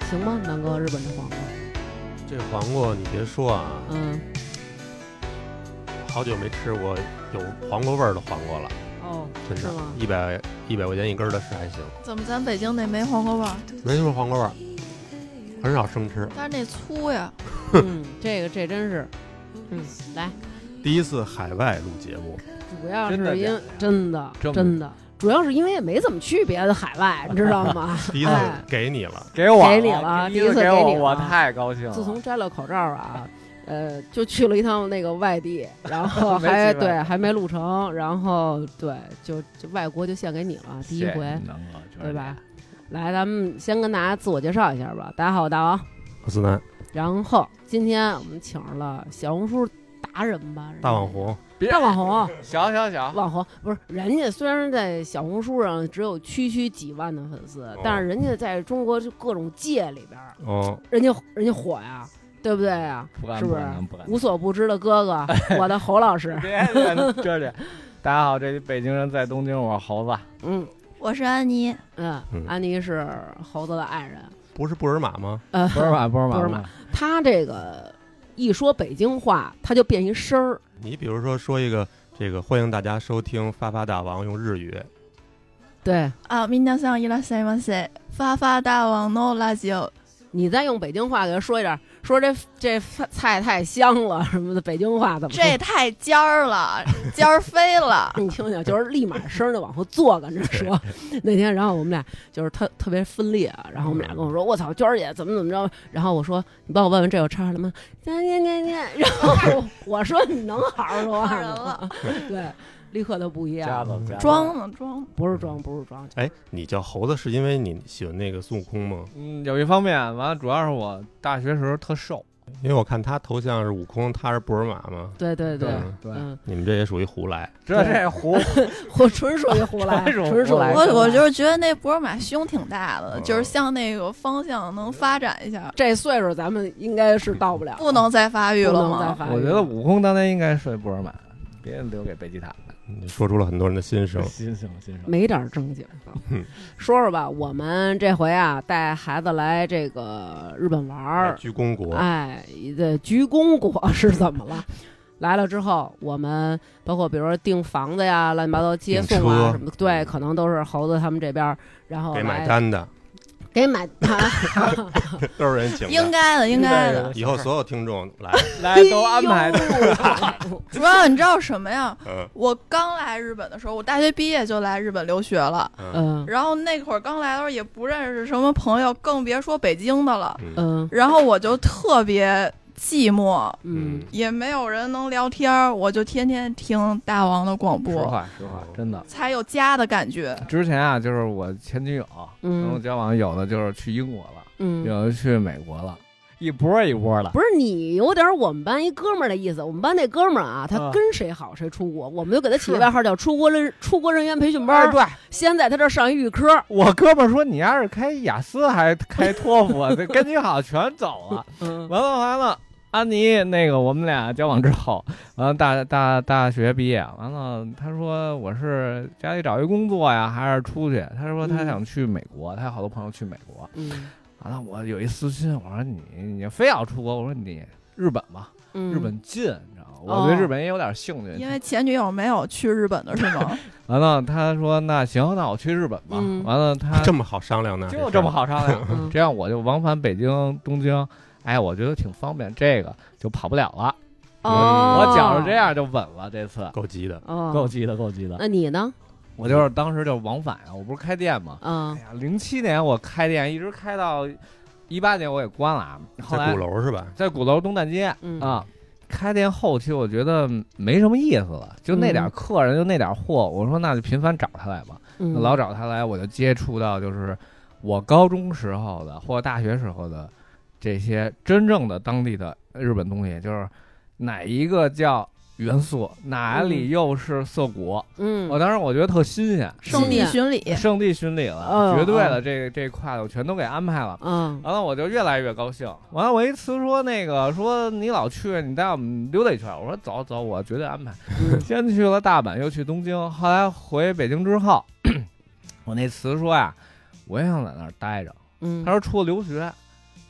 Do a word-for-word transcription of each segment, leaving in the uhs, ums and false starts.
行吗？南哥，日本这黄瓜， 这黄瓜你别说啊， 嗯， 好久没吃过有黄瓜味儿的黄瓜了。 哦， 真的是吗？ 一百一百块钱一根的是还行。 怎么咱北京那没黄瓜味儿？ 没什么黄瓜味儿，很少生吃。 但是那粗呀。 嗯，这个这真是，嗯，来， 第一次海外录节目， 主要是真的因为真的这么真的，主要是因为也没怎么去别的海外，你知道吗？ 第一次哎给你了， 给我给你了第一第一次给给我， 你了我太高兴了。 自从摘了口罩啊，呃，就去了一趟那个外地，然后没还去外对还没录成，然后对，就就外国就献给你了，第一回，对吧？来，咱们先跟大家自我介绍一下吧。大家好，我大王， 我思南， 然后今天我们请了小红书达人吧， 大网红， 大网红， 小小小网红不是人家，虽然在小红书上只有区区几万的粉丝， 哦、 但是人家在中国就各种界里边， 哦， 人家人家火呀，对不对呀？是不是？ 不敢无所不知的哥哥，我的侯老师， 别这这，大家好，这里北京人在东京，我是猴子， 嗯我是安妮， 嗯， 嗯安妮是猴子的爱人， 不是布尔玛吗？ 呃， 不是马，不是马， 不是马，他这个一说北京话，他就变一声儿。 你比如说说一个这个，欢迎大家收听发发大王，用日语。 对啊，皆さんいらっしゃいませ。发发大王のラジオ。 你再用北京话给他说一点，说这这菜太香了什么的，北京话怎么说？ 这太尖儿了，尖儿飞了。 你听听，就是立马声就往后坐，跟着说。那天，然后我们俩就是特特别分裂，然后我们俩跟我说：“我操，娟儿姐怎么怎么着？”然后我说：“你帮我问问这有叉什么？”念念念念，然后我说：“你能好好说话吗？”对。立刻都不一样， 装呢装， 不是装，不是装。 哎，你叫猴子是因为你喜欢那个孙悟空吗？ 嗯，有一方面，完了主要是我大学时候特瘦， 因为我看他头像是悟空，他是布尔玛嘛。 对对对对， 嗯， 你们这也属于胡来， 这这胡我纯属于胡来，纯属我我就是觉得那布尔玛胸挺大的， 嗯、 就是向那个方向能发展一下。 这岁数咱们应该是到不了， 不能再发育了吗？ 我觉得悟空当年应该睡布尔玛，别留给贝吉塔。 你说出了很多人的心声， 心声心声， 没点正经的。说说吧，我们这回啊，带孩子来这个日本玩， 居公国。 哎，这居公国是怎么了？来了之后，我们包括比如说订房子呀、乱七八糟接送啊什么的，对，可能都是猴子他们这边，然后给买单的。 给买单都是人请的， 应该的，应该的。 以后所有听众来来都安排的。 主要你知道什么呀？ 嗯、 我刚来日本的时候，我大学毕业就来日本留学了。 嗯， 然后那会儿刚来的时候也不认识什么朋友，更别说北京的了。 嗯， 然后我就特别寂寞， 嗯， 也没有人能聊天，我就天天听大王的广播。 实话实话，真的才有家的感觉。 之前啊，就是我前女友跟我交往，有的就是去英国了， 嗯， 有的去美国了，一波一波的。 不是你有点我们班一哥们儿的意思，我们班那哥们儿啊，他跟谁好谁出国，我们就给他起外号叫出国人出国人员培训班。 对， 先在他这上一预科。 我哥们儿说，你要是开雅思还开托福，这跟你好全走了。 嗯， 完了完了。安妮，那个我们俩交往之后，完了大大大学毕业，完了他说我是家里找一工作呀，还是出去？他说他想去美国，嗯、他有好多朋友去美国。 嗯， 完了我有一私心，我说你你非要出国，我说你日本吧， 嗯、 日本近，你知道吗？我对日本也有点兴趣。 因为前女友没有去日本的是吗？ 完了他说那行，那我去日本吧。 嗯、 完了他这么好商量呢？ 就这么好商量， 嗯、 这样我就往返北京、东京。哎，我觉得挺方便，这个就跑不了了。 哦， 我觉着这样就稳了，这次够急的， 哦、 够急的，够急的。 那你呢？ 我就是当时就往返啊，我不是开店吗？ 嗯， 哎呀，零七年我开店，一直开到一八年我给关了。后来在鼓楼是吧？ 在鼓楼东大街、 嗯、 啊。开店后期我觉得没什么意思了，就那点客人，就那点货。我说那就频繁找他来吧， 嗯、 老找他来，我就接触到就是我高中时候的或者大学时候的。这些真正的当地的日本东西，就是哪一个叫元素，哪里又是涩谷， 嗯， 我当时我觉得特新鲜， 圣地巡礼， 圣地巡礼了， 哦、 绝对的，这个这块的我全都给安排了， 嗯， 完了我就越来越高兴。完了我一次说那个说你老去，你带我们溜达一圈，我说走走，我绝对安排。 嗯、 先去了大阪，又去东京，后来回北京之后，我那次说呀，我也想在那儿待着。 嗯， 他说出了留学。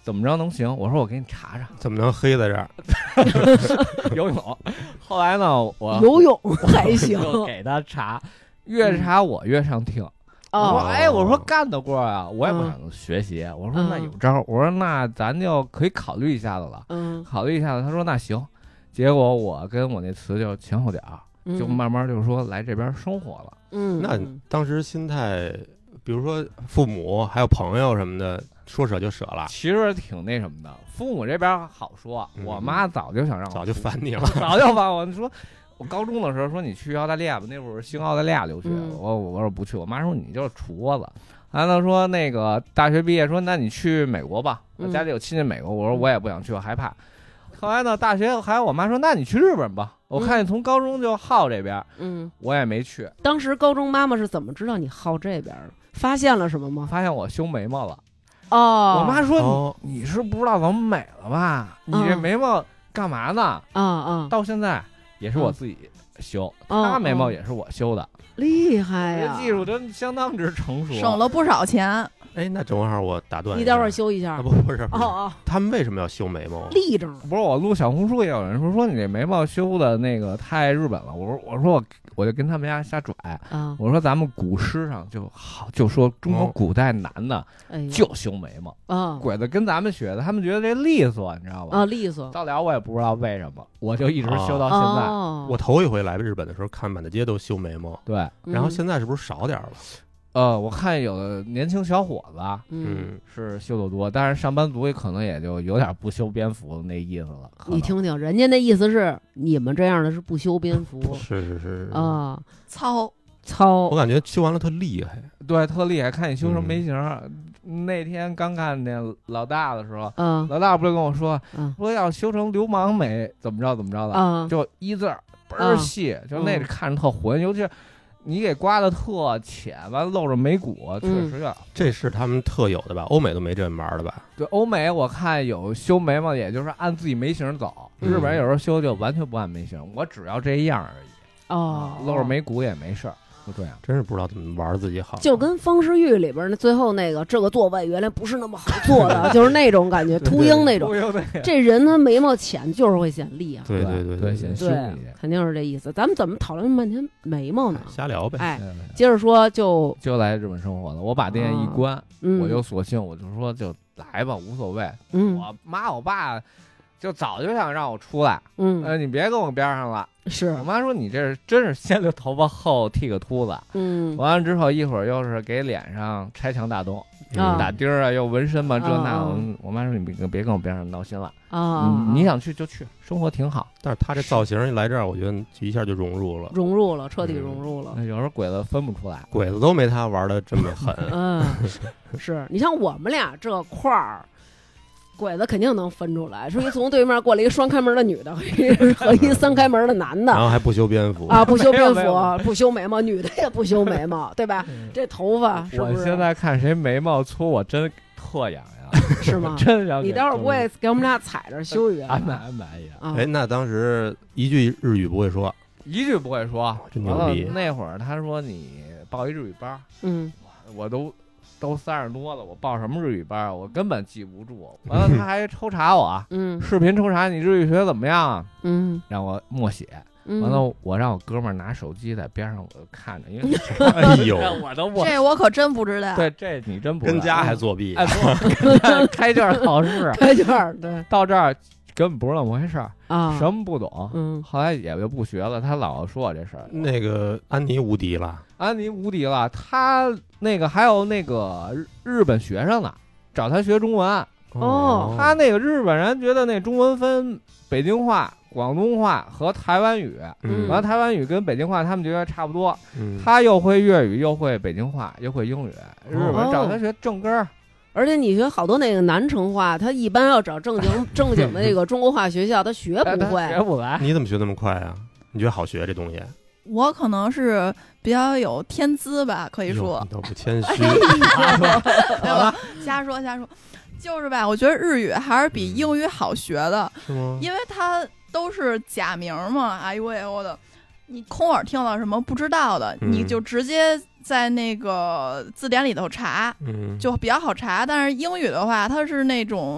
怎么着能行？我说我给你查查怎么能黑在这儿？ 游泳。后来呢，我游泳还行， 就给他查，越查我越上听。我说哦， 哎，我说干得过啊，我也不想学习。我说那有招，我说那咱就可以考虑一下子了。 嗯， 考虑一下子，他说那行。结果我跟我那词就前后脚，就慢慢就说来这边生活了。 嗯， 那当时心态，比如说父母还有朋友什么的，说舍就舍了。 其实挺那什么的，父母这边好说， 嗯、 我妈早就想让我， 早就烦你了， 早就烦我。你说我高中的时候说你去澳大利亚吧，那会儿兴澳大利亚留学， 嗯、 我我说不去，我妈说你就是杵窝子。完了说那个大学毕业说那你去美国吧，我家里有亲戚美国，我说我也不想去，我害怕。后来呢，大学还有我妈说那你去日本吧，我看你从高中就好这边， 嗯， 我也没去。 当时高中妈妈是怎么知道你好这边的？发现了什么吗？ 发现我修眉毛了。 哦， 我妈说你、 哦、 你是不知道怎么美了吧？你这眉毛干嘛呢？ 啊啊！ 到现在也是我自己修， 嗯、 她眉毛也是我修的， 厉害呀！ 这技术真相当之成熟， 省了不少钱。 哎，那正好我打断你待会儿修一下。 啊、不不是不是哦哦， 他们为什么要修眉毛？ 立正。 不是我录小红书也有人说说你这眉毛修的那个太日本了。我说我说我我就跟他们家瞎拽啊，我说咱们古诗上就好就说中国古代男的就修眉毛啊，鬼子跟咱们学的，他们觉得这利索，你知道吧？ 啊，利索。 到了我也不知道为什么，我就一直修到现在。 哦、 我头一回来日本的时候，看满大街都修眉毛， 对， 然后现在是不是少点了？ 呃，我看有的年轻小伙子， 嗯， 是修的多，但是上班族也可能也就有点不修边幅那意思了。 你听听，人家那意思是你们这样的是不修边幅， 是是是啊， 糙糙。 我感觉修完了特厉害， 对，特厉害。看你修成眉形，嗯、那天刚看见老大的时候， 嗯， 老大不是跟我说， 嗯、 说要修成流氓眉，怎么着怎么着的， 嗯、 就一字儿倍儿细，嗯、就那看着特浑，尤其是。你给刮的特浅，完了露着眉骨，确实有、嗯。 这是他们特有的吧？欧美都没这玩的吧？ 对，欧美我看有修眉毛，也就是按自己眉形走。 嗯、 日本人有时候修就完全不按眉形，我只要这样而已。 哦， 露着眉骨也没事儿，就这样。 真是不知道怎么玩自己好。 就跟方世玉里边那最后那个这个座位原来不是那么好做的，就是那种感觉，秃鹰那种。这人他眉毛浅就是会显厉害。 对对对对， 显凶一点， 肯定是这意思。咱们怎么讨论半天眉毛呢？ 瞎聊呗。 哎，接着说就就来日本生活了。我把店一关， 啊嗯、 我就索性我就说就来吧，无所谓。 嗯， 我妈我爸就早就想让我出来。 嗯， 呃，你别跟我边上了。 是我妈说你这是真是先留头发后剃个秃子。 嗯， 完了之后一会儿又是给脸上拆墙大洞。 啊、 打钉儿啊，又纹身嘛，这那、 啊、 我妈说你别别跟我边上闹心了啊、 嗯！你想去就去，生活挺好。 但是他这造型一来这儿，我觉得一下就融入了， 融入了，彻底融入了。 嗯、有时候鬼子分不出来， 鬼子都没他玩的这么狠。 嗯，是你像我们俩这块儿。鬼子肯定能分出来，说一从对面过来一个双开门的女的和一三开门的男的， 然后还不修边幅啊，不修边幅，不修眉毛，女的也不修眉毛，对吧？嗯、这头发是不是？ 我现在看谁眉毛粗，我真特痒痒， 是吗？ 真想你待会儿不会给我们俩踩着修一个？ 安排安排一下。 哎，那当时一句日语不会说， 一句不会说， 真牛逼。 那会儿他说你报一日语班， 嗯， 我都。都三十多了，我报什么日语班？我根本记不住。完了，他还抽查我， 嗯， 视频抽查你日语学怎么样？ 嗯， 让我默写。 嗯、 完了，我让我哥们儿拿手机在边上，我就看着，因为哎呦， 我都默。 这我可真不知道。 对，这你真不知道。 跟家还作弊？ 哎，开卷考试， 开卷对， 到这儿根本不是那么回事儿啊， 什么不懂。 嗯， 后来也就不学了。他老说我这事儿。 那个安妮无敌了。 安妮无敌了，他那个还有那个日本学生呢，找他学中文。 哦， 他那个日本人觉得那中文分北京话、广东话和台湾语， 嗯， 完了台湾语跟北京话他们觉得差不多。 嗯， 他又会粤语，又会北京话，又会英语。日本人找他学正根儿。 而且你学好多那个南城话，他一般要找正经正经的那个中国话学校，他学不会， 学不来。 你怎么学那么快啊？你觉得好学这东西？ 我可能是比较有天资吧，可以说。 你都不谦虚， 对吧？瞎说瞎说，就是吧？我觉得日语还是比英语好学的， 是吗？ 因为它都是假名嘛。哎呦喂，我的，你空耳听到什么不知道的， 嗯、 你就直接在那个字典里头查， 嗯， 就比较好查。但是英语的话，它是那种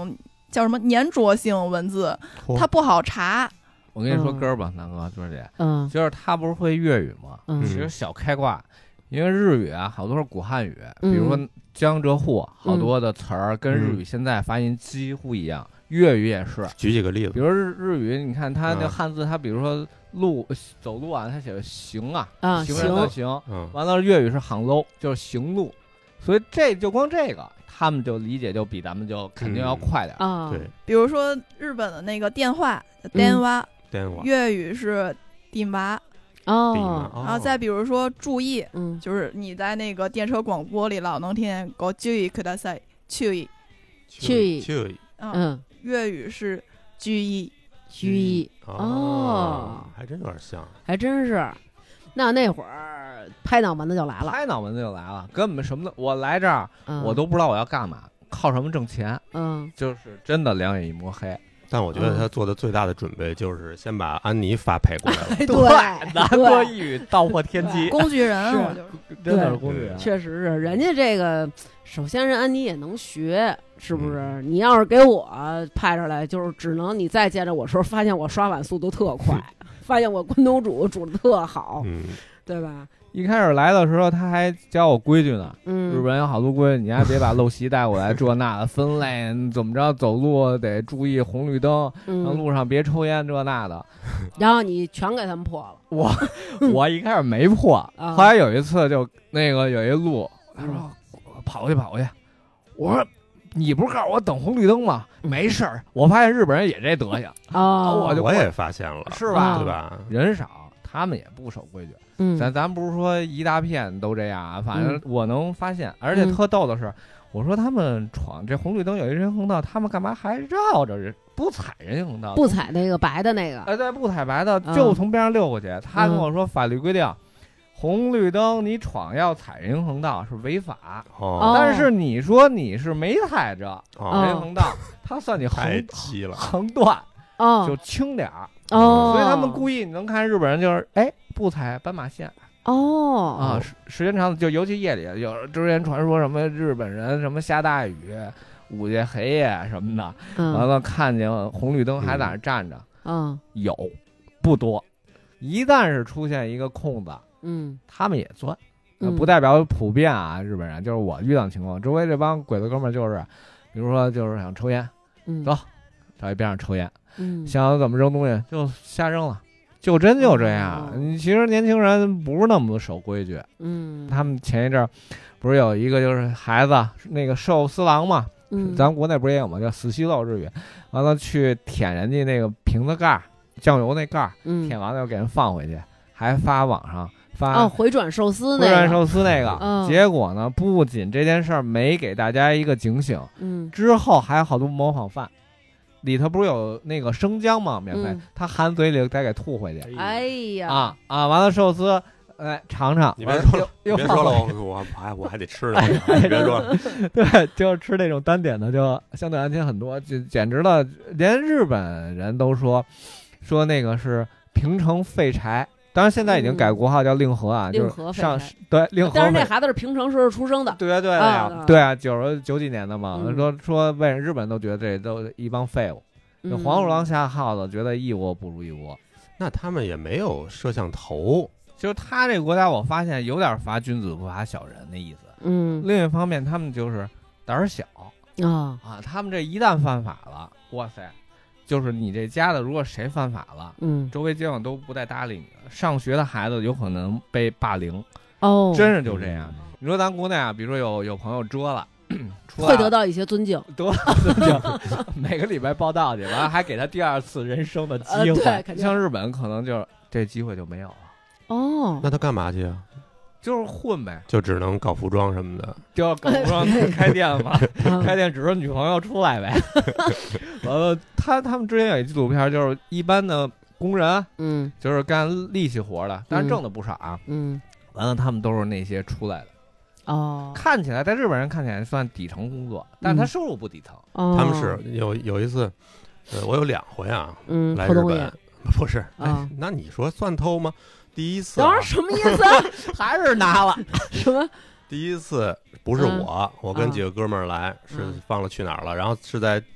叫什么粘着性文字，它不好查。 我跟你说嗯根儿吧，南哥娟儿姐， 嗯就是他不是会粤语吗？ 嗯其实小开挂，因为日语啊，好多是古汉语， 嗯比如说江浙沪好多的词儿跟日语现在发音几乎一样，粤语也是。 举几个例子， 比如日日语，你看它那嗯汉字，它比如说路走路啊，它写的行啊， 啊行人的行， 嗯， 完了粤语是行路，就是行路，所以这就光这个，他们就理解就比咱们就肯定要快点儿。 啊， 对， 比如说日本的那个电话电话， 电话， 粤语是电话， 哦， 哦然后再比如说注意， 嗯就是你在那个电车广播里老能听见“ご注意ください”，注意， 去去嗯， 嗯， 粤语是注意， 居一哦哦， 还真有点像， 还真是。那那会儿拍脑门子就来了， 拍脑门子就来了，根本什么都，我来这儿， 嗯我都不知道我要干嘛，靠什么挣钱， 嗯就是真的两眼一抹黑。 但我觉得他做的最大的准备就是先把安妮发配过来了， 对南国一语道破天机， 工具人， 是我就是。 真的是工具人。 确实是，人家这个首先人安妮也能学，是不是？你要是给我派出来，就是只能你再见着我时候，发现我刷碗速度特快，发现我关东煮煮的特好， 嗯， 对吧？ 一开始来的时候，他还教我规矩呢。 嗯， 日本人有好多规矩，你还别把陋习带过来，这那的分类，你怎么着走路得注意红绿灯，然后嗯， 路上别抽烟，这那的。 然后你全给他们破了， 我我一开始没破， 啊后来有一次就那个有一路，他说嗯跑过去跑过去，我说你不是告诉我等红绿灯吗？ 嗯没事儿，我发现日本人也这德行， 哦， 我就我也发现了， 是吧？ 对吧？ 人少，他们也不守规矩。 嗯， 咱咱不是说一大片都这样啊，反正嗯我能发现，而且特逗的是，我说他们闯这红绿灯有一人行横道，他们干嘛还绕着人不踩人行横道？ 不踩那个白的那个， 哎，对，不踩白的嗯就从边上溜过去。他跟我说法律规定，红绿灯你闯要踩人行横道是违法， 哦但是你说你是没踩着哦， 人行横道，他算你太横鸡了， 横断哦就轻点儿。 哦， 所以他们故意，你能看日本人就是哎不踩斑马线。 哦啊，时时间长了，就尤其夜里，有之前传说什么日本人什么下大雨，午夜黑夜什么的，完嗯了看见红绿灯还在那站着， 嗯有不多，一旦是出现一个空子， 嗯他们也钻，呃嗯不代表普遍啊，日本人就是我遇到的情况，周围这帮鬼子哥们儿就是，比如说就是想抽烟， 嗯， 走找一边上抽烟， 嗯， 想怎么扔东西就瞎扔了。就真就这样， 哦你其实年轻人不是那么守规矩， 嗯， 他们前一阵儿不是有一个就是孩子那个寿司郎嘛， 嗯咱国内不是也有吗？叫死西肉日语，完了去舔人家那个瓶子盖儿，酱油那盖儿， 嗯舔完了又给人放回去，还发网上发哦，回转寿司那个， 回转寿司那个。 嗯结果呢，不仅这件事儿没给大家一个警醒， 嗯之后还有好多模仿犯。里头不是有那个生姜吗？免费， 嗯他含嘴里再给吐回去。 哎呀啊啊！完了寿司，哎，尝尝。 你别说了， 又别说了， 放回我我还我还得吃呢，你别说了， 对，就是吃那种单点的，就相对安全很多，就简直了，连日本人都说说那个是平成废柴。当然现在已经改国号叫令和啊， 令就是上和废柴对令和废。 但是那孩子是平成时候出生的， 对啊对啊啊啊对啊，九十九几年的嘛， 嗯说说为日本都觉得这都一帮废物， 嗯黄鼠狼下耗子觉得一窝不如一窝。 那他们也没有摄像头， 就是他这个国家，我发现有点罚君子不罚小人的意思。 嗯另一方面，他们就是胆儿小啊啊，他们这一旦犯法了，哇塞，就是你这家的，如果谁犯法了， 嗯周围街坊都不带搭理你的。上学的孩子有可能被霸凌， 哦， 真是就这样。你说咱国内啊，比如说有有朋友遮了，出来会得到一些尊敬， 得到尊敬，每个礼拜报道去，完了还给他第二次人生的机呃会。 对肯定像日本可能就是这机会就没有了， 哦， 那他干嘛去啊？ 就是混呗， 就只能搞服装什么的， 就要搞服装开店嘛， 嗯开店指着女朋友出来呗。完了，他他们之前有一纪录片，就是一般的工人， 嗯就是干力气活的，但是挣的不少啊。 嗯完了，他们都是那些出来的， 哦， 看起来在日本人看起来算底层工作，但是他收入不底层。 哦他们是有有一次，呃，我有两回啊， 嗯来日本偷东西，， 不是，哎啊， 那你说算偷吗？第一次啊等会儿什么意思啊？ 还是拿了， 什么？ 第一次不是我，我跟嗯几个哥们儿来，是嗯放了去哪儿了，然后是在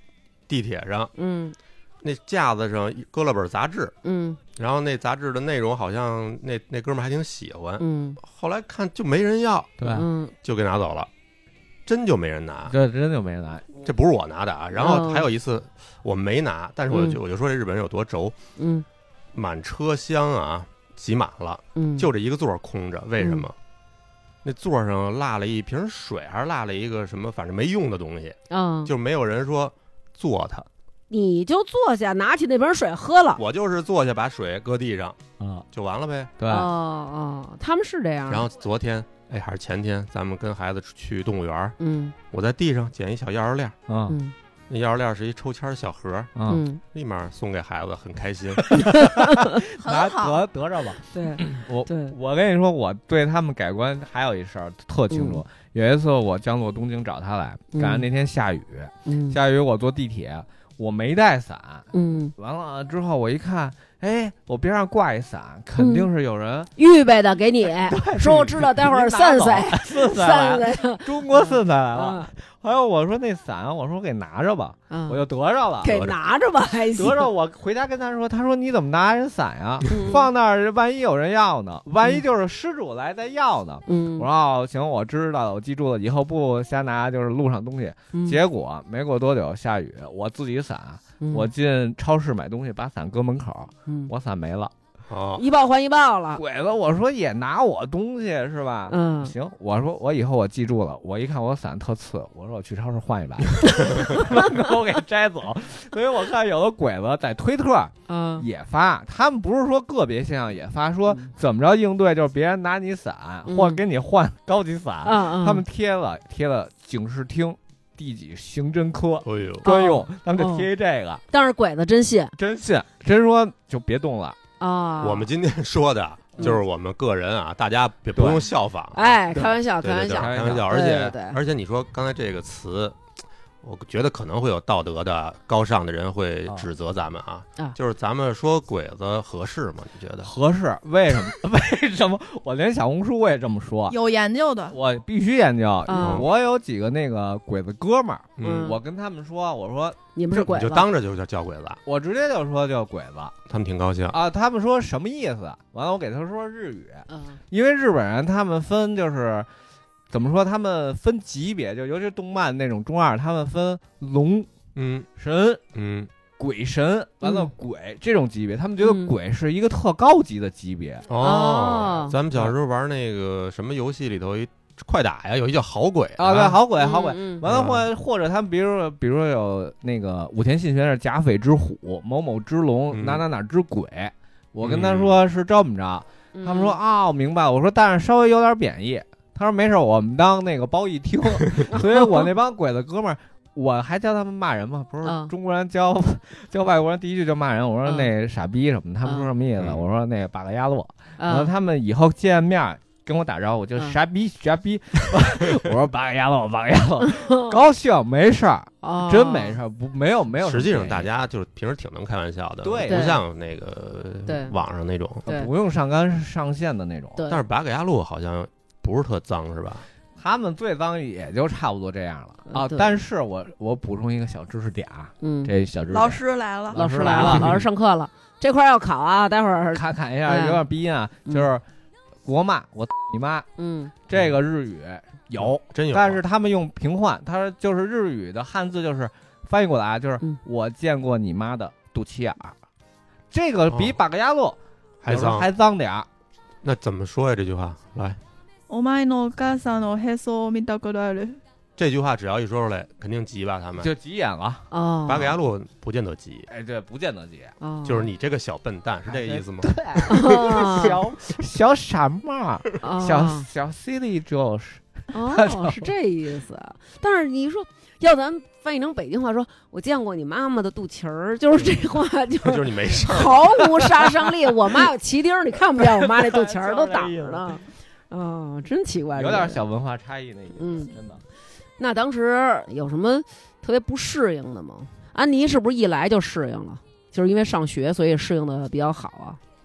地铁上， 嗯那架子上搁了本杂志， 嗯然后那杂志的内容好像那那哥们儿还挺喜欢， 嗯， 后来看就没人要， 对， 嗯就给拿走了，真就没人拿。 这真就没人拿。 这不是我拿的啊。然后还有一次我没拿，但是我就我就说这日本人有多轴， 嗯满车厢啊挤满了， 嗯， 就这一个座空着，为什么？那座上落了一瓶水，还是落了一个什么，反正没用的东西， 嗯， 就没有人说坐它。 你就坐下，拿起那瓶水喝了。 我就是坐下把水搁地上啊， 就完了呗。 对， 哦哦，他们是这样。 然后昨天，哎，还是前天，咱们跟孩子去动物园， 嗯我在地上捡一小钥匙链， 嗯嗯那钥匙链是一抽签小盒， 嗯， 嗯， 立马送给孩子，很开心。 拿很好。 得得着吧。 对我对， 我跟你说，我对他们改观还有一事儿特清楚。有一次我降落东京找他来， 嗯赶上那天下雨， 嗯下雨我坐地铁，我没带伞。 嗯， 完了之后我一看，哎，我边上挂一伞，肯定是有人预备的给你，说我知道，待会儿散水， 四岁散来了， 水中国四岁来了。 啊还有我说那伞，我说给拿着吧， 啊， 我就得着了。 给拿着吧，还行。 得着，我回家跟他说，他说你怎么拿人伞呀？ 嗯放那儿，万一有人要呢？万一就是失主来再要呢？ 嗯， 我说哦，行，我知道了，我记住了，以后不瞎拿就是路上东西。 嗯结果没过多久下雨，我自己伞， 嗯我进超市买东西，把伞搁门口， 嗯我伞没了。 哦， 一报还一报了。 鬼子，我说也拿我东西是吧？ 嗯， 行，我说我以后我记住了。我一看我伞特次，我说我去超市换一把，给我给摘走。所以我看有的鬼子在推特嗯也发，他们不是说个别现象也发，说嗯怎么着应对，就是别人拿你伞嗯或者给你换高级伞， 嗯嗯， 他们贴了贴了警视厅第几刑侦科哎呦， 专用， 哦他们就贴一这个， 但是鬼子真信真信真说就别动了。 啊。 我们今天说的就是我们个人啊，大家别不用效仿。 哎，开玩笑， 对对对， 开玩笑。 开玩笑。而对且对对而且你说刚才这个词，我觉得可能会有道德的高尚的人会指责咱们啊， 啊就是咱们说鬼子合适吗？你觉得？ 合适？为什么？为什么？我连小红书我也这么说， 有研究的， 我必须研究。 嗯我有几个那个鬼子哥们儿， 嗯我跟他们说，我说你就你们是鬼子， 当着就叫叫鬼子， 我直接就说叫鬼子他们挺高兴。 啊。他们说什么意思？完了，我给他说日语， 嗯因为日本人他们分就是怎么说，他们分级别，就尤其是动漫那种中二，他们分龙嗯神。 嗯， 鬼神完了嗯鬼这种级别，他们觉得嗯鬼是一个特高级的级别。 哦哦， 咱们小时候玩那个什么游戏里头一快打呀，有一叫好鬼啊，对，好鬼，好鬼。 嗯完了或或者他们比如说比如说有那个武田信玄是甲斐之虎，某某之龙， 嗯哪哪哪之鬼。我跟他说是这么着， 嗯他们说啊，我明白了。我说但是稍微有点贬义。他说没事，我们当那个褒义听。所以我那帮鬼子哥们儿。我还教他们骂人吗？不是嗯中国人教教外国人第一句就骂人。我说嗯那傻逼什么的，他们说什么意思？ 嗯我说那八个鸭落。然后嗯他们以后见面跟我打招呼就嗯傻逼傻逼。我说八个鸭落八个鸭落，高兴没事儿， 哦真没事儿，不没有没有。 实际上大家就是平时挺能开玩笑的， 对不像那个对网上那种。 对不用上纲上线的那种。 对， 但是八嘎呀路好像不是特脏，是吧？ 他们最脏也就差不多这样了啊。 对但是我我补充一个小知识点啊， 嗯， 这小知识点老师来了， 老师来老师来了了，老师上课了，这块儿要考啊，待会儿看看一下嗯有点鼻音啊， 嗯就是国骂我你妈嗯这个日语有， 真有。 但是他们用平换，它就是日语的汉字，就是翻译过来就是嗯我见过你妈的肚脐眼儿，这个比哦八个鸭落还脏， 还脏点儿。 那怎么说呀？这句话来， お前のお母さんのへそを見たことある。 这句话只要一说出来，肯定急吧？他们就急眼了。 哦， 八嘎呀路不见得急， 哎，对，不见得急。 哦就是你这个小笨蛋，是这个意思吗？ 哦小小傻帽， 哦小小 silly Josh， 哦，是这意思。但是你说，要咱翻译成北京话说，我见过你妈妈的肚脐儿，就是这话，就就是是你没事儿。 毫无杀伤力。我妈有旗钉儿，你看不见我妈那肚脐儿都挡着呢。哦，真奇怪， 有点这个小文化差异那意思， 嗯真的。 那当时有什么特别不适应的吗？安妮是不是一来就适应了？就是因为上学，所以适应的比较好啊？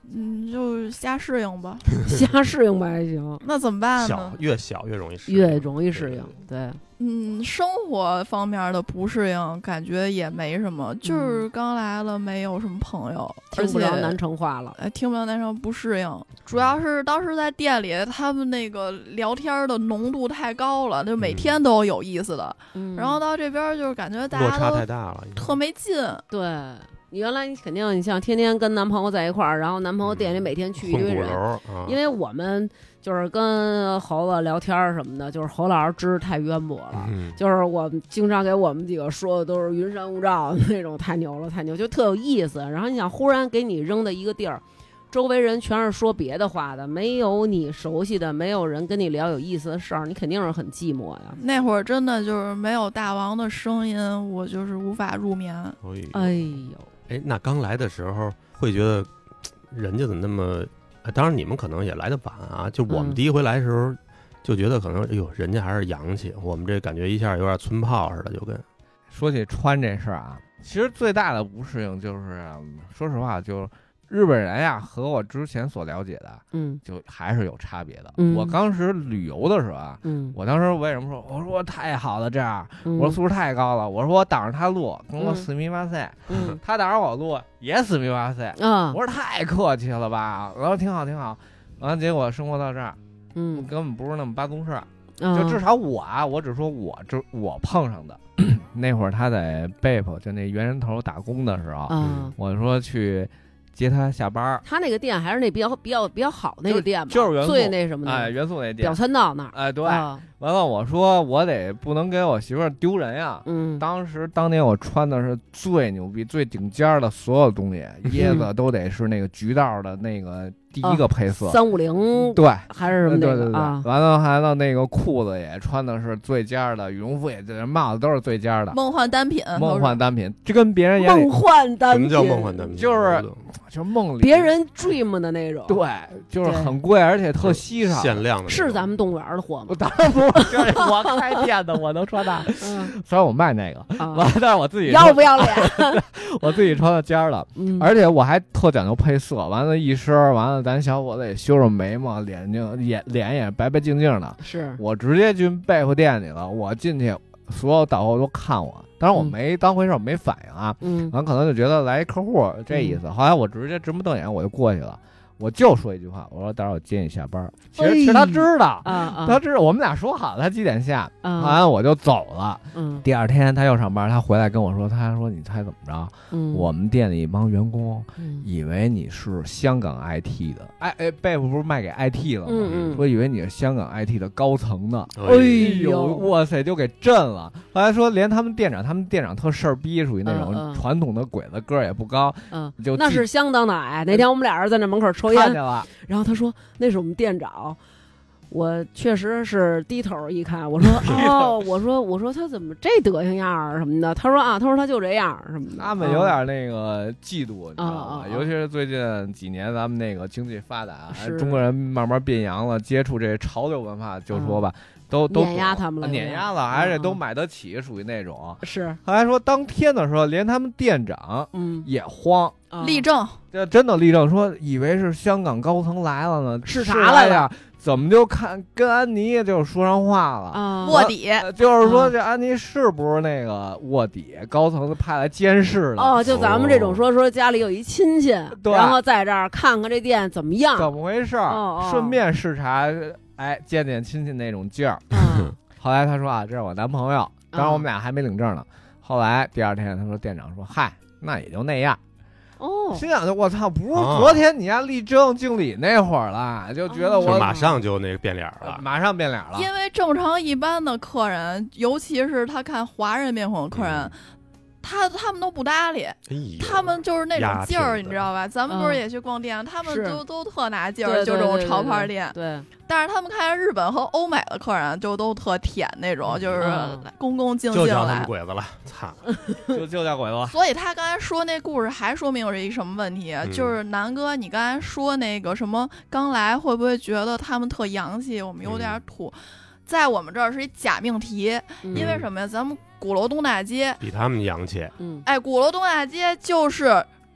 嗯，就瞎适应吧。 瞎适应吧还行， 那怎么办小呢？ 越小越容易适应， 越容易适应。对， 嗯，生活方面的不适应，感觉也没什么，就是刚来了，没有什么朋友， 听不而且着南城话了。 哎，听不了男生不适应，主要是当时在店里，他们那个聊天的浓度太高了，就每天都有有意思的。 嗯， 然后到这边就是感觉大落差家都太大了， 特没劲。 对。你原来你肯定你像天天跟男朋友在一块儿，然后男朋友店里每天去一堆人， 啊、 因为我们就是跟猴子聊天什么的，就是侯老师知识太渊博了， 嗯、 就是我们经常给我们几个说的都是云山雾罩那种，太牛了，太牛，就特有意思。然后你想忽然给你扔到一个地儿，周围人全是说别的话的，没有你熟悉的，没有人跟你聊有意思的事儿，你肯定是很寂寞呀。 那会儿真的就是没有大王的声音，我就是无法入眠。 哎呦。 哎，那刚来的时候会觉得人家怎么那么……当然你们可能也来得晚啊。就我们第一回来的时候，就觉得可能哎呦，人家还是洋气，我们这感觉一下有点村炮似的，就跟说起穿这事儿啊，其实最大的不适应就是，说实话，就日本人呀，和我之前所了解的， 嗯， 就还是有差别的。 嗯、 我当时旅游的时候啊， 嗯， 我当时为什么说，我说我太好了，这样， 嗯、 我说素质太高了，我说我挡着他路，跟我死命哇塞， 嗯， 他挡着我路也死命哇塞， 嗯， 我说太客气了吧，我说挺好挺好，完了结果生活到这儿， 嗯， 根本不是那么八宗事儿。 嗯、 就至少我啊，我只说我这我碰上的，那会儿他在贝普就那猿人头打工的时候， 嗯， 我说去接他下班， 他那个店还是那比较比较比较好那个店嘛， 就是元素最那什么的， 哎，元素那店， 表参道那儿， 哎，对， 啊、 完了我说我得不能给我媳妇儿丢人呀， 嗯， 当时当年我穿的是最牛逼最顶尖的所有东西，椰子都得是那个菊道的那个第一个配色， 三五零， 对， 还是什么那个对对对对啊？ 完了还到那个裤子也穿的是最尖的，羽绒服也这帽子都是最尖的， 梦幻单品， 梦幻单品，这跟别人眼里梦幻单品， 什么叫梦幻单品？ 就是就是梦里别人 dream 的那种， 对，就是很贵，而且特稀少， 限量的， 是咱们动物园的货吗？ 我当然不是，就是我开店的，我能穿它。 嗯， 虽然我卖那个， 啊、 完了，但是我自己要不要脸？ 我自己穿的尖儿的， 嗯， 而且我还特讲究配色。完了，一身完了，咱小伙子也修上眉毛，眼睛眼脸也白白净净的。 是我直接进贝服店里了，我进去，所有导购都看我，当然我没当回事，我没反应啊。 嗯， 完可能就觉得来一客户这意思。 嗯、 后来我直接直目瞪眼，我就过去了。我就说一句话，我说待会儿我接你下班。其实其实他知道， 啊啊， 他知道我们俩说好了，他几点下， 完完了我就走了。 嗯， 第二天他又上班，他回来跟我说，他说你猜怎么着？ 嗯， 我们店里一帮员工嗯以为你是香港 I T 的，哎哎，贝布不是卖给 I T 了吗？ 嗯嗯， 说以为你是香港 I T 的高层呢。 哎呦，哇塞，就给震了。后来说连他们店长，他们店长特事儿逼，属于那种传统的鬼子，个儿也不高， 嗯， 就那是相当的矮。那天我们俩人在那门口抽烟， 看见了。 然后他说那是我们店长，我确实是低头一看，我说哦，我说我说他怎么这德行样儿什么的？他说啊，他说他就这样什么的。 他们有点那个嫉妒， 啊、 你知道吗？ 啊、 尤其是最近几年咱们那个经济发达， 是中国人慢慢变洋了，接触这潮流文化，就说吧，嗯、都都碾压他们了， 碾压了，而且都买得起，属于那种。 是。 后来说当天的时候，连他们店长嗯也慌。 立正， 这真的立正说，以为是香港高层来了呢， 视察来了，怎么就看跟安妮就说上话了？ 啊， 卧底， 就是说这安妮是不是那个卧底高层派来监视的？ 哦，就咱们这种说说家里有一亲戚， 对， 然后在这儿看看这店怎么样， 怎么回事？ 哦哦顺便视察，哎，见见亲戚那种劲儿。 嗯， 后来他说啊，这是我男朋友，当然我们俩还没领证呢。后来第二天他说，店长说，嗨，那也就那样。 哦， 心想着我操，不是昨天你家立正敬礼那会儿了，就觉得我马上就那个变脸了， 马上变脸了。 因为正常一般的客人，尤其是他看华人面孔的客人。嗯他他们都不搭理、 哎， 他们就是那种劲儿，你知道吧？咱们不是也去逛店，嗯、他们都都特拿劲儿，就这种潮牌店。 对， 但是他们看日本和欧美的客人，就都特舔那种， 嗯、 就是恭恭敬敬来。 就叫他们鬼子了，操！ 就就叫鬼子了。 所以他刚才说那故事，还说明是一什么问题？嗯、就是南哥，你刚才说那个什么刚来，会不会觉得他们特洋气？我们有点土。嗯在我们这儿是一假命题， 嗯、 因为什么呀？咱们鼓楼东大街比他们洋气。 嗯， 哎，鼓楼东大街就是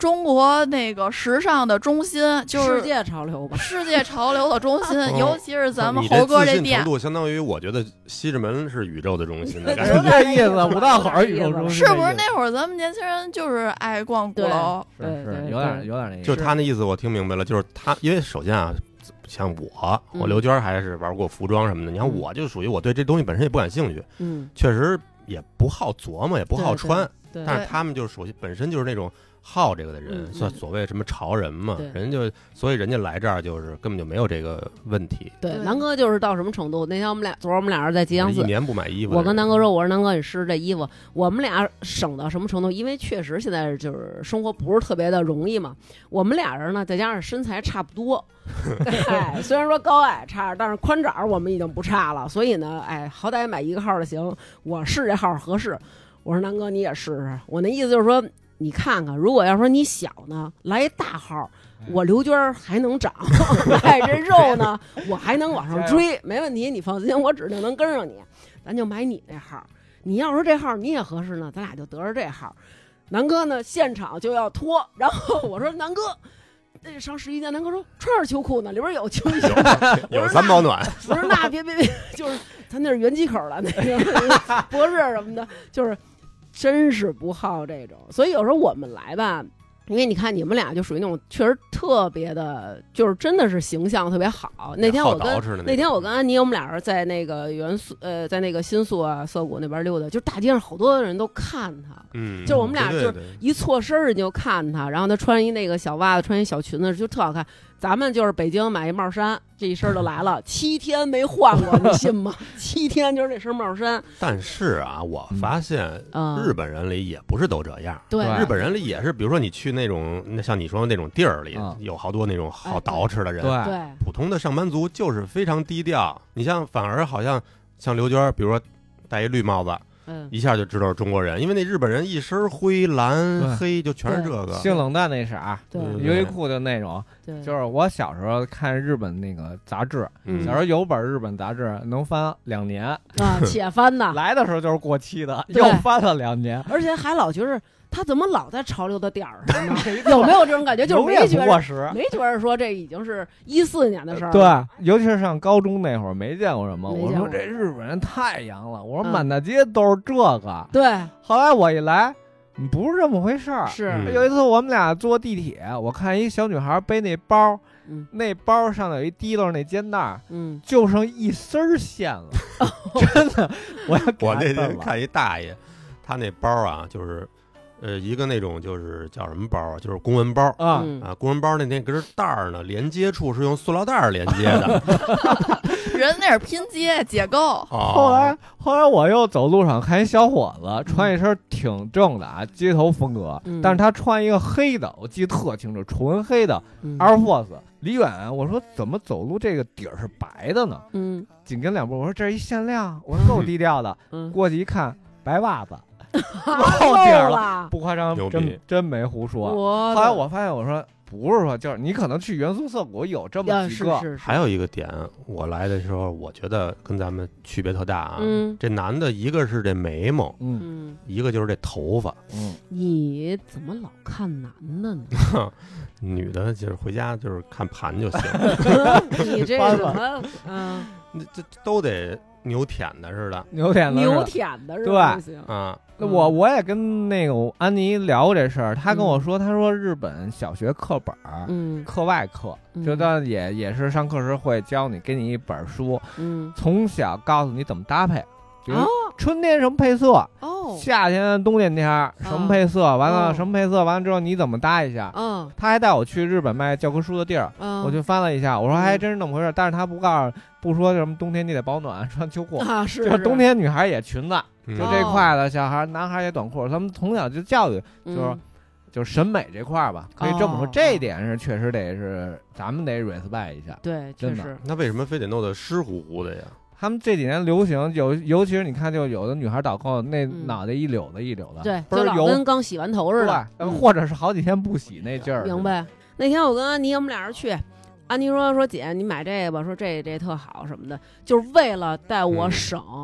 中国那个时尚的中心，就是世界潮流吧， 世界潮流的中心， 嗯尤其是咱们你猴哥这自信店程。度相当于我觉得西直门是宇宙的中心的感是觉。 这意思，五道口宇宙中心是不是的意思那会儿咱们年轻人就是爱逛鼓楼？ 是是对对有点对有点那意思， 就是他那意思，我听明白了，就是他，因为首先啊，像我，我嗯刘娟还是玩过服装什么的，你看嗯我就属于我对这东西本身也不感兴趣， 嗯， 确实也不好琢磨，也不好穿， 对， 但是他们就属于本身就是那种好这个的人， 嗯算所谓什么潮人嘛对， 人就所以人家来这儿就是根本就没有这个问题。 对， 对南哥就是到什么程度？那天我们俩，昨儿我们俩人在吉祥寺， 我一年不买衣服的人， 我跟南哥说，我说南哥，你试试这衣服。我们俩省到什么程度？因为确实现在就是生活不是特别的容易嘛。我们俩人呢，再加上身材差不多，哎，虽然说高矮差，但是宽窄我们已经不差了。所以呢，哎，好歹买一个号的行。我试这号合适。我说南哥你也试试。我那意思就是说，你看看，如果要说你小呢，来一大号。我刘娟还能长，哎，这肉呢，我还能往上追，没问题，你放心，我指定能跟上你。咱就买你那号，你要说这号你也合适呢，咱俩就得着这号。南哥呢，现场就要脱，然后我说南哥，那上试衣间，南哥说穿着秋裤呢，里边有秋衣， 有三保暖， 我说那别别别，就是咱那是原机口了，那个博士什么的，就是真是不好这种，所以有时候我们来吧。因为你看你们俩就属于那种确实特别的，就是真的是形象特别好。那天我跟那天我跟安妮，我们俩人在那个元素呃，在那个新宿啊涩谷那边溜达，就大街上好多人都看他， 嗯， 就我们俩对对对就是一错身儿你就看他，然后他穿一那个小袜子，穿一小裙子，就特好看。咱们就是北京买一帽衫，这一身就来了，七天没换过，你信吗？七天就是这身帽衫。 但是啊，我发现嗯日本人里也不是都这样。 对， 日本人里也是，比如说你去那种，那像你说的那种地儿里， 嗯有好多那种好捯饬的人。 对对， 普通的上班族就是非常低调。你像反而好像像刘娟，比如说戴一绿帽子， 嗯， 一下就知道是中国人，因为那日本人一身灰蓝对黑就全是这个。 性冷淡那色， 对嗯优衣库就那种。 对， 就是我小时候看日本那个杂志， 嗯小时候有本日本杂志能翻两年， 啊，且翻呐， 来的时候就是过期的， 对又翻了两年。 而且还老觉着他怎么老在潮流的点儿上呢？有没有这种感觉？就是永远不没觉着过时。 没觉着说这已经是一四年的事儿了。 对，尤其是上高中那会儿没见过什么，我没见过说这日本人太洋了，我说嗯满大街都是这个。 对， 后来我一来，嗯不是这么回事儿。 是， 嗯有一次我们俩坐地铁，我看一小女孩背那包， 嗯那包上头有一提溜那肩带儿， 嗯， 就剩一丝儿线了，真的，我要给我那她蹬了天看一大爷，他那包啊，就是呃一个那种就是叫什么包啊，就是公文包。 啊， 嗯啊，公文包那那根带儿呢，连接处是用塑料袋儿连接的。 人那是拼接解构， 哦， 后来后来我又走路上看一小伙子，穿一身挺正的啊，街头风格， 嗯但是他穿一个黑的，我记得特清楚，纯黑的嗯 Air Force。离远我说怎么走路这个底儿是白的呢？ 嗯紧跟两步我说这是一限量，我说够低调的。 嗯， 过去一看，白袜子， 漏底儿了了。 不夸张牛，逼真真没胡说。 我后来我发现，我说不是说就是你可能去元素涩谷有这么要几个， 是是是， 还有一个点，我来的时候，我觉得跟咱们区别特大啊。 嗯这男的一个是这眉毛， 嗯嗯， 一个就是这头发， 嗯， 你怎么老看男的呢？ 女的就是回家就是看盘就行， 你这翻什么？嗯， 那这都得牛舔的似的牛舔的是牛舔的是对吧？不行， 啊。 那我我也跟那个安妮聊过这事儿，她跟我说，她说日本小学课本儿、 嗯课外课， 嗯就当也也是上课时会教你，给你一本书， 嗯， 从小告诉你怎么搭配，比如哦春天什么配色， 哦， 夏天冬天天儿什么配色，完了哦什么配色，完了之后你怎么搭一下。 嗯他还带我去日本卖教科书的地儿， 嗯， 我就翻了一下，我说还嗯真是那么回事，但是他不告诉，不说什么冬天你得保暖，穿秋裤， 啊是就是冬天女孩也裙子， 嗯就这块的，小孩男孩也短裤，他们从小就教育就是嗯就是审美这块儿吧，可以这么说， 哦这一点是确实得是咱们得 respect 一下。 对，确真的实， 那为什么非得弄得湿乎乎的呀？ 他们这几年流行，有尤其是你看，就有的女孩导购那嗯脑袋一绺的一绺的， 对，就老倍儿油， 跟刚洗完头似的， 对， 嗯或者是好几天不洗那劲儿。 明白。那天我跟安妮我们俩人去，安妮说说姐你买这个吧，说这这特好什么的，就是为了带我嗯省。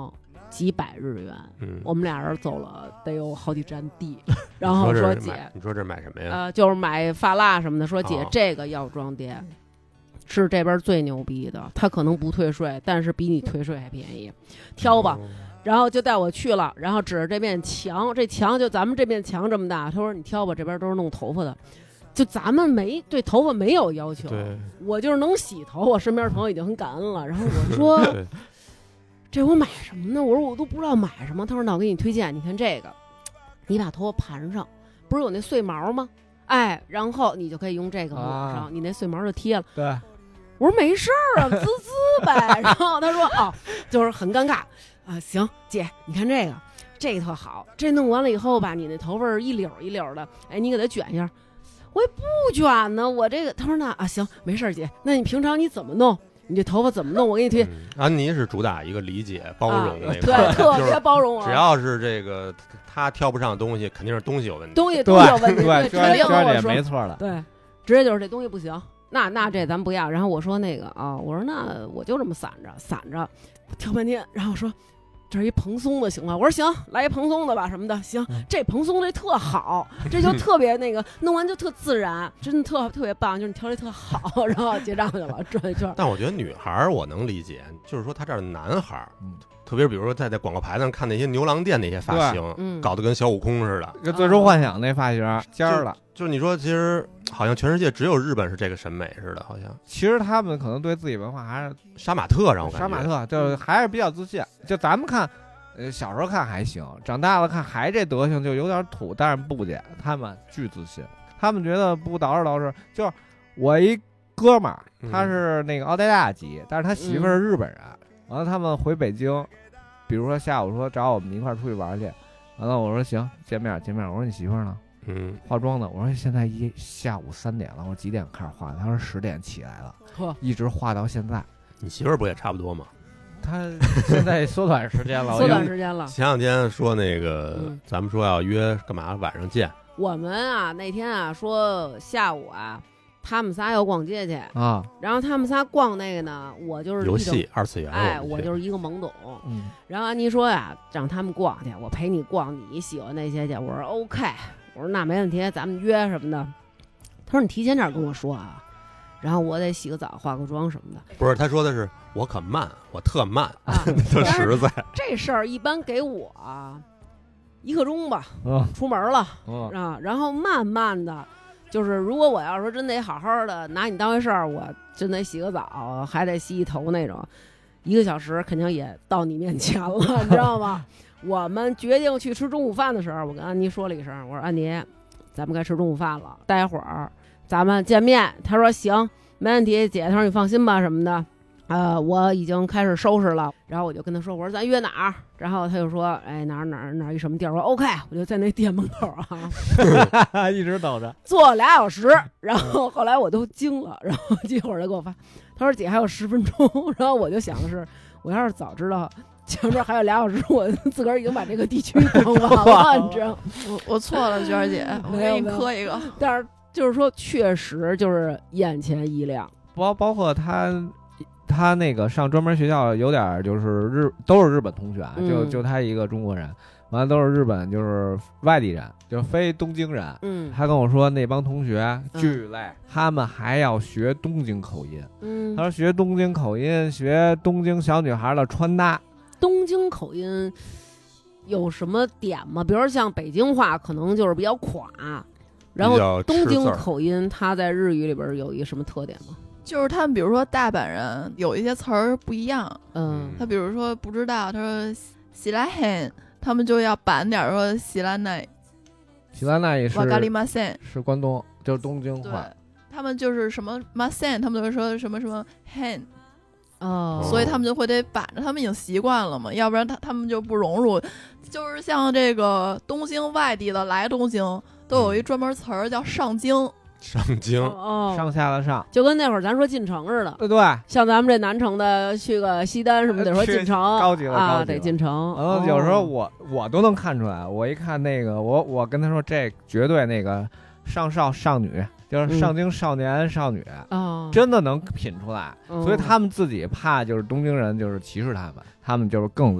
几百日元， 嗯， 我们俩人走了得有好几站地，然后你说姐这是买，你说这买什么呀？ 呃，就是买发蜡什么的，说姐哦这个药妆店是这边最牛逼的，他可能不退税，但是比你退税还便宜，挑吧。 哦然后就带我去了，然后指着这面墙，这墙就咱们这面墙这么大，他说你挑吧，这边都是弄头发的，就咱们没对头发没有要求， 对， 我就是能洗头，我身边朋友已经很感恩了。然后我说对这我买什么呢？我说我都不知道买什么。他说那我给你推荐，你看这个，你把头发盘上，不是有那碎毛吗？哎，然后你就可以用这个抹上， 啊你那碎毛就贴了。 对， 我说没事儿啊，滋滋呗。然后他说哦，就是很尴尬啊。行，姐，你看这个，这个特好，这弄完了以后吧，你那头发一绺一绺的，哎，你给它卷一下。我也不卷呢，我这个。他说那啊行，没事儿姐，那你平常你怎么弄？你这头发怎么弄？我给你推。 嗯安妮是主打一个理解、包容那啊、 块儿， 对，特就是别包容我。 只要是这个他挑不上的东西，肯定是东西有问题。 东西对都有问题， 对， 直接娟儿姐跟我说， 没错的。 对，直接就是这东西不行，那那这咱不要。然后我说那个啊，我说那我就这么散着散着，挑半天，然后说这是一蓬松的行吗？我说行，来一蓬松的吧什么的。行，这蓬松这特好，这就特别那个，弄完就特自然，真的特特别棒，就是你挑这特好，然后结账去了，转一圈。 但我觉得女孩儿我能理解，就是说他这儿的男孩儿， 嗯特别是比如说在在广告牌上看那些牛郎店那些发型， 嗯搞得跟小悟空似的。 就最终幻想那发型尖儿了。 就是你说，其实好像全世界只有日本是这个审美似的，好像其实他们可能对自己文化还是杀马特让我感觉杀马特，就是还是比较自信。就咱们看，呃，小时候看还行，长大了看还这德行就有点土，但是不姐他们巨自信，他们觉得不捯饬捯饬。就是我一哥们儿，他是那个澳大利亚籍，但是他媳妇儿是日本人，完了他们回北京。比如说下午说找我们一块儿出去玩去，完了我说行，见面见面。我说你媳妇儿呢？ 嗯， 化妆呢？我说现在一下午三点了。我说几点开始化？他说十点起来了， 呵， 一直化到现在。 你媳妇儿不也差不多吗？ 他现在缩短时间了， 缩短时间了。 前两天说那个， 嗯咱们说要约干嘛？晚上见。 我们啊那天啊说下午啊，他们仨要逛街去啊， 然后他们仨逛那个呢，我就是游戏二次元， 哎， 我我就是一个懵懂。 嗯， 然后安妮说呀，让他们逛去，我陪你逛你喜欢那些去。我说 OK， 我说那没问题，咱们约什么的。他说你提前点跟我说啊，然后我得洗个澡、化个妆什么的。 不是，他说的是我可慢，我特慢， 啊， 特实在。 这事儿一般给我一刻钟吧， 嗯出门了嗯啊，然后慢慢的。就是如果我要说真得好好的拿你当回事儿，我真得洗个澡，还得洗洗头那种，一个小时肯定也到你面前了，你知道吗？我们决定去吃中午饭的时候，我跟安妮说了一声，我说安妮，咱们该吃中午饭了，待会儿咱们见面。她说行，没问题，姐，她说你放心吧什么的。呃，我已经开始收拾了，然后我就跟他说，我说咱约哪儿？然后他就说，哎，哪儿哪儿哪儿一什么地儿？我说 OK， 我就在那店门口啊， 一直等着， 坐俩小时。然后后来我都惊了，然后一会儿他给我发，他说姐还有十分钟。然后我就想的是，我要是早知道前面还有俩小时，我自个儿已经把这个地区逛完了，你知道吗？ 我我错了，娟儿姐，我给你磕一个。 但是就是说，确实就是眼前一亮， 包包括他。他那个上专门学校有点就是日都是日本同学， 嗯、 就就他一个中国人，完了都是日本就是外地人，就非东京人。 嗯， 他跟我说那帮同学巨累，嗯、他们还要学东京口音。 嗯， 他说学东京口音，学东京小女孩的穿搭。 东京口音有什么点吗？比如说像北京话，可能就是比较垮，然后东京口音它在日语里边有一个什么特点吗？ 就是他们，比如说大阪人有一些词儿不一样， 嗯， 他比如说不知道，他说喜拉黑，他们就要板点说喜拉奈， 喜拉奈也是瓦嘎里马森， 是关东，就是东京话。 他们就是什么马森，他们都会说什么什么 hen， 哦， 所以他们就会得板着，他们已经习惯了嘛，要不然他他们就不融入。就是像这个东京外地的来东京，都有一专门词儿叫上京。 上京哦， 上下的上， 就跟那会儿咱说进城似的， 对对， 像咱们这南城的去个西单什么得说进城， 高级了， 啊， 高级了得进城。 嗯，有时候我我都能看出来，我一看那个，我我跟他说这绝对那个上少上女，就是上京少年少女， 哦， 真的能品出来，所以他们自己怕就是东京人就是歧视他们，他们就是更累。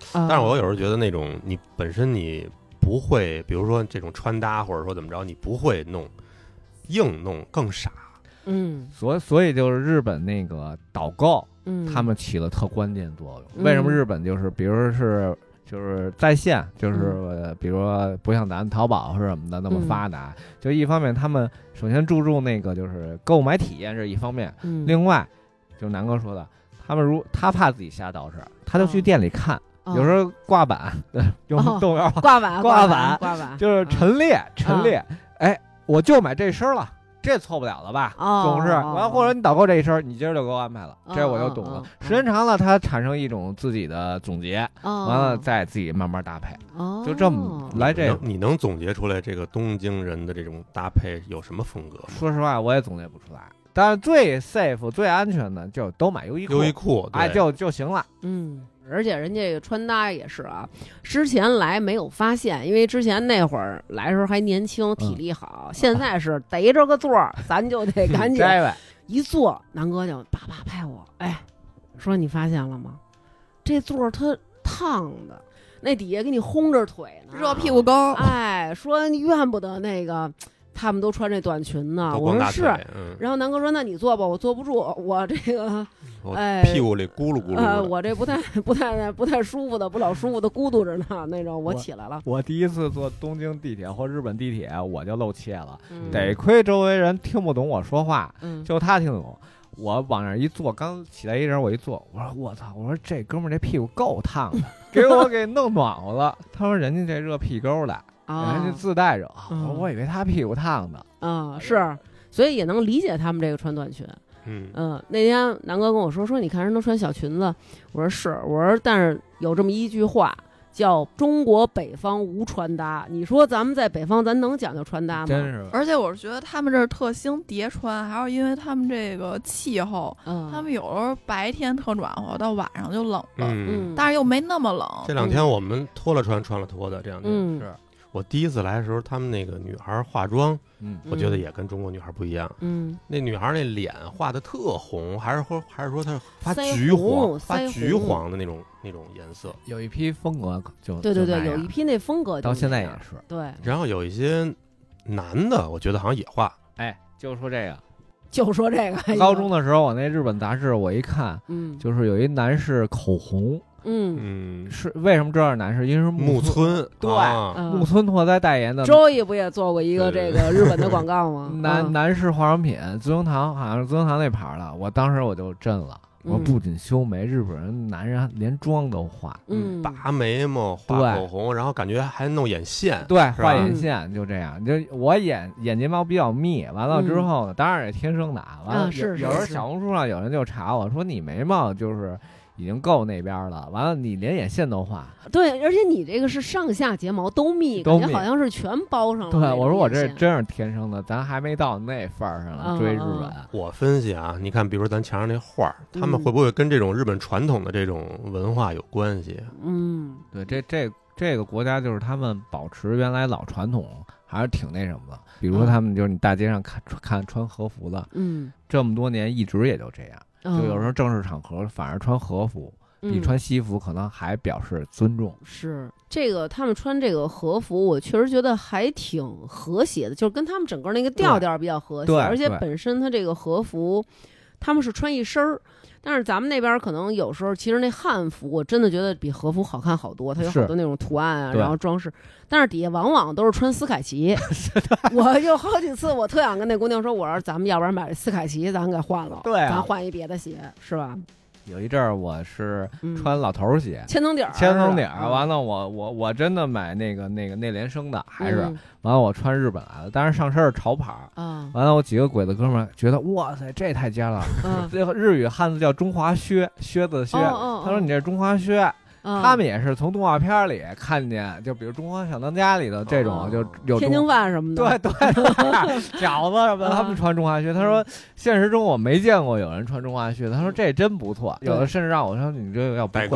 但但是我有时候觉得那种你本身你不会，比如说这种穿搭或者说怎么着，你不会弄，硬弄更傻。 嗯， 所以所以就是日本那个导购， 嗯， 他们起了特关键作用。 嗯为什么日本就是，比如是就是在线，就是、 嗯呃比如说不像咱淘宝是什么的那么嗯发达，就一方面他们首先注重那个就是购买体验是一方面， 嗯， 另外就南哥说的，他们如他怕自己瞎捯饬，他就去哦店里看， 哦有时候挂板，对，用哦动物园话挂板挂板板挂板， 就是嗯陈列陈列，哎，我就买这身了。这错不了了吧？ 哦总是哦完，或者你导购这一身，你今儿就给我安排了， 哦这我就懂了哦。哦时间长了，它产生一种自己的总结， 哦完了再自己慢慢搭配， 哦， 就这么来这个。 你能你能总结出来这个东京人的这种搭配有什么风格吗？ 说实话，我也总结不出来。但是最 safe、最安全的就都买优衣库， 优衣库，对哎，就就行了。 嗯，而且人家这个穿搭也是啊，之前来没有发现，因为之前那会儿来的时候还年轻，体力好，现在是逮着个座儿，咱就得赶紧摘呗。 一坐，南哥就叭叭拍我，哎，说你发现了吗？这座儿它烫的，那底下给你烘着腿呢， 热屁股沟儿， 哎，说你怨不得那个。他们都穿这短裙呢， 都我说是。 光大腿，嗯， 然后南哥说：“那你坐吧，我坐不住，我这个我哎屁股里咕噜咕噜呃， 的。 我这不太不太不太舒服的，不老舒服的，咕嘟着呢那种。”我起来了， 我第一次坐东京地铁或日本地铁，我就露怯了。 嗯得亏周围人听不懂我说话， 嗯就他听得懂。我往那儿一坐，刚起来一人，我一坐，我说我操，我说这哥们儿这屁股够烫的，给我给弄暖和了。他说人家这热屁沟的，人家啊自带热。 嗯我说我以为他屁股烫的。 啊是，所以也能理解他们这个穿短裙。 嗯， 嗯，那天南哥跟我说说，你看人都穿小裙子，我说是，我说但是有这么一句话叫中国北方无穿搭，你说咱们在北方咱能讲究穿搭吗？ 真是， 而且我是觉得他们这儿特兴叠穿，还有因为他们这个气候， 嗯， 他们有时候白天特暖和，到晚上就冷了， 嗯， 嗯， 但是又没那么冷。 这两天我们脱了穿，穿了脱的，这两天嗯是我第一次来的时候，他们那个女孩化妆， 嗯， 我觉得也跟中国女孩不一样。 嗯那女孩那脸画的特红，还是说还是说她发腮橘红黄，发腮橘红黄的那种那种颜色。 有一批风格就对对对， 就那样有一批那风格就到现在也那样是。 对， 然后有一些男的，我觉得好像也画。 哎，就说这个， 就说这个高中的时候，我那日本杂志我一看， 嗯就是有一男士口红， 嗯嗯， 是为什么知道是男士？因为是木村对啊嗯木村拓哉代言的周易不也做过一个这对个日本的广告吗？ 男嗯男士化妆品，资生堂好像是资生堂那牌儿的，我当时我就震了。我说嗯不仅修眉，日本人男人连妆都画， 嗯拔眉毛、画对口红，然后感觉还弄眼线。 对， 是吧画眼线就这样。就我眼眼睫毛比较密，完了之后呢，当然也天生的啊。完了， 啊是是有有时候是小红书上有人就查我说你眉毛就是已经够那边了，完了你连眼线都画。 对，而且你这个是上下睫毛都密， 都密感觉好像是全包上了对那，种我说我眼线这真是天生的，咱还没到那份儿上嗯呢，追日嗯本。 我分析啊，你看，比如说咱墙上那画儿，他们嗯会不会跟这种日本传统的这种文化有关系？ 嗯对，这这这个国家就是他们保持原来老传统，还是挺那什么的。比如说他们就是你大街上看看穿和服的， 嗯， 这么多年一直也就这样。 就就有时候正式场合反而穿和服，比嗯穿西服可能还表示尊重。 是这个，他们穿这个和服，我确实觉得还挺和谐的，就是跟他们整个那个调调比较和谐， 对而且对本身它这个和服，他们是穿一身儿。但是咱们那边可能有时候，其实那汉服我真的觉得比和服好看好多，它有是好多那种图案啊， 对然后装饰。但是底下往往都是穿斯凯奇，我就好几次我特想跟那姑娘说，我说咱们要不然把这斯凯奇咱给换了， 对啊咱换一别的鞋，是吧？ 有一阵儿我是嗯穿老头儿鞋， 千层底儿， 千层底儿， 是吧完了我我我真的买那个那个内联升的，还是嗯完了我穿日本来的，但是上身是潮牌儿。 啊， 完了，我几个鬼子哥们儿觉得哇塞，这太尖了。 嗯这个日语汉字叫中华靴，靴子的靴。 哦哦哦他说你这是中华靴， 啊他们也是从动画片里看见，就比如《中华小当家》里的这种， 哦就有中天津饭什么的， 对对对，饺子什么的， 啊他们穿中华靴。他说现实中我没见过有人穿中华靴的，他说这真不错。有的甚至让我说你这个要不会代购一下。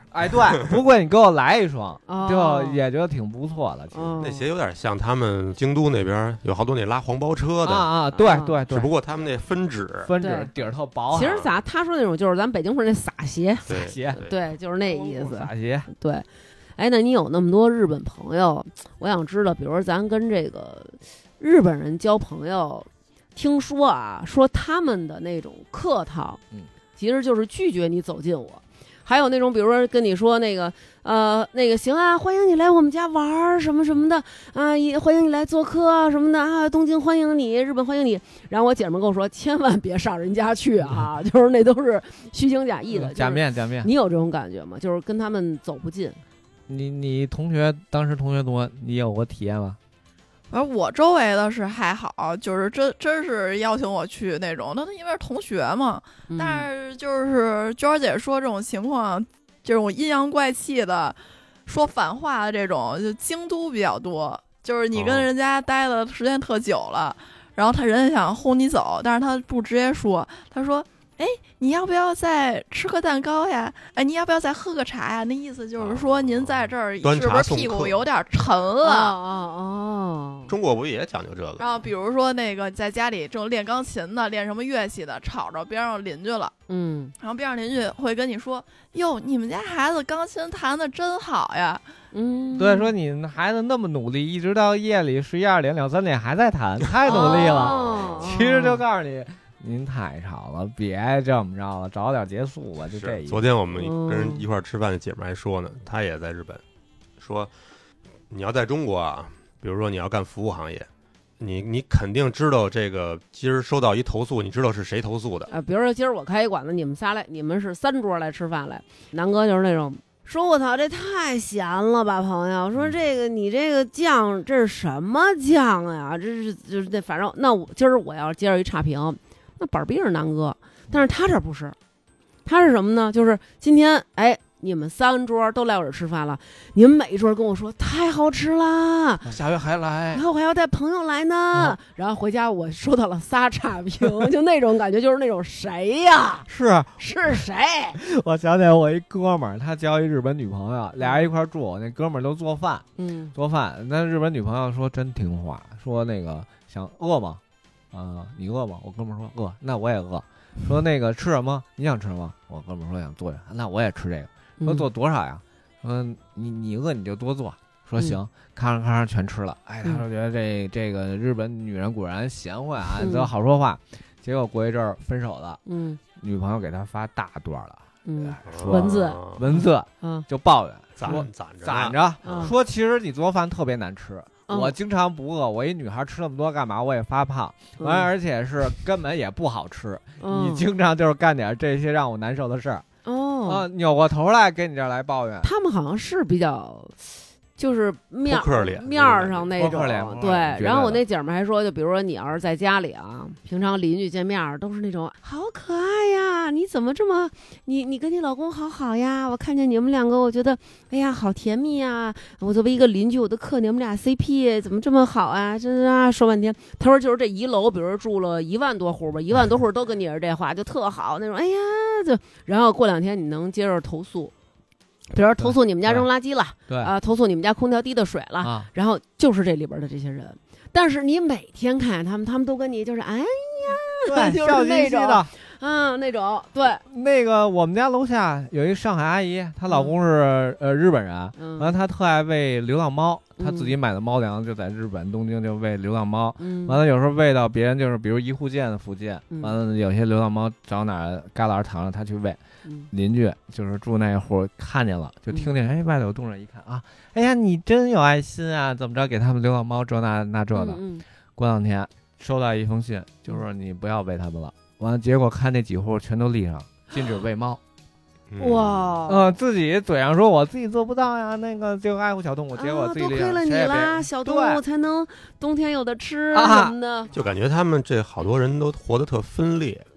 哎，对，不过你给我来一双， 哦就也觉得挺不错的。其实哦那鞋有点像他们京都那边有好多那拉黄包车的， 啊啊，对啊对对只不，过他们那分趾， 分对趾底儿特薄啊， 其实咱他说那种就是咱北京市那撒鞋， 对鞋对，就是那意思。 撒鞋， 对，哎，那你有那么多日本朋友，我想知道，比如说咱跟这个日本人交朋友，听说啊，说他们的那种客套， 嗯， 其实就是拒绝你走近我。还有那种，比如说跟你说那个，呃，那个行啊，欢迎你来我们家玩儿什么什么的啊，也欢迎你来做客啊什么的啊，东京欢迎你，日本欢迎你。然后我姐们跟我说，千万别上人家去啊，就是那都是虚情假意的， 嗯假面假面。 你有这种感觉吗？就是跟他们走不近。 你你同学当时同学多，你有过体验吗？ 而我周围的是还好，就是真真是邀请我去那种，那因为是同学嘛。 嗯、 但是就是娟儿姐说这种情况，这种阴阳怪气的、说反话的这种，就京都比较多。就是你跟人家待的时间特久了，哦、然后他人家想轰你走，但是他不直接说，他说。哎，你要不要再吃个蛋糕呀？哎，你要不要再喝个茶呀？那意思就是说，您在这儿是不是屁股有点沉了？ 哦哦， 中国不也讲究这个？ 然后比如说那个在家里正练钢琴的、练什么乐器的，吵着边上邻居了， 嗯， 然后边上邻居会跟你说：“哟，你们家孩子钢琴弹的真好呀。” 嗯， 对，说你孩子那么努力，一直到夜里十一二点、两三点还在弹，太努力了。 哦、 其实就告诉你。您太吵了，别这么着了，早点结束吧，就这意思。 昨天我们跟人一块儿吃饭的姐妹还说呢，她也在日本，说你要在中国啊，比如说你要干服务行业，你你肯定知道这个今儿收到一投诉，你知道是谁投诉的啊？比如说今儿我开一馆子，你们仨来，你们是三桌来吃饭来，南哥就是那种说我操，这太咸了吧，朋友，说这个你这个酱这是什么酱呀？这是就是那反正那我今儿我要接着一差评。那板儿逼是南哥，但是他这不是，他是什么呢？就是今天，哎，你们三桌都来我这吃饭了，你们每一桌跟我说太好吃啦， 下回还来， 然后我还要带朋友来呢，嗯、然后回家我收到了仨差评，就那种感觉，就是那种谁呀？ 是是谁？ 我想起来，我一哥们儿，他交一日本女朋友，俩人一块住，那哥们儿都做饭， 嗯， 做饭，那日本女朋友说真听话，说那个想饿吗？啊、呃，你饿吗？我哥们说饿，那我也饿。说那个吃什么？你想吃什么？我哥们说想做，那我也吃这个。说做多少呀？说你你饿你就多做。说行，咔嚓咔嚓全吃了。哎，他说觉得这这个日本女人果然贤惠啊，都好说话。结果过一阵儿分手了，嗯，女朋友给他发大段了， 嗯，文字文字， 嗯， 就抱怨， 攒攒着攒着，说其实你做饭特别难吃。我经常不饿，我一女孩吃那么多干嘛？我也发胖，完、嗯、而且是根本也不好吃。嗯、你经常就是干点这些让我难受的事儿。 哦， 啊，扭过头来跟你这儿来抱怨。 他们好像是比较，就是面脸面上那种，对。然后我那姐们还说，就比如说你要是在家里啊，平常邻居见面都是那种好可爱呀，你怎么这么，你你跟你老公好好呀？我看见你们两个，我觉得哎呀好甜蜜呀！我作为一个邻居，我都克你们俩 C P 怎么这么好啊？真是啊，说半天。他说就是这一楼，比如说住了一万多户吧，一万多户都跟你是这话，就特好那种。哎呀，就然后过两天你能接着投诉。比如说投诉你们家扔垃圾了， 对啊、呃，投诉你们家空调滴的水了， 啊、 然后就是这里边的这些人，但是你每天看见他们，他们都跟你就是哎呀， 对， 就是那种的， 嗯，那种对。 那个我们家楼下有一上海阿姨，她老公是、嗯、呃日本人，完了她特爱喂流浪猫，她自己买的猫粮就在日本东京就喂流浪猫， 嗯、 完了有时候喂到别人就是比如一户建的附近， 嗯、 完了有些流浪猫找哪儿旮旯躺着她去喂。邻居就是住那户看见了，就听见、嗯、哎外头有动静，一看啊，哎呀你真有爱心啊，怎么着给他们流浪猫这那那这的。 嗯嗯、 过两天收到一封信，就说你不要喂他们了。完了结果看那几户全都立上禁止喂猫。 哇， 呃，自己嘴上说我自己做不到呀，那个就爱护小动物，结果自己多亏了你啦，小动物才能冬天有的吃什么的。 就感觉他们这好多人都活得特分裂。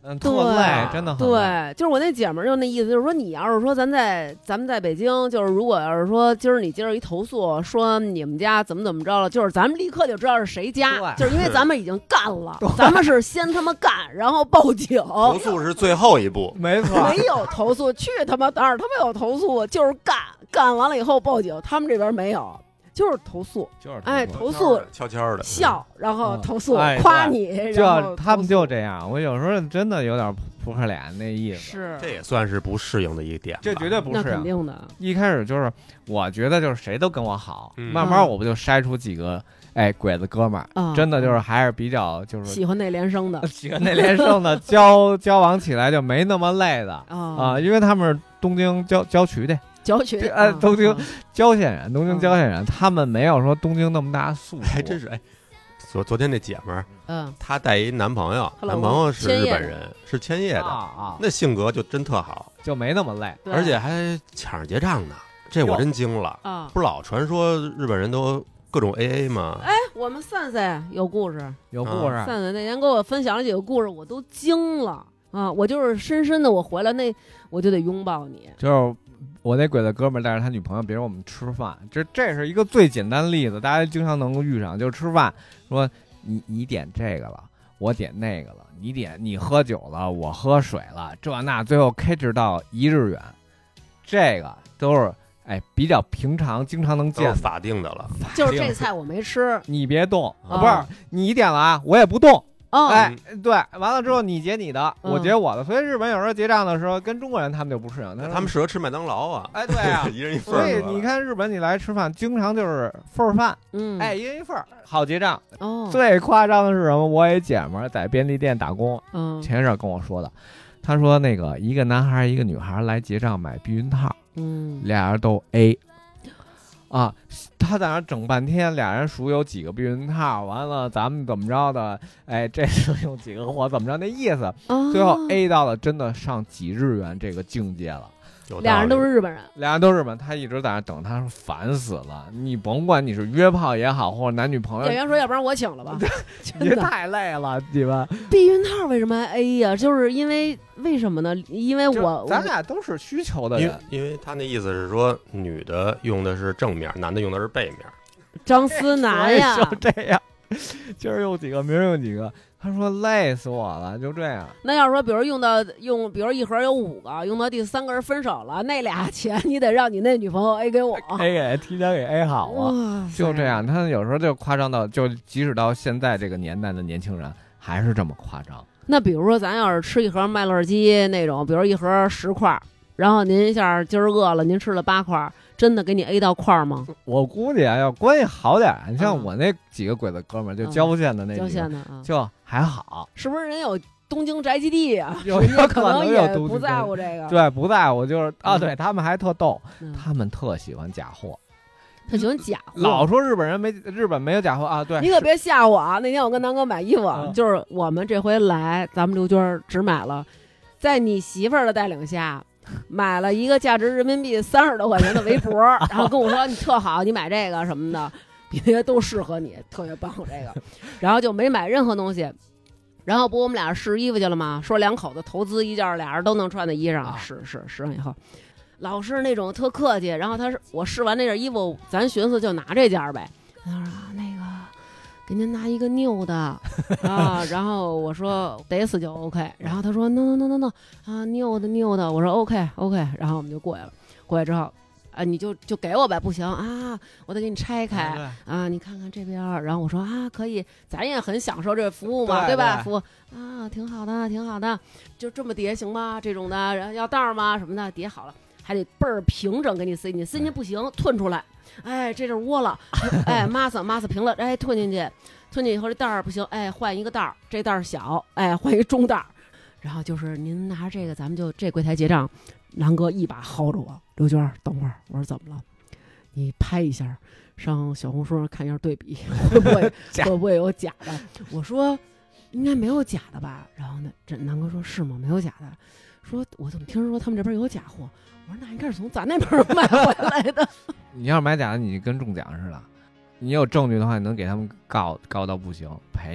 嗯，特累，真的很累。 对，就是我那姐们儿就那意思，就是说你要是说咱在咱们在北京，就是如果要是说今儿你今儿一投诉说你们家怎么怎么着了，就是咱们立刻就知道是谁家，就是因为咱们已经干了，咱们是先他妈干，然后报警。 投诉是最后一步， 没错， 没有投诉，去他妈哪儿他妈有投诉，就是干，干完了以后报警，他们这边没有。就是投诉， 就是哎，投诉悄悄的笑，然后投诉哎夸你， 就他们就这样。我有时候真的有点扑克脸那意思， 是这也算是不适应的一个点吧。 这绝对不是， 那肯定的。 一开始就是我觉得就是谁都跟我好， 嗯慢慢我不就筛出几个哎鬼子哥们儿， 嗯真的就是还是比较就是喜欢内联升的， 喜欢内联升的，交交往起来就没那么累的啊啊，因为他们是东京郊郊区的。 郊区， 哎，东京嗯郊县人，东京郊县人，他们没有说东京那么大素质， 还真是哎。昨昨天那姐们儿， 嗯， 她带一男朋友， 她老公男朋友是日本千人，是千叶的， 啊啊， 那性格就真特好， 就没那么累。 对而且还抢着结账呢，这我真惊了。 啊， 不是老传说日本人都各种 A A 吗？ 哎，我们散散有故事， 有故事， 散散那天给我分享了几个故事，我都惊了啊！我就是深深的，我回来那我就得拥抱你， 就是我那鬼子哥们儿带着他女朋友，比如我们吃饭，这这是一个最简单的例子，大家经常能够遇上，就是吃饭说你你点这个了，我点那个了，你点你喝酒了，我喝水了，这那最后 K 值到一日元，这个都是哎比较平常，经常能见的， 都是法定的了。 就是这菜我没吃， 你别动， 啊不是你点了啊，我也不动。 哦， 哎，对，完了之后你结你的， 嗯我结我的，所以日本有时候结账的时候跟中国人他们就不适应，他说他们适合吃麦当劳啊， 哎对啊， 一人一份所儿。 以你看日本你来吃饭，经常就是份儿饭， 嗯， 哎，一人一份儿，好结账。 哦， 最夸张的是什么？我一姐们儿在便利店打工， 嗯前一阵跟我说的，他说那个一个男孩一个女孩来结账买避孕套， 嗯， 俩人都 A。啊，他在那整半天，俩人数有几个避孕套，完了咱们怎么着的？哎，这是用几个火怎么着那意思？ 哦最后 A 到了真的上几日元这个境界了。 俩人都是日本人， 俩人都是日本，他一直在那等，他说烦死了。你甭管你是约炮也好，或者男女朋友， 演员说要不然我请了吧， 你真的。 太累了，你们。 避孕套为什么还 A 呀？就是因为为什么呢？因为我咱俩都是需求的因为人。 因为他那意思是说，女的用的是正面，男的用的是背面。 张思楠呀， 就这样，今儿用几个，明儿用几个。他说累死我了，就这样。 那要是说，比如用到用，比如一盒有五个，用到第三个人分手了，那俩钱你得让你那女朋友 A 给我 ，A 给提前给 A 好啊，就这样。他有时候就夸张到，就即使到现在这个年代的年轻人，还是这么夸张。 那比如说，咱要是吃一盒麦乐鸡那种，比如一盒十块，然后您一下今儿饿了，您吃了八块。真的给你 A 到块儿吗？ 我估计啊，要关系好点儿，你像嗯我那几个鬼子哥们儿，就郊县的那几个， 郊县的啊， 就还好， 是不是人有东京宅基地啊？ 有人家可能有也东京不在乎这个， 对，不在乎，就是啊， 嗯对他们还特逗， 嗯他们特喜欢假货， 他喜欢假货， 老说日本人没日本没有假货啊，对， 你可别吓我啊！那天我跟南哥买衣服， 嗯就是我们这回来，咱们刘娟只买了，在你媳妇儿的带领下。买了一个价值人民币三十多块钱的围脖，然后跟我说你特好，你买这个什么的，别的都适合你，特别棒这个，然后就没买任何东西。然后不我们俩试衣服去了吗？说两口子投资一件俩人都能穿的衣裳， 啊、 试试试完以后，老是那种特客气。然后他是我试完那件衣服，咱寻思就拿这件呗。他说那个。给您拿一个new的啊，然后我说得死就 OK， 然后他说 no no no no no 啊 new 的 new 的，我说 OK OK， 然后我们就过去了，过去之后啊你就就给我呗，不行啊，我得给你拆开啊，你看看这边，然后我说啊可以，咱也很享受这服务嘛， 对, 对吧？服务啊挺好的挺好的，就这么叠行吗？这种的，然后要袋吗？什么的叠好了，还得倍儿平整给你塞进去，塞进去不行吞出来。哎，这阵窝了，哎，抹撒抹撒平了，哎，吞进去，吞进去以后这袋儿不行，哎，换一个袋儿，这袋儿小，哎，换一个中袋儿，然后就是您拿着这个，咱们就这柜台结账，南哥一把薅着我，刘娟，等会儿，我说怎么了？你拍一下，上小红书上看一下对比，会不会会不会有假的？我说应该没有假的吧？然后呢，这南哥说是吗？没有假的。说我怎么听说他们这边有假货？我说那应该是从咱那边买回来的。 你要是买假的，你跟中奖似的，你有证据的话，你能给他们告告到不行，赔你。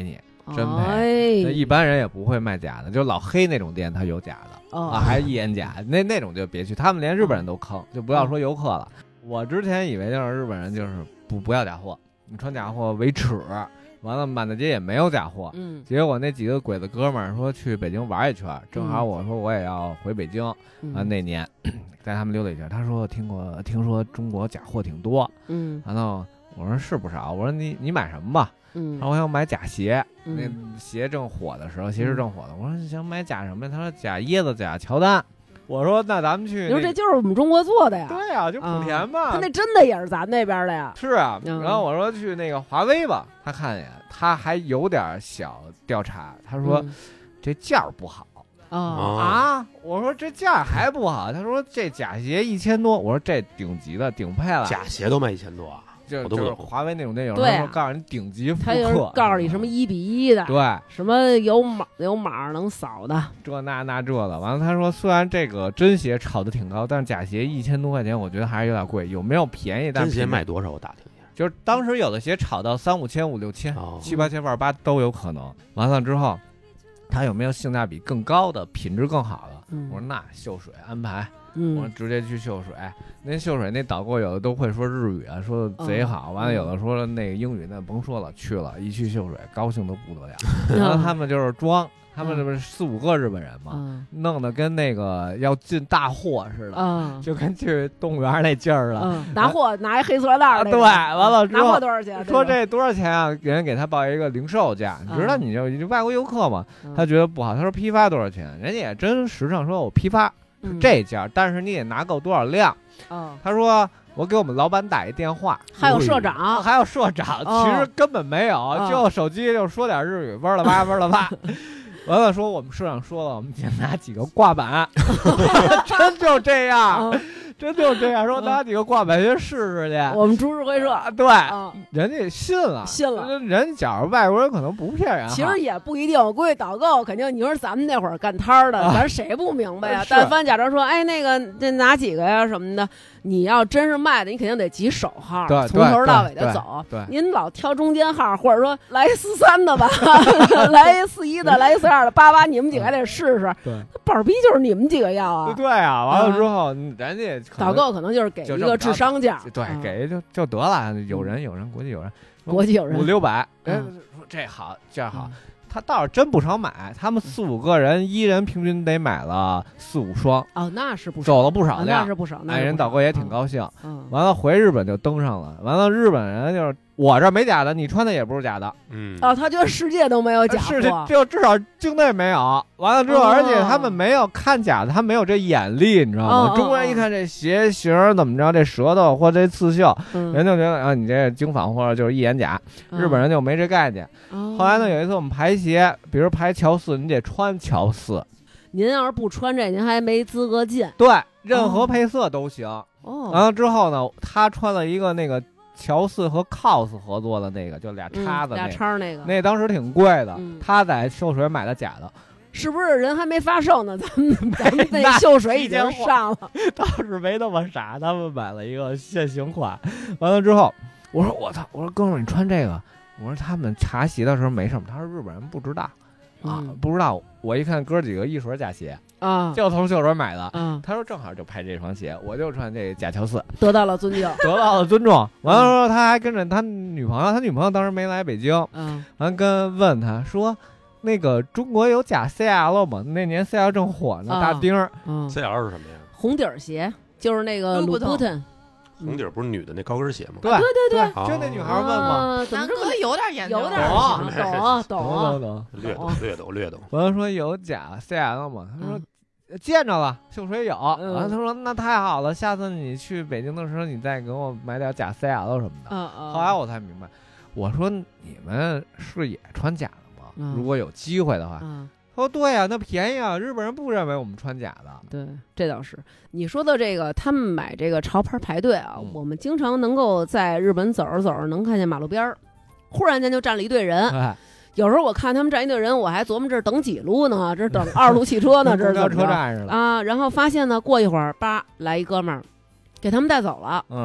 真赔。 哎那一般人也不会卖假的，就老黑那种店，他有假的、 哦啊，还是一眼假，那那种就别去，他们连日本人都坑，就不要说游客了。我之前以为就是日本人就是不不要假货，你穿假货为耻，完了满大街也没有假货。 嗯， 结果那几个鬼子哥们儿说去北京玩一圈，正好我说我也要回北京， 嗯、 啊那年带他们溜达一圈，他说听过听说中国假货挺多， 嗯， 完了我说是不少，我说你你买什么吧？ 嗯， 然后我想买假鞋， 嗯、 那鞋正火的时候，鞋是正火的。我说你想买假什么呀？他说假椰子、假乔丹。我说那咱们去、那個， 你说这就是我们中国做的呀？ 对呀、啊，就莆田嘛、 啊。他那真的也是咱那边的呀？ 是啊。 嗯、 然后我说去那个华为吧，他看见他还有点小调查，他说、嗯、这价儿不好。 啊、 哦、啊！我说这价还不好，他说这假鞋一千多，我说这顶级的顶配了， 假鞋都卖一千多啊。 就就是华为那种店，有人说告诉你顶级复刻， 他有人告诉你什么一比一的， 对， 什么有码有码能扫的， 这那那这的。完了，他说虽然这个真鞋炒的挺高，但是假鞋一千多块钱，我觉得还是有点贵。有没有便宜？但真鞋卖多少？我打听一下。 就是当时有的鞋炒到三五千、五六千、 哦、 七八千、万八都有可能。完了之后，他有没有性价比更高的、品质更好的？ 嗯、 我说那秀水安排。 嗯， 我直接去秀水，那秀水那导购有的都会说日语啊，说的贼好。完了，有的说那个英语那甭说了，去了一去秀水，高兴的不得了。然后他们就是装，他们这不是四五个日本人嘛， 嗯、 弄得跟那个要进大货似的， 嗯、 就跟去动物园那劲儿了。 嗯、拿货拿一黑塑料袋、 啊，对，完了拿货多少钱？ 说这多少钱啊？人给他报一个零售价，你知道你就你外国游客嘛， 嗯、 他觉得不好，他说批发多少钱？人家也真实诚说我批发。这家，但是你得拿够多少量？ 嗯、 他说我给我们老板打一电话， 还有社长， 还有社长， 哦、 其实根本没有， 哦、 就手机就说点日语，嗡了吧嗡了吧。完了说我们社长说了，我们先拿几个挂板，真就这样。 嗯真就这样说，拿几个挂板去试试去。 我们株式会社， 对， 嗯、 人家信了， 信了。 人假如外国人可能不骗人， 其实也不一定。我估计导购肯定，你说咱们那会儿干摊儿的， 啊、 咱谁不明白呀？但凡假装说，哎，那个这拿几个呀什么的，你要真是卖的，你肯定得记手号，从头到尾的走。 对， 您老挑中间号，或者说来四三的吧，来四一的，来四二的，八八，你们几个还得试试。 对， 板儿逼就是你们几个要啊。 对啊，完了之后，人家导购可能就是。给一个智商价， 对， 嗯、 给就就得了。有人有人，国际有人， 国际有人五六百， 嗯、 哎，说这好，这好。嗯、他倒是真不少买，他们四五个人，一人平均得买了四五双。 哦，那是不少， 走了不少量， 那是不少。 哎，人导购也挺高兴。 嗯， 完了回日本就登上了，完了日本人就是我这没假的，你穿的也不是假的。 嗯， 哦，他觉得世界都没有假货， 世界就至少境内没有。完了之后， 哦、 而且他们没有看假的，他没有这眼力，你知道吗？ 哦、 中国人一看这鞋型怎么着，这舌头或这刺绣， 嗯、 人就觉得啊，你这京仿或者就是一眼假。 嗯、 日本人就没这概念。 哦、 后来呢，有一次我们排鞋，比如排乔四，你得穿乔四。 您要是不穿这，您还没资格进。 对，任何配色都行。 哦。 完了之后呢，他穿了一个那个乔四和 C O S 合作的那个，就俩叉子、那个嗯，俩叉那个， 那当时挺贵的。 嗯、 他在秀水买的假的。 是不是人还没发售呢？咱们咱们那秀水已经上了， 倒是没那么傻，他们买了一个现行款。完了之后，我说我操，我说哥们儿你穿这个，我说他们查鞋的时候没什么，他说日本人不知道啊， 嗯、 不知道。我一看哥几个一水假鞋啊， 就从秀水买的。 嗯， 他说正好就拍这双鞋，我就穿这假乔四， 得到了尊敬， 得到了尊重。完了之后他还跟着他女朋友，他女朋友当时没来北京， 嗯， 完跟问他说。那个中国有假 C L 吗？那年 C L 正火呢， 啊、 大钉儿。 嗯 ，C L 是什么呀？ 红底儿鞋，就是那个鲁布顿。 红底儿不是女的那高跟鞋吗？ 对对对对，就那女孩问嘛。 南哥有点研究， 有点懂， 懂懂懂， 略懂略懂略懂。 我说有假 C L 吗？他说见着了，秀水有。完了他说那太好了，下次你去北京的时候，你再给我买点假 C L 什么的。 嗯嗯。 后来我才明白，我说你们是也穿假的。 嗯、 如果有机会的话， 嗯、 他说对呀、啊，那便宜啊，日本人不认为我们穿假的。 对，这倒是。你说的这个，他们买这个潮牌排队啊， 嗯、 我们经常能够在日本走着走着，能看见马路边儿，忽然间就站了一队人。 哎、 有时候我看他们站一队人，我还琢磨这等几路呢？这等二路汽车呢？这是怎么着？ 车站似的啊！然后发现呢，过一会儿，叭来一哥们儿，给他们带走了。 嗯。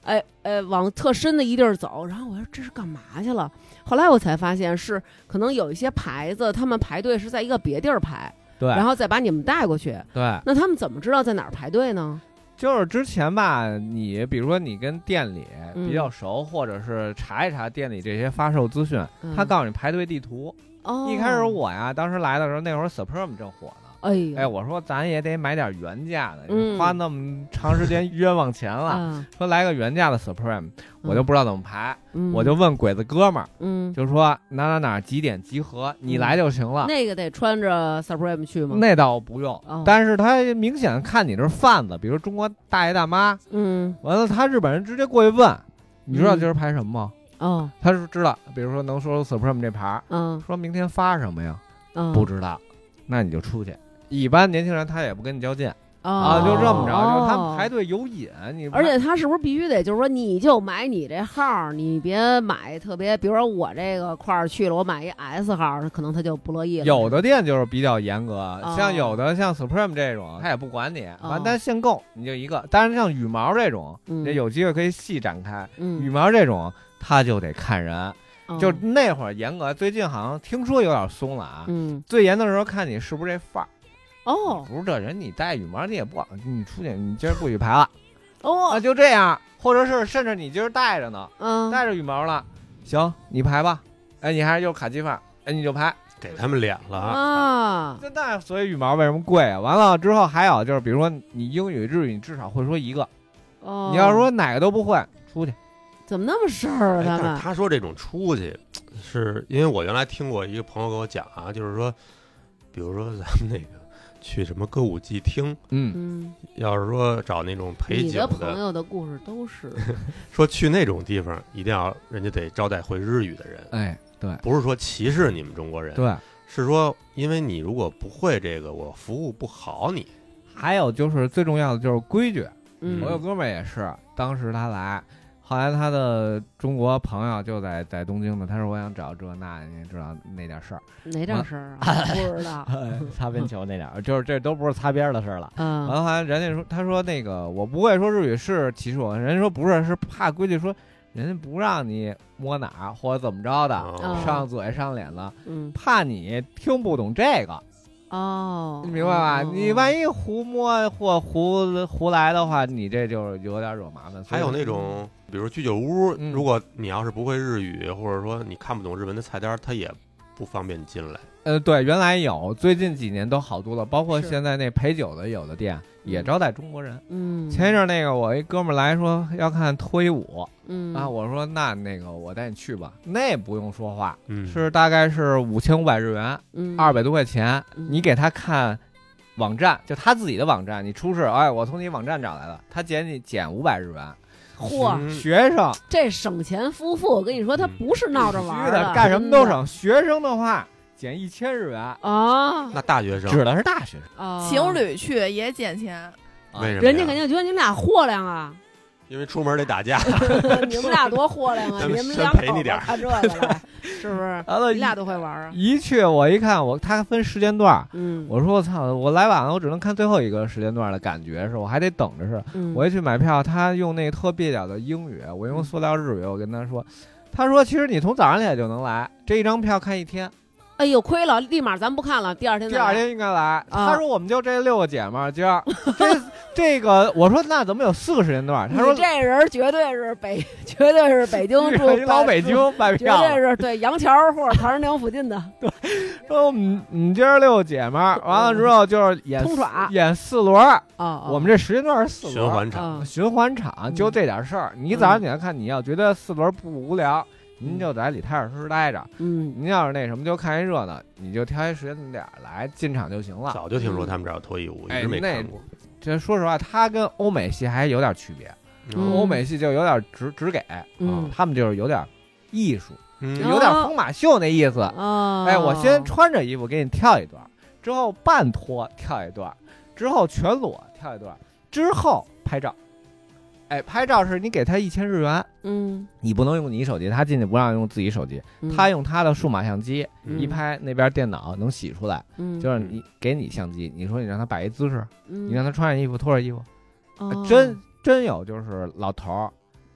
哎哎往特深的一地儿走，然后我说这是干嘛去了？后来我才发现是可能有一些牌子，他们排队是在一个别地儿排， 对， 然后再把你们带过去。 对， 那他们怎么知道在哪儿排队呢？ 就是之前吧，你比如说你跟店里比较熟， 嗯、 或者是查一查店里这些发售资讯， 嗯、 他告诉你排队地图。 哦， 一开始我呀，当时来的时候，那会儿 Supreme 正火呢。 哎呦， 哎，我说咱也得买点原价的， 嗯、 花那么长时间冤枉钱了， 嗯、 说来个原价的 Supreme，、嗯、我就不知道怎么排， 嗯、 我就问鬼子哥们儿， 嗯， 就说哪哪哪几点集合，你来就行了。 嗯、那个得穿着 Supreme 去吗？ 那倒不用， 哦、 但是他明显看你这是贩子，比如中国大爷大妈， 嗯， 完了他日本人直接过去问，你知道今儿排什么吗？ 哦， 他是知道，比如说能说 Supreme 这牌， 嗯， 说明天发什么呀？ 嗯， 不知道，那你就出去。一般年轻人他也不跟你较劲、 哦、 啊，就这么着， 哦、 就是他们排队有瘾。你而且他是不是必须得就是说你就买你这号，你别买特别，比如说我这个块儿去了，我买一 S 号，可能他就不乐意了。 有的店就是比较严格， 哦、 像有的像 Supreme 这种，他也不管你， 哦、 完单限购你就一个。但是像羽毛这种， 嗯、 这有机会可以细展开。 嗯、 羽毛这种他就得看人。 哦、 就那会儿严格，最近好像听说有点松了啊。 嗯， 最严的时候看你是不是这范儿。 哦， 不是这人，你带羽毛你也不，你出去你今儿不许排了。 哦， 啊，就这样，或者是甚至你今儿带着呢， 嗯， 带着羽毛了，行，你排吧。哎，你还是有卡其范儿，哎，你就排， 给他们脸了啊。 那那所以羽毛为什么贵啊？完了之后还有就是，比如说你英语、日语，你至少会说一个。 哦， 你要说哪个都不会，出去。 怎么那么事儿啊？他们、 哎、他说这种出去，是因为我原来听过一个朋友跟我讲啊，就是说，比如说咱们那个去什么歌舞伎厅， 嗯嗯， 要是说找那种陪酒的， 你的朋友的故事都是说去那种地方一定要人家得招待会日语的人， 哎，对， 不是说歧视你们中国人， 对， 是说因为你如果不会这个，我服务不好你。 还有就是最重要的就是规矩， 嗯， 我有哥们儿也是，当时他来。后来他的中国朋友就在在东京呢，他说我想找这那，你知道那点事儿， 哪点事儿啊？不知道， 擦边球那点儿，就是这都不是擦边的事儿了。 嗯， 完了后来人家说，他说那个我不会说日语是歧视我，人家说不是，是怕规矩，说人家不让你摸哪儿或者怎么着的， 哦、 上嘴上脸的， 嗯， 怕你听不懂这个。 哦， 你明白吧？ 哦、 你万一胡摸或胡胡来的话，你这就有点惹麻烦。 还有那种，比如居酒屋， 嗯、 如果你要是不会日语，或者说你看不懂日文的菜单，他也不方便你进来。 呃，对，原来有，最近几年都好多了，包括现在那陪酒的有的店也招待中国人。 嗯， 前一阵那个我一哥们儿来说要看脱衣舞， 嗯啊，我说那那个我带你去吧，那不用说话， 嗯， 是大概是五千五百日元， 嗯， 二百多块钱， 嗯， 你给他看网站，就他自己的网站，你出示，哎，我从你网站找来的，他减你减五百日元。 嚯、 嗯， 学生这省钱夫妇，我跟你说，他不是闹着玩的， 干什么都省。学生的话减一千日元啊， 那大学生指的是大学生啊， 情侣去也减钱， 为什么？ 人家肯定觉得你们俩货量啊， 因为出门得打架。 你们俩多货量啊！你们两口子看这个来，是不是？你俩都会玩啊！ 一去我一看，我他分时间段， 嗯， 我说我操，我来晚了，我只能看最后一个时间段的感觉是，我还得等着是。 嗯、 我一去买票，他用那特蹩脚的英语，我用塑料日语，我跟他说，他说其实你从早上起来就能来，这一张票看一天。 哎呦，亏了，立马咱不看了，第二天第二天应该来。 啊、 他说我们就这六个姐们儿，今儿这这个，我说那怎么有四个时间段？他说这人绝对是北，绝对是北京住老北京买票， 绝对是对杨桥或者唐人街附近的。 对，说我们我们今儿六个姐们儿，完了之后就是演通耍， 演四轮儿。 啊， 我们这时间段是四轮循环场， 循环场就这点事儿。你早上起来看，你要觉得四轮不无聊。您就在李泰尔市待着， 嗯， 您要是那什么就看一热闹，你就挑一时间点来进场就行了。 早就听说他们这儿有脱衣舞，一直没看过。 这说实话，它跟欧美系还有点区别。 嗯、 欧美系就有点直直给， 嗯， 他们就是有点艺术， 嗯， 有点疯马秀那意思。 哦， 哎，我先穿着衣服给你跳一段，之后半脱跳一段，之后全裸跳一段，之后拍照。哎，拍照是你给他一千日元， 嗯， 你不能用你手机，他进去不让用自己手机， 嗯、 他用他的数码相机、 嗯、 一拍，那边电脑能洗出来， 嗯， 就是你给你相机，你说你让他摆一姿势， 嗯、 你让他穿上衣服脱上衣服， 哦、 真真有就是老头儿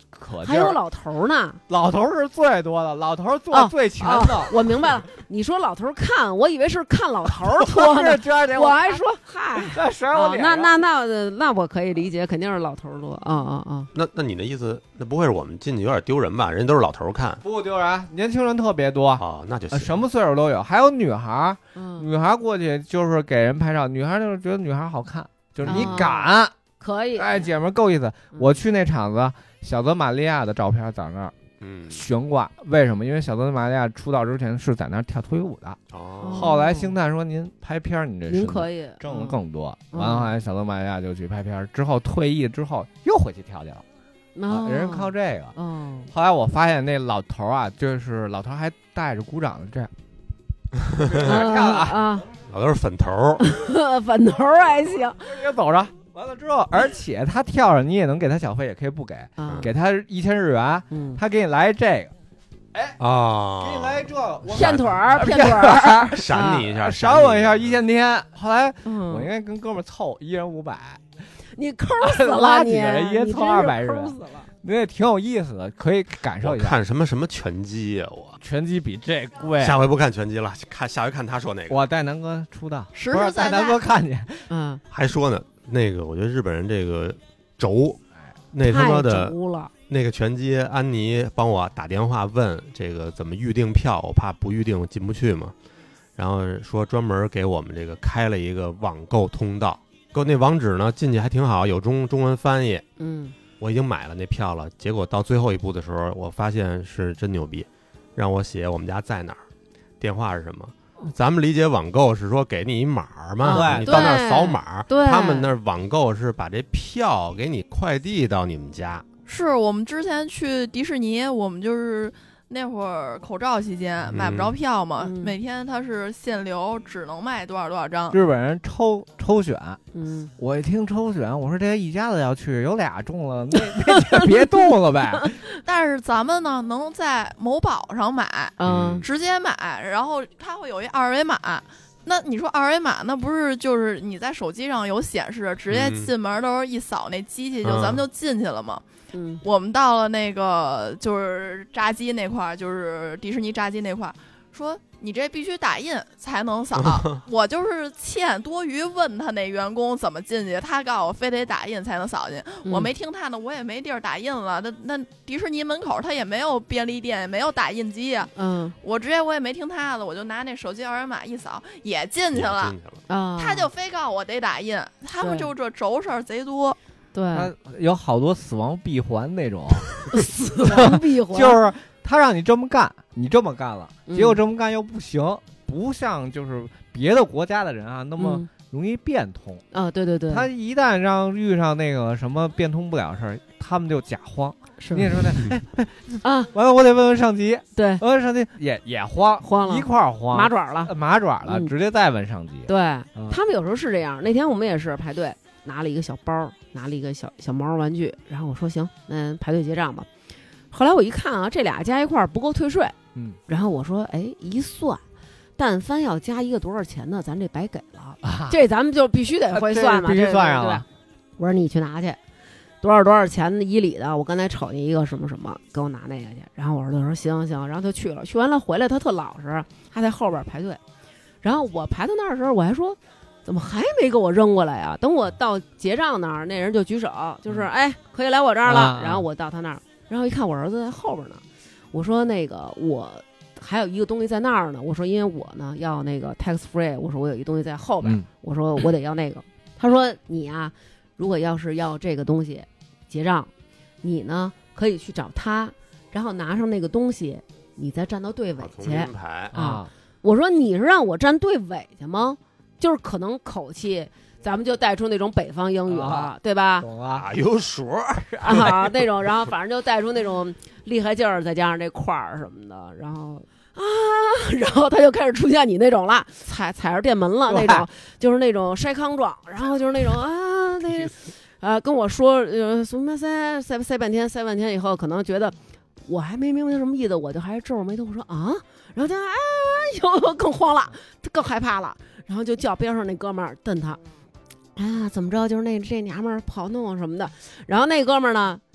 可劲儿。 还有老头呢， 老头是最多的，老头做哦最全的。 哦我明白了，你说老头看，我以为是看老头脱呢，我还说嗨， 在十哦五点。 那那那那我可以理解，肯定是老头多啊啊啊！ 那那你的意思，那不会是我们进去有点丢人吧？人家都是老头看不丢人，年轻人特别多。 哦，那就行。 呃什么岁数都有，还有女孩儿， 嗯， 女孩儿过去就是给人拍照，女孩儿就是觉得女孩儿好看，就是你哦敢， 可以， 哎，姐们儿够意思。 嗯我去那场子，小泽玛利亚的照片在那儿嗯， 悬挂，为什么？因为小泽玛利亚出道之前是在那儿跳脱衣舞的， 哦， 后来星探说您拍片儿，您这您身子可以挣的嗯更多， 嗯完了后来小泽玛利亚就去拍片儿，之后退役之后又回去跳去了，啊哦人靠这个。 哦， 后来我发现那老头儿啊，就是老头儿还带着鼓掌的这样。看了啊， 啊， 老都是粉头儿， 粉头还行也走着。完了之后，而且他跳上你也能给他小费，也可以不给， 啊， 给他一千日元， 嗯， 他给你来这个， 啊， 给你来这个，我骗腿儿，骗腿儿， 闪你一下， 闪我一下一线天。后来嗯我应该跟哥们儿凑，一人五百， 你抠死了你， 拉几个人一人凑你真是二百日抠死了。 那也挺有意思的，可以感受我一下。 看什么什么拳击呀，我拳击比这贵。 下回不看拳击了，看下回看他说那个， 我带南哥出道，不是实实在带南哥在， 看去， 嗯， 还说呢，那个我觉得日本人这个轴，那他太妈的轴了， 那个拳击，安妮帮我打电话问这个怎么预订票，我怕不预定进不去嘛，然后说专门给我们这个开了一个网购通道，购那网址呢进去还挺好，有中中文翻译， 嗯， 我已经买了那票了，结果到最后一步的时候，我发现是真牛逼，让我写我们家在哪儿，电话是什么。咱们理解网购是说给你一码嘛， 对你到那儿扫码， 对他们那儿网购是把这票给你快递到你们家。 是我们之前去迪士尼，我们就是那会儿口罩期间买不着票嘛， 嗯每天它是限流，只能卖多少多少张。 日本人抽抽选， 嗯， 我一听抽选，我说这一家子要去，有俩中了，那那就别动了呗。 但是咱们呢，能在某宝上买， 嗯， 直接买，然后它会有一二维码。那你说二维码，那不是就是你在手机上有显示，直接进门都是一扫那机器就、 嗯、 咱们就进去了嘛。 嗯， 我们到了那个就是炸鸡那块儿，就是迪士尼炸鸡那块儿，说你这必须打印才能扫。我就是欠多余问他那员工怎么进去，他告诉我非得打印才能扫进。 嗯我没听他的，我也没地儿打印了。那那迪士尼门口他也没有便利店，也没有打印机呀、 嗯我直接我也没听他的，我就拿那手机二维码一扫，也进去了。 进去了啊， 他就非告诉我得打印，他们对就这轴事儿贼多。 对他有好多死亡闭环那种， 死亡闭环， 就是他让你这么干，你这么干了， 嗯结果这么干又不行，不像就是别的国家的人啊那么嗯容易变通。 啊，对对对， 他一旦让遇上那个什么变通不了事儿，他们就假慌。 是你也说那，哎哎， 啊， 完了我得问问上级， 对， 问问上级也也慌， 慌了一块儿慌， 麻爪了， 呃麻爪了， 嗯直接再问上级。 对嗯他们有时候是这样。那天我们也是排队，拿了一个小包，拿了一个小小毛玩具，然后我说行，那排队结账吧。后来我一看啊，这俩加一块儿不够退税， 嗯， 然后我说，哎，一算，但凡要加一个多少钱呢，咱这白给了， 啊这咱们就必须得会算嘛， 这必须这对算上了。 我说你去拿去，多少多少钱的一里的，我刚才瞅见一个什么什么，给我拿那个去。然后我儿子说行行，然后他去了，去完了回来他特老实，还在后边排队。然后我排到那儿的时候，我还说怎么还没给我扔过来呀？等我到结账那儿，那人就举手，就是哎可以来我这儿了。 啊然后我到他那儿，然后一看我儿子在后边呢，我说那个我还有一个东西在那儿呢，我说因为我呢要那个 tax free， 我说我有一东西在后边， 嗯我说我得要那个。他说你呀、如果要是要这个东西结账，你呢可以去找他，然后拿上那个东西，你再站到队尾去。 重新排啊我说你是让我站队尾去吗？就是可能口气，咱们就带出那种北方英语了， 啊对吧？ 懂了。 啊，有数啊，那种，然后反正就带出那种厉害劲儿，再加上这块儿什么的，然后啊，然后他就开始出现你那种了，踩踩着电门了那种，就是那种筛糠状，然后就是那种啊，那个啊跟我说呃什么塞塞塞半天，塞半天以后，可能觉得我还没明白什么意思，我就还皱着眉头我说啊，然后他啊又更慌了，他更害怕了，然后就叫边上那哥们儿瞪他。啊，怎么着？就是那这娘们儿不好弄什么的。然后那哥们儿呢，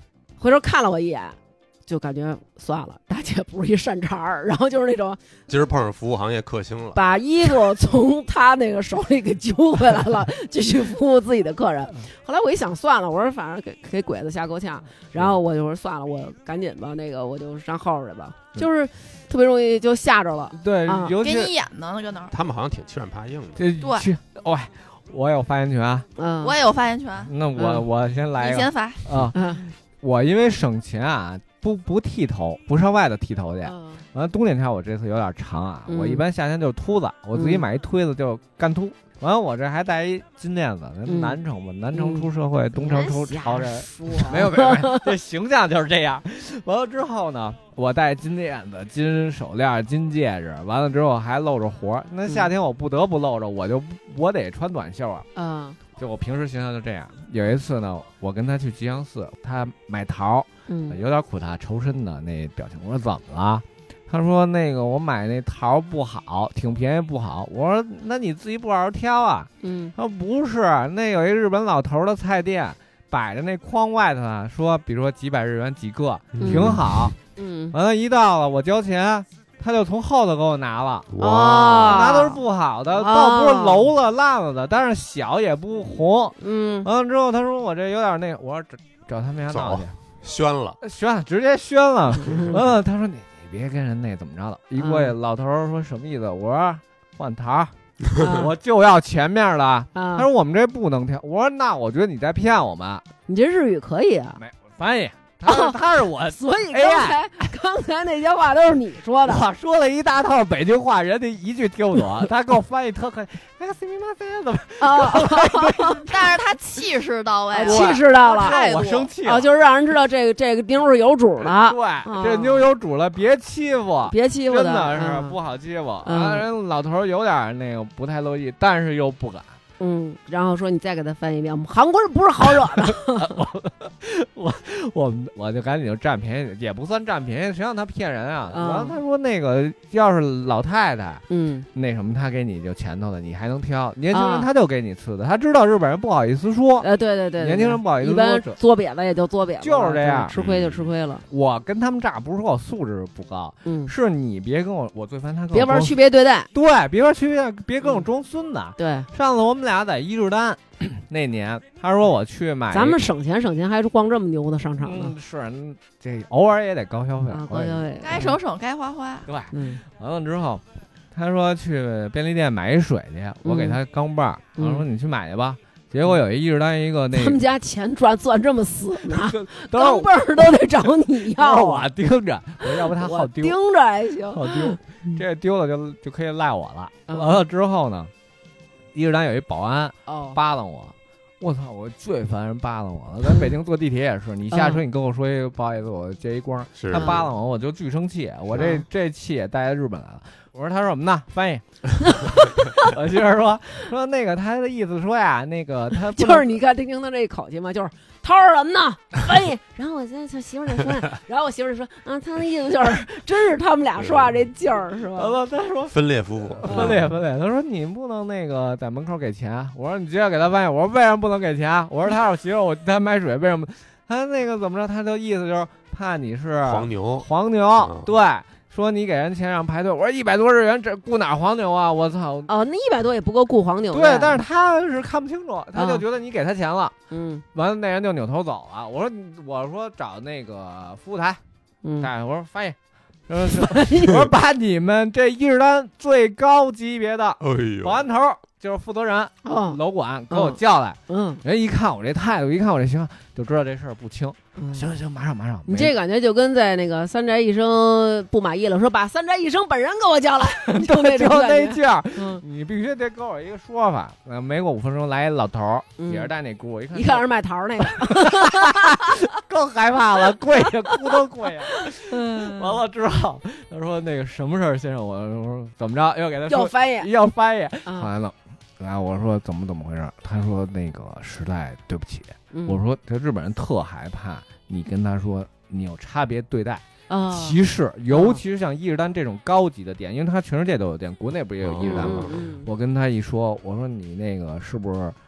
回头看了我一眼，就感觉算了，大姐不是一善茬儿，然后就是那种今儿碰上服务行业克星了， 把衣服从他那个手里给揪回来了，继续服务自己的客人。后来我一想，算了，我说反正给给鬼子吓够呛，然后我就说算了，我赶紧吧，那个我就上后边吧，就是特别容易就吓着了。 对， 啊尤其给你演呢，那搁那儿。 他们好像挺欺软怕硬的。 这对去，喂，我有发言权， 嗯， 我也有发言权， 那我嗯我先来一个你先发。 啊， 嗯我因为省钱啊，不不剃头，不上外头剃头去。 嗯完了冬天天我这次有点长啊， 嗯我一般夏天就是秃子，我自己嗯买一推子就干秃。完了我这还带一金链子，那嗯南城嘛，南城出社会，东城出朝人。 说没有没有，没有这形象就是这样。完了之后呢，我戴金链子、金手链、金戒指，完了之后还露着活儿。那夏天我不得不露着，我就我得穿短袖啊。 嗯就我平时形象就这样。有一次呢，我跟他去吉祥寺，他买桃， 嗯有点苦大仇深的那表情。我说怎么了？他说那个我买那桃不好，挺便宜不好。我说那你自己不好好挑啊？ 嗯他说不是，那有一日本老头的菜店，摆着那筐外头啊，说比如说几百日元几个， 嗯挺好。 嗯完了，一到了我交钱，他就从后头给我拿了。 哇拿都是不好的， 啊倒不是楼了烂了的，但是小也不红。 嗯完了之后，他说我这有点那个，我说找找他们家闹去， 宣了， 宣直接宣了。完了，他说你你别跟人那怎么着了。一过去， 嗯老头儿说什么意思？我说换桃儿， 啊我就要前面的。 啊他说我们这不能挑。我说那我觉得你在骗我们。 你这日语可以啊， 没翻译，他是他是我， 所以 A 刚 I 才刚才那些话都是你说的。 我说了一大套北京话，人家一句听不懂，他给我翻译特可，那个斯密马塞怎么？ 啊， 但是他气势到位了， 气势到了， 态度我生气了。 啊，就是让人知道这个这个妞是有主的， 对，这妞有主了，别欺负， 别欺负真他， 的是嗯不好欺负。 嗯啊，人老头儿有点那个不太乐意，但是又不敢。 嗯，然后说你再给他翻译一遍，我们韩国人不是好惹的， 我们我就赶紧就占便宜，也不算占便宜，谁让他骗人啊？ 嗯完了他说那个要是老太太嗯那什么，他给你就前头的，你还能挑。年轻啊人他就给你次的，他知道日本人不好意思说。 呃，对对对，对年轻人不好意思一般说这作瘪子也就作瘪子了， 就是这样吃亏就吃亏了， 我跟他们这儿不是说我素质不高， 嗯， 是你别跟我，我最烦他跟我别玩装区别对待， 对，别玩区别，别跟我装孙子。 对， 上次我们俩在伊势丹那年，他说我去买一， 咱们省钱省钱，还是逛这么牛的商场呢嗯，是嗯这偶尔也得高消费， 啊， 偶尔也高消费， 该省省，该花花。 对。 嗯完了之后，他说去便利店买一水去，我给他钢镚儿， 嗯我说你去买去吧。结果有一伊势丹一个那他们家钱赚攥这么死呢， 都钢镚儿都得找你要要啊我，盯着，我说要不他好我丢盯，着还行， 好丢，这丢了就就可以赖我了。 嗯完了之后呢，伊势丹有一保安哦， 扒拉我。我操！我最烦人扒拉我了。在北京坐地铁也是，你下车你跟我说一个不好意思，我接一光， 是他扒拉我，我就巨生气。我这嗯这气也带到日本来了。我说他说什么呢？翻译。我媳妇儿说说那个他的意思说呀，那个他不能就是你看听听他这口气嘛，就是掏着什么呢？翻译。然后我现在就媳妇儿就说，然后我媳妇儿就说，啊，他的意思就是，真是他们俩说话这劲儿是吧？ 完了，他说分裂夫妇， 分裂分裂。他说你不能那个在门口给钱。我说你直接给他翻译。我说为什么不能给钱？我说他是我媳妇儿，我他买水为什么？他那个怎么着？他的意思就是怕你是黄牛， 黄牛， 嗯对。说你给人钱让排队，我说一百多日元，这雇哪黄牛啊？我操！ 哦，那一百多也不够雇黄牛的。 对，但是他是看不清楚，他就啊觉得你给他钱了， 嗯完了那人就扭头走了。我说你我说找那个服务台， 嗯， 大夫我说翻译，说是我说把你们这伊势丹最高级别的哎呦保安头就是负责人哦楼管给我叫来， 嗯人一看我这态度，一看我这形象，就知道这事儿不轻。 嗯， 行行行，马上马上。 你这感觉就跟在那个三宅一生不满意了，说把三宅一生本人给我叫来，就那就种感觉。 那劲儿， 嗯， 你必须得给我一个说法。呃，没过五分钟来一老头儿， 嗯也是戴那箍，一看一看是卖桃儿那个。 更害怕了，跪下，哭都跪下。 嗯， 完了之后，他说那个什么事儿，先生，我我说怎么着，又给他说要翻译。 要翻译。 啊完了，然后我说怎么怎么回事？他说那个实在对不起。 嗯我说这日本人特害怕你跟他说你有差别对待、 啊， 歧视，尤其是像伊势丹这种高级的店，因为他全世界都有店，国内不是也有伊势丹吗？ 嗯嗯我跟他一说，我说你那个是不是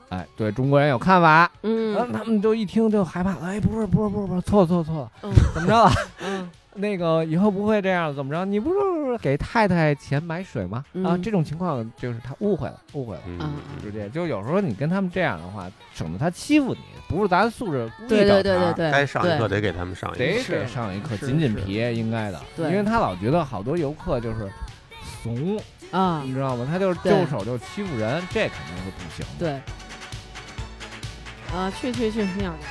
哎，对中国人有看法， 嗯， 然后他们就一听就害怕了，哎，不是不是不是不是，错了错了错了， 嗯怎么着了？ 嗯那个以后不会这样，怎么着？你不是给太太钱买水吗？ 嗯啊，这种情况就是他误会了，误会了。 嗯嗯就这，就有时候你跟他们这样的话，省得他欺负你，不是咱素质故意对对找茬儿对对对， 该上一课对得给他们上一得课。 给上一课是是紧紧皮，应该的， 对因为他老觉得好多游客就是怂， 啊， 你知道吗？他就是对就手就欺负人，这肯定是不行的。 对，啊，去去去，那样的。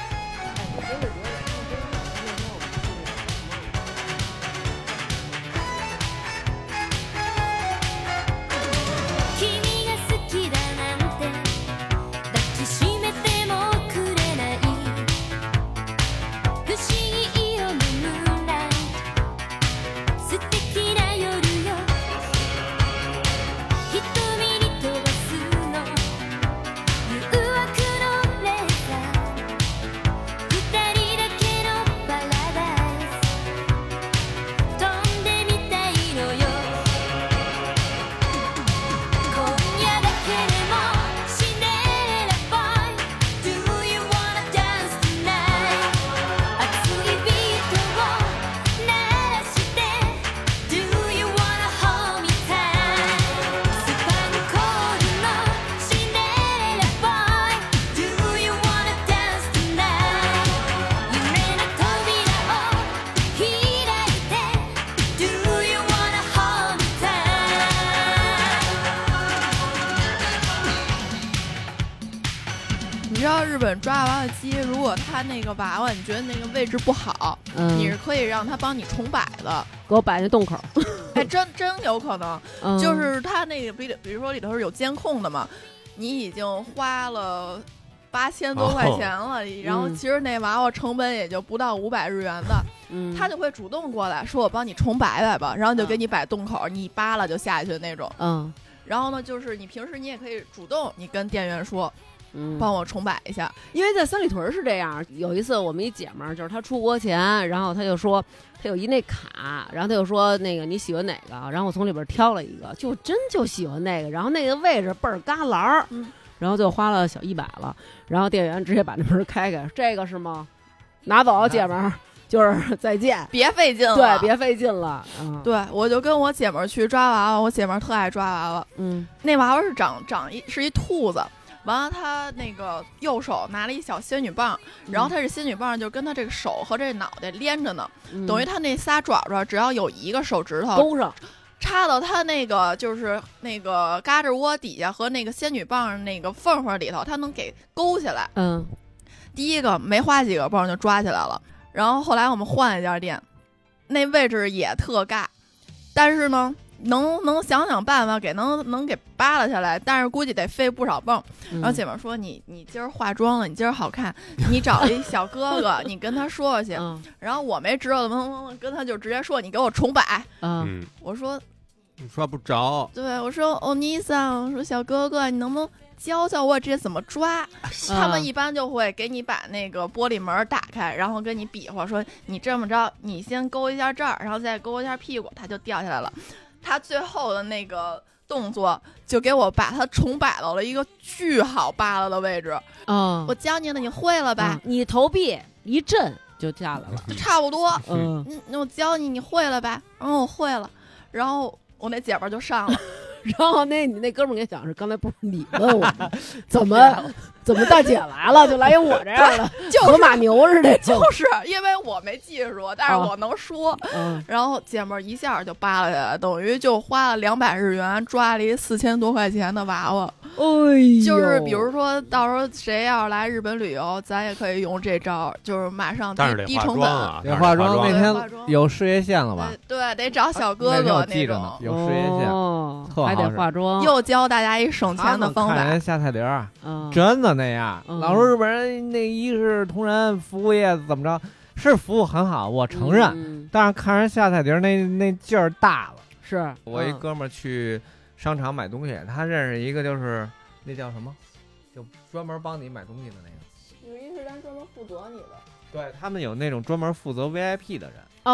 君が好きだなんて抱きしめてもくれない不思議よムーンライト素敵な夜よ瞳に飛ばすの誘惑のレーザー二人だけのパラダイス飛んでみたいのよ今夜だけでもシンデレラボーイ Do you wanna dance tonight 熱いビートを鳴らして Do you wanna hold me tight スパンコールのシンデレラボーイ Do you wanna dance tonight 夢の扉を開いて Do you wanna hold me tight 你知道日本抓娃娃机，如果它那个娃娃你觉得那个位置不好， 嗯， 你是可以让它帮你重摆的。 给我摆那洞口， 哎，真真有可能， 嗯就是它那个比比如说里头是有监控的嘛，你已经花了八千多块钱了，然后嗯其实那娃娃成本也就不到五百日元的， 嗯， 他就会主动过来说我帮你重摆摆吧，然后就给你摆洞口，你扒拉就下去的那种。 嗯然后呢，就是你平时你也可以主动，你跟店员说嗯， 帮我重摆一下。 因为在三里屯是这样，有一次我们一姐们儿，就是她出国前，然后她就说她有一那卡，然后她就说那个你喜欢哪个，然后我从里边挑了一个，就真就喜欢那个，然后那个位置倍儿旮旯儿， 嗯然后就花了小一百了，然后店员直接把那门开开，这个是吗？拿走，姐们儿，就是再见， 别费劲了， 对，别费劲了，嗯， 对，我就跟我姐们儿去抓娃娃，我姐们儿特爱抓娃娃， 嗯那娃娃是长长一是一兔子，完了她那个右手拿了一小仙女棒，然后她这仙女棒就跟她这个手和这脑袋连着呢， 嗯等于她那仨爪爪只要有一个手指头勾上， 插到她那个就是那个嘎吱窝底下和那个仙女棒那个缝缝里头，她能给勾下来。 嗯第一个没花几个棒就抓起来了，然后后来我们换了一家店，那位置也特尬，但是呢，能能想想办法给能能给扒拉下来，但是估计得费不少泵。 嗯， 然后姐妹说你你今儿化妆了，你今儿好看，你找一小哥哥，你跟他说去。 嗯然后我没知道的，跟他就直接说你给我重摆。 嗯嗯， 我说刷不着。 对，我说欧尼桑，我说小哥哥，你能不能教教我这怎么抓？他们一般就会给你把那个玻璃门打开，然后跟你比划说你这么着，你先勾一下这儿，然后再勾一下屁股，它就掉下来了。他最后的那个动作就给我把它重摆到了一个巨好扒拉的位置。 嗯， 我教你了，你会了吧？ 嗯你投币一震就下来了， 差不多。 嗯。 嗯，那我教你，你会了吧？嗯，我会了。然后我那姐们儿就上了。 然后那你那哥们儿给想是刚才不是你问我吗怎么怎么大姐来了就来一我这样的， 就是和马牛似的， 就是因为我没技术，但是我能说。 嗯然后姐们儿一下就扒拉下来，等于就花了两百日元抓了一四千多块钱的娃娃。 哎呦， 就是比如说到时候谁要是来日本旅游，咱也可以用这招，就是马上低但是得化低成本。 妆啊， 这化妆那对化妆天有事业线了吧？ 对对，得找小哥那天我哥记着呢种，， 有事业线， 哦特好还得使化妆， 又教大家一省钱的方法他们看人。下菜碟儿， 嗯真的那样。 嗯老说日本人那一视同仁，服务业怎么着，是服务很好，我承认。 嗯但是看人下菜碟儿那那劲儿大了。 是我一嗯哥们儿去商场买东西，他认识一个就是那叫什么，就专门帮你买东西的那个。 女医是咱专门负责你的。 对他们有那种专门负责 V I P 的人。 哦，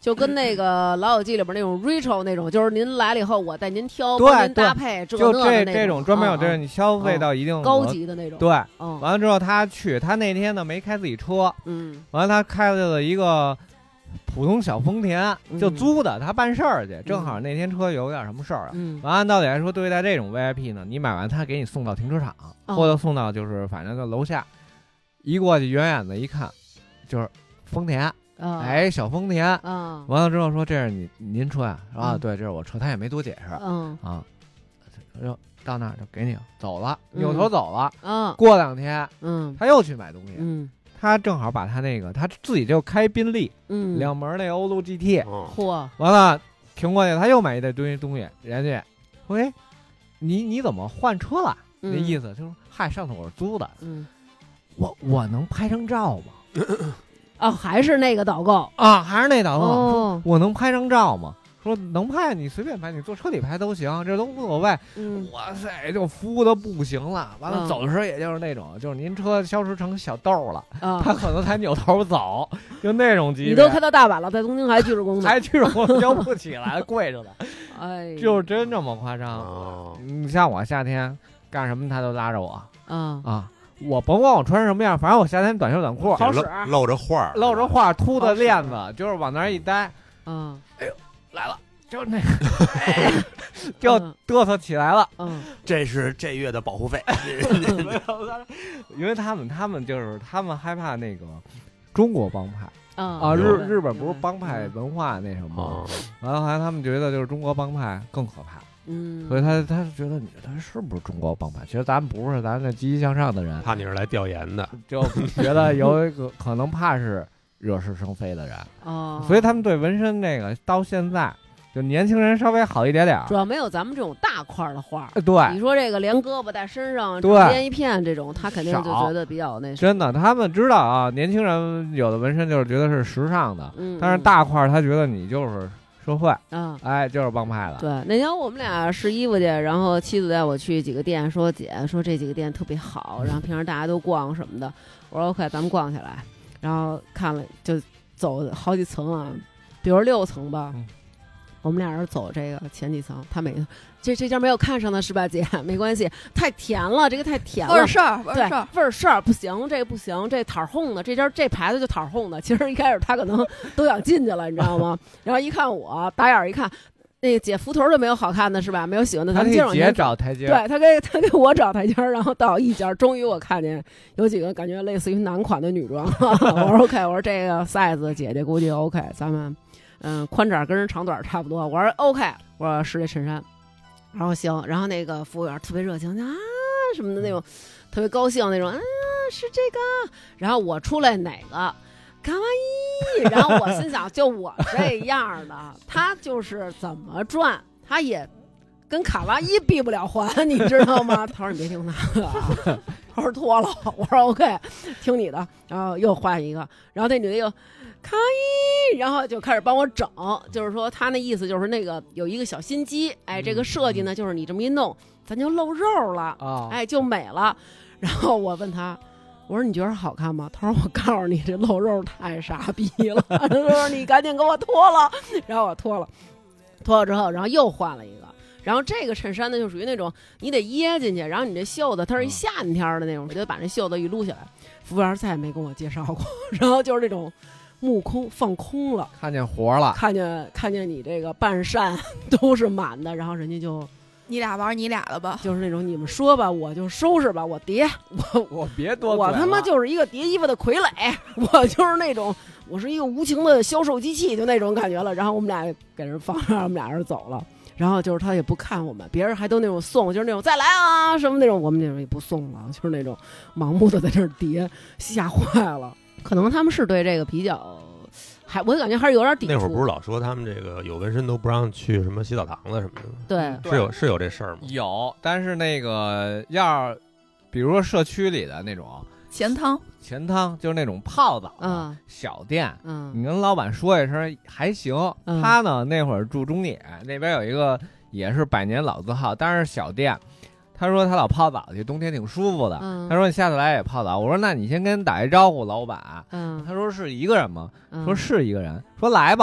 就跟那个《老友记》里边那种 Rachel 那种，就是您来了以后，我带您挑， 对帮您搭对配，这就这那的那这种专门有嗯这种，你消费到一定嗯高额级的那种。 对， 嗯完了之后他去，他那天呢没开自己车， 嗯完了他开了一个普通小丰田，就嗯租的，他办事儿去，正好那天车有点什么事儿啊。 嗯完，按道理来说，对待这种 V I P 呢，你买完他给你送到停车场， 哦或者送到就是反正就楼下，一过去远远的一看，就是丰田， 啊哎，小丰田。 啊完了之后说这是你您车呀、啊？ 嗯对，这是我车，他也没多解释嗯啊。就到那儿就给你走了， 嗯扭头走了。 啊过两天嗯他又去买东西， 嗯他正好把他那个他自己就开宾利、 嗯， 两门那欧陆 G T， 嗯嚯， 完了停过去，他又买一堆东西东西，人家说哎，你你怎么换车了？那意思， 思就是嗨，上次我是租的， 嗯我我能拍张照吗？ 哦，还是那个导购啊，还是那导购、 哦说我能拍张照吗？说能拍，你随便拍，你坐车里拍都行，这都无所谓。 嗯哇塞，就服务的不行了。完了嗯走的时候也就是那种，就是您车消失成小豆了， 啊， 他可能才扭头走，就那种级别。 你都开到大阪了，在东京还鞠着躬呢， 还去着我腰不起来，跪着呢， 哎， 就是真这么夸张。 哦， 你像我夏天干什么，他都拉着我啊啊，我甭管我穿什么样，反正我夏天短袖短裤， 好使露露着画儿， 露着画秃的好使链子，就是往那儿一待， 啊来了，就那个，哎就嗯嘚瑟起来了。 嗯这是这月的保护费。 因为他们他们就是他们害怕那个中国帮派啊啊，日明白日本不是明白帮派嗯文化那什么吗哦？ 完了后来他们觉得就是中国帮派更可怕， 嗯， 所以他他觉得你他是不是中国帮派？其实咱不是，咱这积极向上的人， 怕你是来调研的， 就觉得有一个可能怕是惹是生非的人， 哦， 所以他们对纹身这个到现在就年轻人稍微好一点点儿主。要没有咱们这种大块儿的画儿。 呃对， 你说这个连胳膊带身上对整编一片这种，他肯定就少觉得比较那什么。 真的，他们知道啊，年轻人有的纹身就是觉得是时尚的， 嗯， 但是大块儿他觉得你就是社会， 嗯。 哎，就是帮派的。 对，那天我们俩试衣服去，然后妻子带我去几个店，说姐说这几个店特别好，然后平时大家都逛什么的。我说 OK，咱们逛起来。然后看了就走好几层啊，比如六层吧。 嗯我们俩人走这个前几层，他每这这家没有看上的是吧，姐？没关系，太甜了，这个太甜了。 味儿事儿，味对儿事儿， 味儿事儿不行，这不行，这讨哄的，这家这牌子就讨哄的。其实一开始他可能都想进去了，你知道吗？然后一看我，打眼儿一看，那个姐扶头就没有好看的是吧？没有喜欢的，咱他给姐们接着往前走。 找台阶， 对他给他给我找台阶儿，然后到一家，终于我看见有几个感觉类似于男款的女装。我说 OK，我说这个 size 姐姐估计 OK，咱们嗯宽窄跟人长短差不多。我说 OK，我说试这衬衫，然后行，然后那个服务员特别热情啊什么的那种，特别高兴那种，啊是这个，然后我出来哪个？卡哇伊，然后我心想，就我这样的，他就是怎么转，他也跟卡哇伊闭不了环，你知道吗？他说你别听他的啊，他说脱了，我说 OK，听你的，然后又换一个，然后那女的又卡哇伊，然后就开始帮我整，就是说他那意思就是那个有一个小心机，哎，这个设计呢，就是你这么一弄，咱就露肉了， 啊， 哎，就美了。然后我问他。我说你觉得好看吗？他说我告诉你，这露肉太傻逼了。他说你赶紧给我脱了，然后我脱了，脱了之后，然后又换了一个。然后这个衬衫呢，就属于那种你得掖进去，然后你这袖子它是一夏天的那种，我就把这袖子一撸起来。服务员再也没跟我介绍过，然后就是那种目空放空了， 看见活了， 看见看见你这个半扇都是满的，然后人家就你俩玩你俩的吧。 就是那种你们说吧，我就收拾吧，我叠我我别多嘴了， 我他妈就是一个叠衣服的傀儡，我就是那种，我是一个无情的销售机器，就那种感觉了。然后我们俩给人放上，我们俩人走了。然后就是他也不看我们，别人还都那种送，就是那种再来啊什么那种，我们那种也不送了，就是那种盲目的在这儿叠，吓坏了。可能他们是对这个比较，还我感觉还是有点抵触。 那会儿不是老说他们这个有纹身都不让去什么洗澡堂子什么的吗？ 对， 是有是有这事儿吗？ 有，但是那个要是比如说社区里的那种钱汤， 钱汤，就是那种泡澡的嗯小店， 嗯你跟老板说一声还行。 嗯他呢那会儿住中野那边有一个也是百年老字号，但是小店。他说他老泡澡去，冬天挺舒服的。 嗯他说你下次来也泡澡。我说那你先跟人打一招呼，老板。 嗯他说是一个人吗？ 嗯， 说是一个人。说来吧。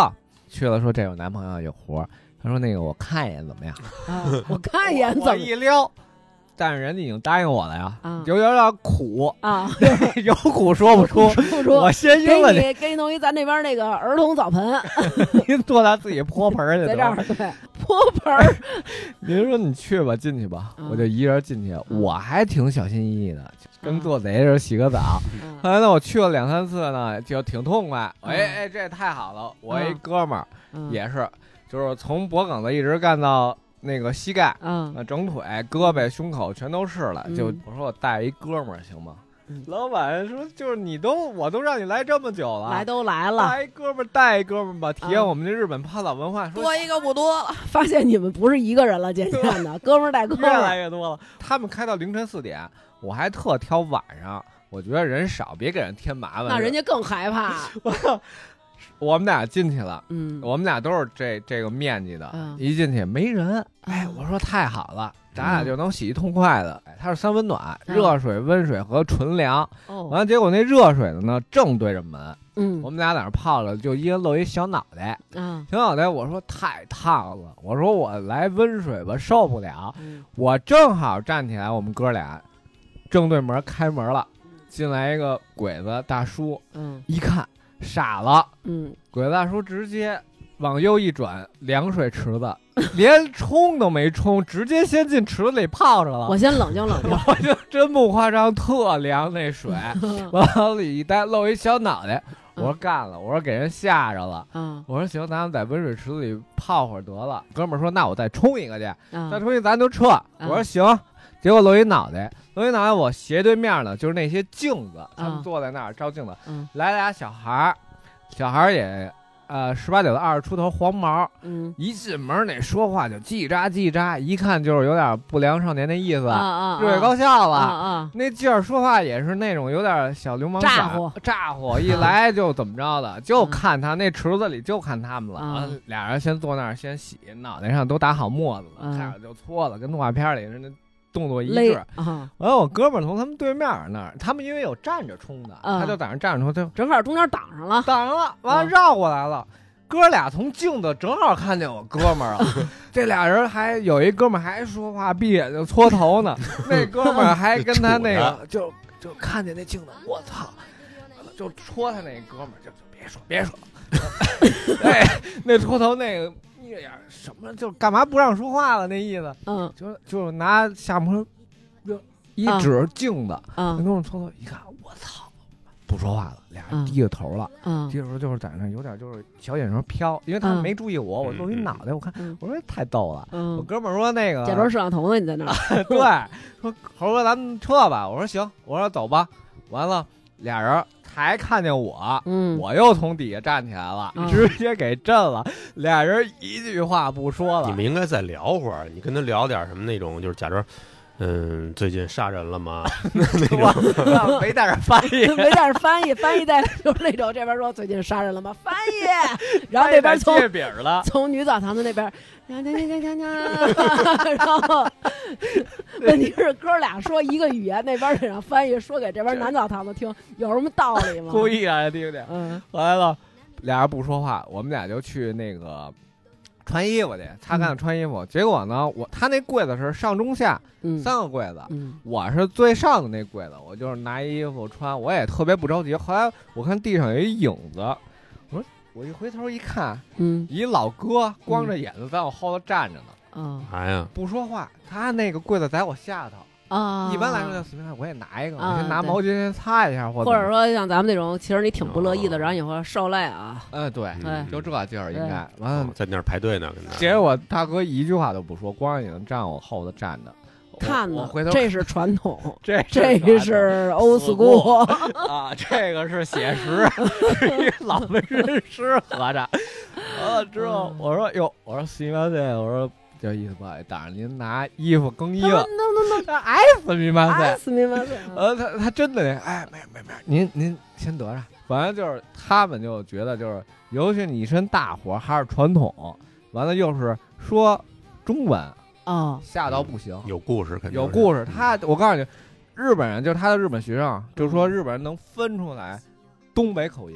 去了说这有男朋友有活儿，他说那个我看一眼怎么样？ 啊，我看一眼我怎么一撩，但是人家已经答应我了呀， 啊就有点苦， 啊？ 有苦说不出。 不出， 我先给应了你， 你给你弄一咱那边那个儿童澡盆， 您坐那自己泼盆儿去。 在这儿对泼盆儿， 您说你去吧，进去吧， 嗯我就一人进去，我还挺小心翼翼的，跟做贼似的洗个澡。 嗯后来呢，我去了两三次呢，就挺痛快。 嗯哎哎，这太好了！我一哥们儿嗯也是，就是从脖梗子一直干到那个膝盖， 嗯呃，整腿、胳膊、胸口全都是了。 嗯就我说我带一哥们儿行吗？ 嗯老板说就是你都我都让你来这么久了， 来都来了， 带一哥们儿带一哥们儿吧，体验啊我们这日本泡澡文化。说多一个不多了。 发现你们不是一个人了，渐渐的，哥们儿带哥们越来儿， 越多了。他们开到凌晨四点，我还特挑晚上，我觉得人少，别给人添麻烦。 那人家更害怕。 我们俩进去了。 嗯， 我们俩都是这这个面积的， 嗯一进去没人，哎，我说太好了，咱俩就能洗一痛快的。哎，它是三温暖， 嗯热水、温水和纯凉。 哦， 完了，结果那热水的呢正对着门， 嗯我们俩在那泡着，就一人露一小脑袋， 嗯小脑袋。我说太烫了，我说我来温水吧，受不了。 嗯我正好站起来，我们哥俩正对门开门了，进来一个鬼子大叔， 嗯一看傻了。 嗯， 鬼子大叔直接往右一转，凉水池子，连冲都没冲，直接先进池子里泡着了。 我先冷静冷静。 我就真不夸张，特凉那水，往里一待，露一小脑袋。我说干了，我说给人吓着了。 嗯我说行，咱们在温水池子里泡会儿得了。哥们儿说那我再冲一个去，再嗯冲一咱就撤。我说行。结果露一脑袋，露一脑袋，我斜对面呢就是那些镜子，他们坐在那儿照镜子， 嗯来俩小孩儿，小孩儿也呃十八九的二十出头，黄毛， 嗯一进门那说话就叽喳叽喳，一看就是有点不良少年的意思， 啊啊， 日月高校了。 啊啊， 那劲儿说话也是那种有点小流氓咋呼咋呼，一来就怎么着的，就看他那池子里就看他们了。 嗯啊俩人先坐那儿先洗，脑袋上都打好沫子了， 嗯开始就搓了，跟动画片里似的。动作一勒致， 啊， 完了我哥们儿从他们对面那儿，他们因为有站着冲的， 嗯他就在那站着冲，就正好中间挡上了。 挡上了，完了嗯绕过来了。哥俩从镜子正好看见我哥们儿了，这俩人还有一哥们儿还说话闭眼就搓头呢，那哥们儿还跟他那个就就看见那镜子，我操，就戳他那哥们儿，就就别说别说，哎，那搓头那个一眼什么就干嘛不让说话了那意思， 嗯就就拿下颌就一指镜子，那嗯哥们儿搓头一看，我操，不说话了，俩人嗯低着头了。 嗯这时候就是在那有点就是小眼神飘，因为他们嗯没注意我，我露一脑袋，我看嗯我说太逗了。我嗯， 哥们儿说那个假装摄像头呢，你在那儿。 对，说猴哥咱们撤吧。我说行，我说走吧。完了，俩人才看见我， 嗯， 我又从底下站起来了， 嗯直接给震了。俩人一句话不说了。 你们应该再聊会儿，你跟他聊点什么那种，就是假装，嗯，最近杀人了吗？ 我没在这翻译， 没在这翻译，翻译在就是那种这边说最近杀人了吗？翻译，然后那边从借饼了。 从女澡堂子那边，呀呀呀呀呀，然后问题是哥俩说一个语言，那边得让翻译说给这边男澡堂子听，有什么道理吗？ 故意让人听听。 嗯完了，俩人不说话，我们俩就去那个穿衣服去，擦干净穿衣服。结果呢，我他那柜子是上中下嗯三个柜子， 嗯我是最上的那柜子，我就是拿衣服穿，我也特别不着急。后来我看地上有一影子，我说我一回头一看， 嗯一老哥光着眼睛在我后头站着呢， 啊哎呀， 不说话。他那个柜子在我下头。 啊！ 一般来说，就随便我也拿一个， 啊我先拿对毛巾先擦一下，或或者说像咱们那种，其实你挺不乐意的， 哦然后以后受累啊， 嗯，对， 嗯就这劲儿应该。完了哦，在那儿排队呢，跟他。 结果大哥一句话都不说，光着眼睛站我后头站着。我看呢我回头， 这是传统， 这这是 old school， 啊，这个是写实，是一老文人诗合着。完了之后，我说哟，我说すみません，我说这意思不好意思，打着您拿衣服更衣了。 能能能， 哎，すみませ哎， ん。 死命了， 呃，他他真的那，哎，没有没有没有，您您先得着。反正就是他们就觉得就是，尤其你一身大活还是传统，完了又是说中文， 哦， 吓到不行。 有故事，肯定是有故事。他，我告诉你，日本人就是他的日本学生，就是说日本人能分出来东北口音。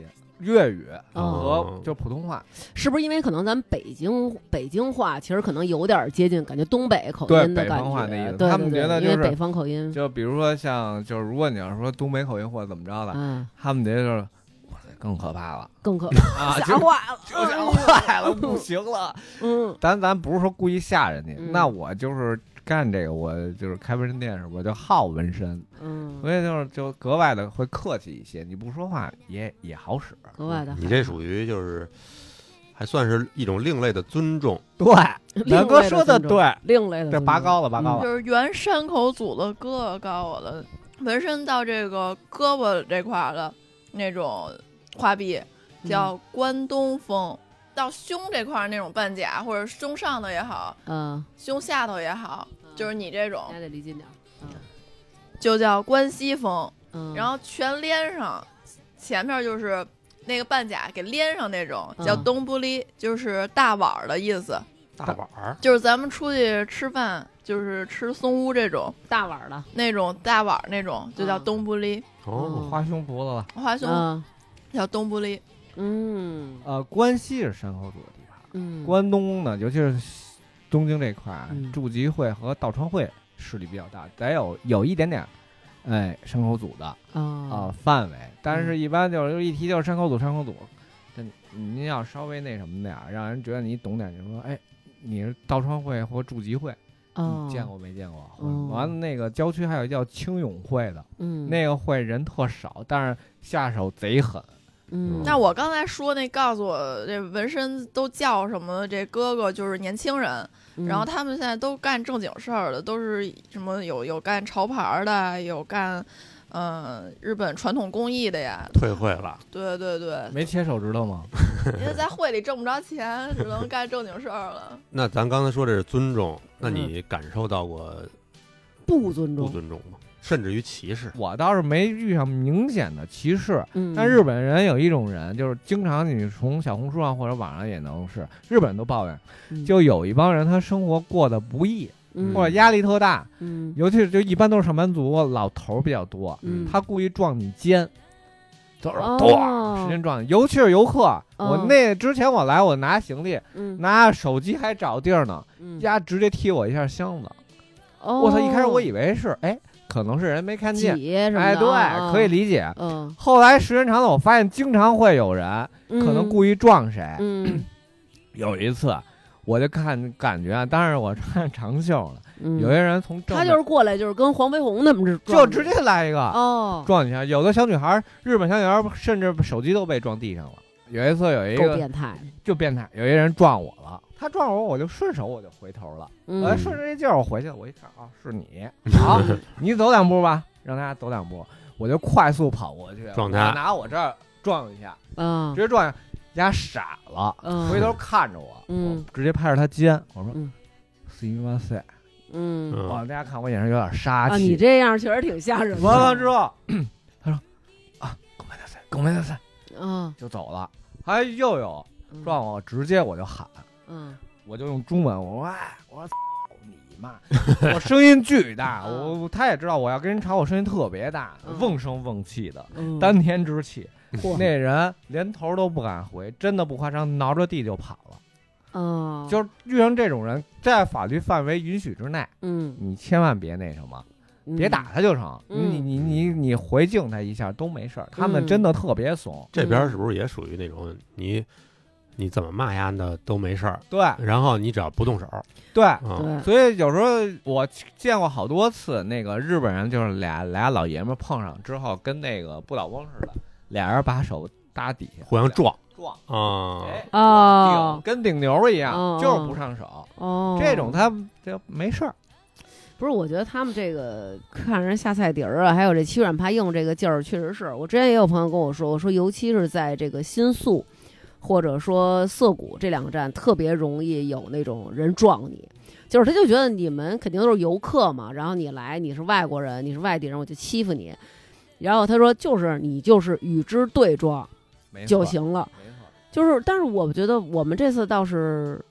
粤语哦和就普通话， 是不是因为可能咱北京北京话其实可能有点接近，感觉东北口对音的感觉， 北方话那意思对他们对觉得就是对因为北方口音， 就比如说像就是如果你要说东北口音或者怎么着的， 嗯， 他们觉得就是哇塞更可怕了更可啊， 吓坏了， 就想坏了，不行了。 嗯咱咱不是说故意吓人家， 嗯那我就是干这个，我就是开纹身店时，我就好纹身， 嗯， 所以就是就格外的会客气一些，你不说话也也好使。 格外的， 你这属于就是还算是一种另类的尊重。 对，南哥说的对， 另类的这拔高了，拔高了。 就是原山口组的哥哥告诉我的，纹身到这个胳膊这块儿的那种画臂叫关东风，到胸这块儿那种半甲或者胸上头也好， 嗯， 胸下头也好，就是你这种还得离近点，嗯就叫关西风， 嗯， 然后全连上，前面就是那个半甲给连上那种叫嗯东布里，就是大碗儿的意思， 大碗儿， 就是咱们出去吃饭，就是吃松屋这种大碗的， 那种大碗儿那种，就叫东布里。 哦， 花胸脯子了。 华雄嗯叫东布里， 嗯呃，关西是山口组的地盘， 嗯， 关东呢，尤其是东京这块儿， 嗯筑集会和道川会势力比较大，得有有一点点，哎，山口组的啊、 啊范围，但是一般就是一提就是山口组，山口组，这您要稍微那什么点儿，让人觉得你懂点儿，就说哎，你是道川会或筑集会， 哦你见过没见过？ 哦完了那个郊区还有叫青永会的， 嗯那个会人特少，但是下手贼狠。 嗯， 那我刚才说那告诉我这纹身都叫什么？这哥哥就是年轻人， 嗯然后他们现在都干正经事儿的，都是什么有有干潮牌儿的，有干呃日本传统工艺的呀。 退会了。 对对对， 没切手指头吗？ 因为在会里挣不着钱，只能干正经事儿了。 那咱刚才说这是尊重，那你感受到过不不尊重， 尊重吗？甚至于歧视？ 我倒是没遇上明显的歧视， 嗯， 但日本人有一种人，就是经常你从小红书上或者网上也能是，日本人都抱怨， 嗯就有一帮人他生活过得不易， 嗯或者压力特大， 嗯尤其是就一般都是上班族，老头儿比较多， 嗯他故意撞你肩，就是哦咚，使劲撞你，尤其是游客。 哦我那之前我来，我拿行李， 嗯拿手机还找地儿呢， 嗯， 丫直接踢我一下箱子。 哦我操！一开始我以为是哎，可能是人没看见， 挤什么的， 哎，对， 啊可以，理解。 嗯， 后来时间长了，我发现经常会有人可能故意撞谁。 嗯有一次，我就看感觉啊，当然我穿长袖了， 嗯， 有些人从正他就是过来就是跟黄飞鸿他们是就直接来一个、 哦， 撞一下。有的小女孩，日本小女孩甚至手机都被撞地上了。有一次有一够个变态， 就变态，有一人撞我了，他撞我，我就顺手我就回头了， 嗯我顺着这劲儿我回去了，我一看啊是你，好，你走两步吧，让他走两步，我就快速跑过去， 撞他我拿我这儿撞一下， 嗯直接撞一下，丫傻了， 嗯回头看着我， 嗯我直接拍着他肩，我说嗯すみません， 嗯哇， 嗯， 大家看我眼神有点杀啊， 气， 你这样确实挺吓人的。 完了之后，他说啊，ごめんなさい，ごめんなさい， 嗯就走了，还又有撞我，直接我就喊。 嗯我就用中文，我说哎，我说你妈，我声音巨大，我他也知道我要跟人吵，我声音特别大， 嗯瓮声瓮气的， 嗯， 丹田之气。 嚯那人连头都不敢回，真的不夸张，挠着地就跑了。 嗯， 就是遇上这种人，在法律范围允许之内， 嗯， 你千万别那什么， 嗯别打他就成。 嗯你你你你回敬他一下都没事儿，他们真的特别怂。 这边是不是也属于那种你你怎么骂呀的都没事儿， 对然后你只要不动手， 对。 嗯， 对， 所以有时候我见过好多次，那个日本人就是俩俩老爷们儿碰上之后，跟那个不倒翁似的，俩人把手搭底下互相撞撞， 啊， 哎， 哦顶跟顶牛一样， 哦就是不上手。 哦， 这种他就没事儿。 不是，我觉得他们这个看人下菜碟儿啊，还有这欺软怕硬这个劲儿，确实是我之前也有朋友跟我说，我说尤其是在这个新宿或者说涩谷这两个站，特别容易有那种人撞你，就是他就觉得你们肯定都是游客嘛，然后你来你是外国人，你是外地人，我就欺负你。然后他说就是你就是与之对撞没错就行了， 没错， 就是但是我觉得我们这次倒是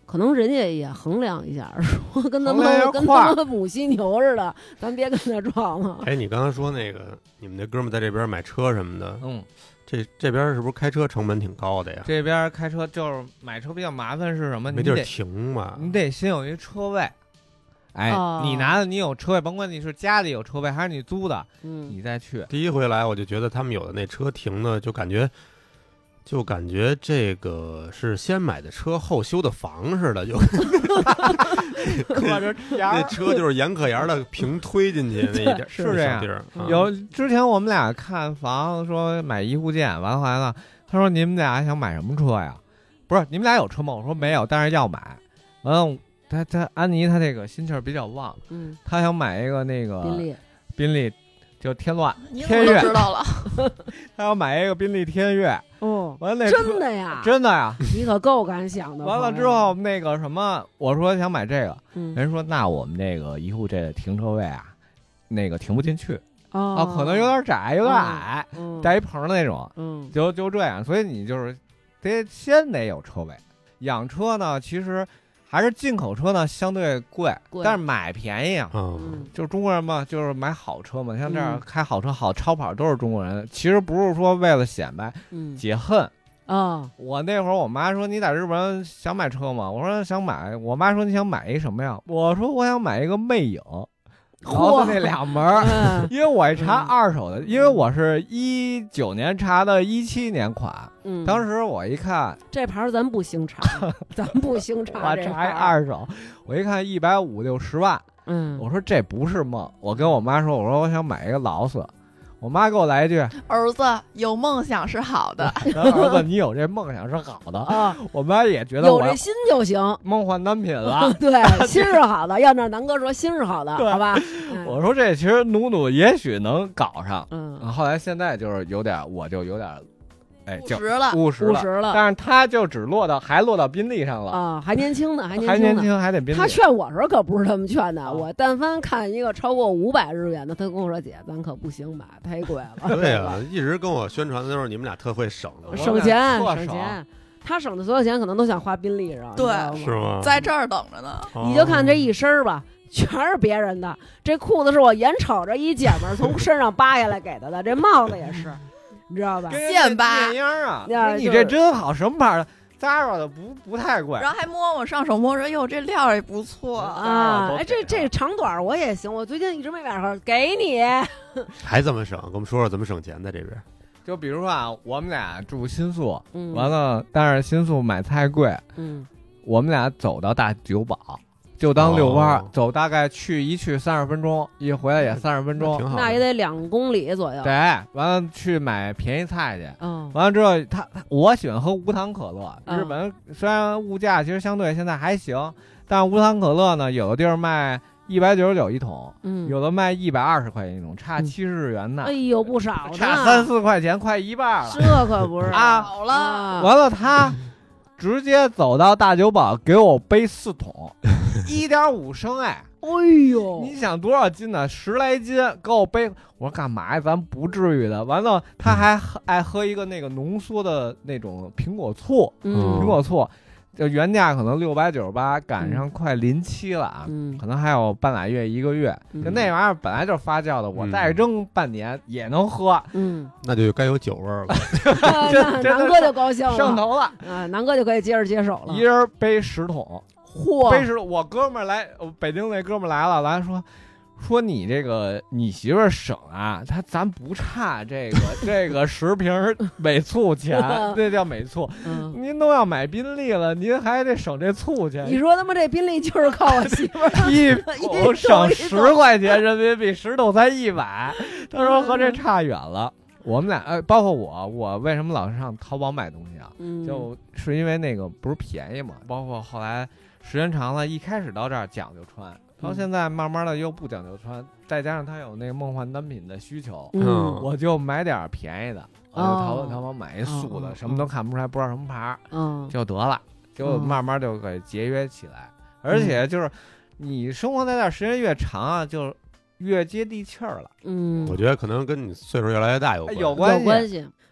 可能人家也衡量一下，说跟他衡量一下们跟块儿他们母犀牛似的，咱别跟他撞了。 哎，你刚才说那个你们那哥们在这边买车什么的， 嗯， 这这边是不是开车成本挺高的呀？ 这边开车就是买车比较麻烦是什么？ 没地儿你得停嘛。 你得先有一车位。哎， 哦你拿的你有车位，甭管你是家里有车位还是你租的， 嗯， 你再去。 第一回来我就觉得他们有的那车停的就感觉。就感觉这个是先买的车后修的房似的，就可着那车就是严可严的平推进去那一点是这样地儿。啊有之前我们俩看房说买一户建，完了后来呢，他说你们俩想买什么车呀？不是你们俩有车吗？我说没有，但是要买。完了，他他安妮他这个心气儿比较旺， 嗯， 他想买一个那个宾利， 宾利，就天乱你怎么都天悦， 知道了？ 他要买一个宾利天悦。 哦， 完了那车真的呀， 真的呀。 你可够敢想的。 完了之后那个什么，我说想买这个， 嗯， 人说那我们这个一户这个停车位啊，那个停不进去哦啊，可能有点窄，有点矮， 嗯带一棚的那种， 嗯就就这样。所以你就是得先得有车位。养车呢，其实还是进口车呢相对贵， 贵但是买便宜啊。 嗯， 嗯就是中国人嘛，就是买好车嘛，像这样嗯开好车、好超跑都是中国人。其实不是说为了显摆嗯解恨。 啊我那会儿我妈说你在日本想买车吗？我说想买。我妈说你想买一什么呀？我说我想买一个魅影，然后那两门儿。 嗯因为我一查嗯二手的，因为我是一九年查的一七年款， 嗯， 当时我一看， 这牌儿咱不兴查，咱不兴查我查一这牌儿。 二手，我一看一百五六十万， 嗯， 我说这不是梦。我跟我妈说，我说我想买一个劳斯，我妈给我来一句， 儿子有梦想是好的， 咱儿子你有这梦想是好的。 啊， 我妈也觉得我有这心就行。 梦幻单品了。 对，心是好的，要让南哥说心是好的， 对好吧？嗯我说这其实努努也许能搞上。 嗯， 后来现在就是有点，我就有点，哎，就务实了。 务实了。 务实了但是他就只落到还落到宾利上了， 啊，还年轻呢，还还年轻呢。 年轻还得宾利。 他劝我时候可不是这么劝的， 啊我但凡看一个超过五百日元的，他跟我说：“姐，咱可不行买，太贵了。” 对呀、一直跟我宣传的都是你们俩特会省的， 们省钱特省省钱。他省的所有钱可能都想花宾利上， 对你知道吗是吗？ 在这儿等着呢。 你就看这一身儿吧，全是别人的。这裤子是我眼瞅着一姐们儿从身上扒下来给他的，这帽子也是，你知道吧？ 跟现扒电样啊！你呀就是这真好，什么牌的？Zara 的不不太贵。 然后还摸我上手摸着，哟，这料儿也不错。 啊，哎，这都给这长短儿我也行，我最近一直没买盒，给你。 还怎么省？跟我们说说怎么省钱在这边。 就比如说啊，我们俩住新宿， 嗯， 完，了，但是新宿买菜贵， 嗯我们俩走到大久保，就当遛弯儿， 哦走大概去一去三十分钟，一回来也三十分钟。 挺好的， 那也得两公里左右。 对，完了去买便宜菜去。 嗯， 完了之后，他他我喜欢喝无糖可乐。 嗯日本虽然物价其实相对现在还行，但无糖可乐呢，有的地儿卖一百九十九一桶， 嗯， 有的卖一百二十块钱一桶，差嗯七十日元呢， 哎呦不少呢， 差三四块钱，快一半了。 这可不是啊好了， 啊完了，他直接走到大久保给我背四桶，一点五升，哎， 哎呦， 你想多少斤呢？十来斤，给我背。我说干嘛呀？咱不至于的。完了，他还喝爱喝一个那个浓缩的那种苹果醋， 嗯苹果醋，就原价可能六百九十八，赶上快临期了啊。 嗯可能还有半拉月一个月， 嗯就那玩意儿本来就是发酵的，我嗯再扔半年也能喝， 嗯， 那就该有酒味儿了。 那真的南哥就高兴了， 上头了。 啊，南哥就可以接着接手了一。人背十桶， 嚯， 背十，我哥们儿来，呃北京那哥们儿来了，来说说你这个你媳妇儿省啊，他咱不差这个这个十瓶美醋钱，这叫美醋， 嗯， 您都要买宾利了，您还得省这醋钱， 你说他妈这宾利就是靠我媳妇儿一一桶省一十块钱人民币，十桶才一百，他说和这差远了。我们俩，呃，包括我，我为什么老是上淘宝买东西啊？ 嗯， 就是因为那个不是便宜嘛，包括后来时间长了，一开始到这儿讲究穿，到现在慢慢的又不讲究穿，再加上他有那个梦幻单品的需求， 嗯我就买点便宜的，我就淘宝哦淘宝买一素哦哦的，什么都看不出来，不知道什么牌儿嗯， 就得了，就嗯慢慢就给节约起来，而且就是你生活在这儿时间越长啊，就越接地气儿了。 嗯， 我觉得可能跟你岁数越来越大有关。 有关系有关系。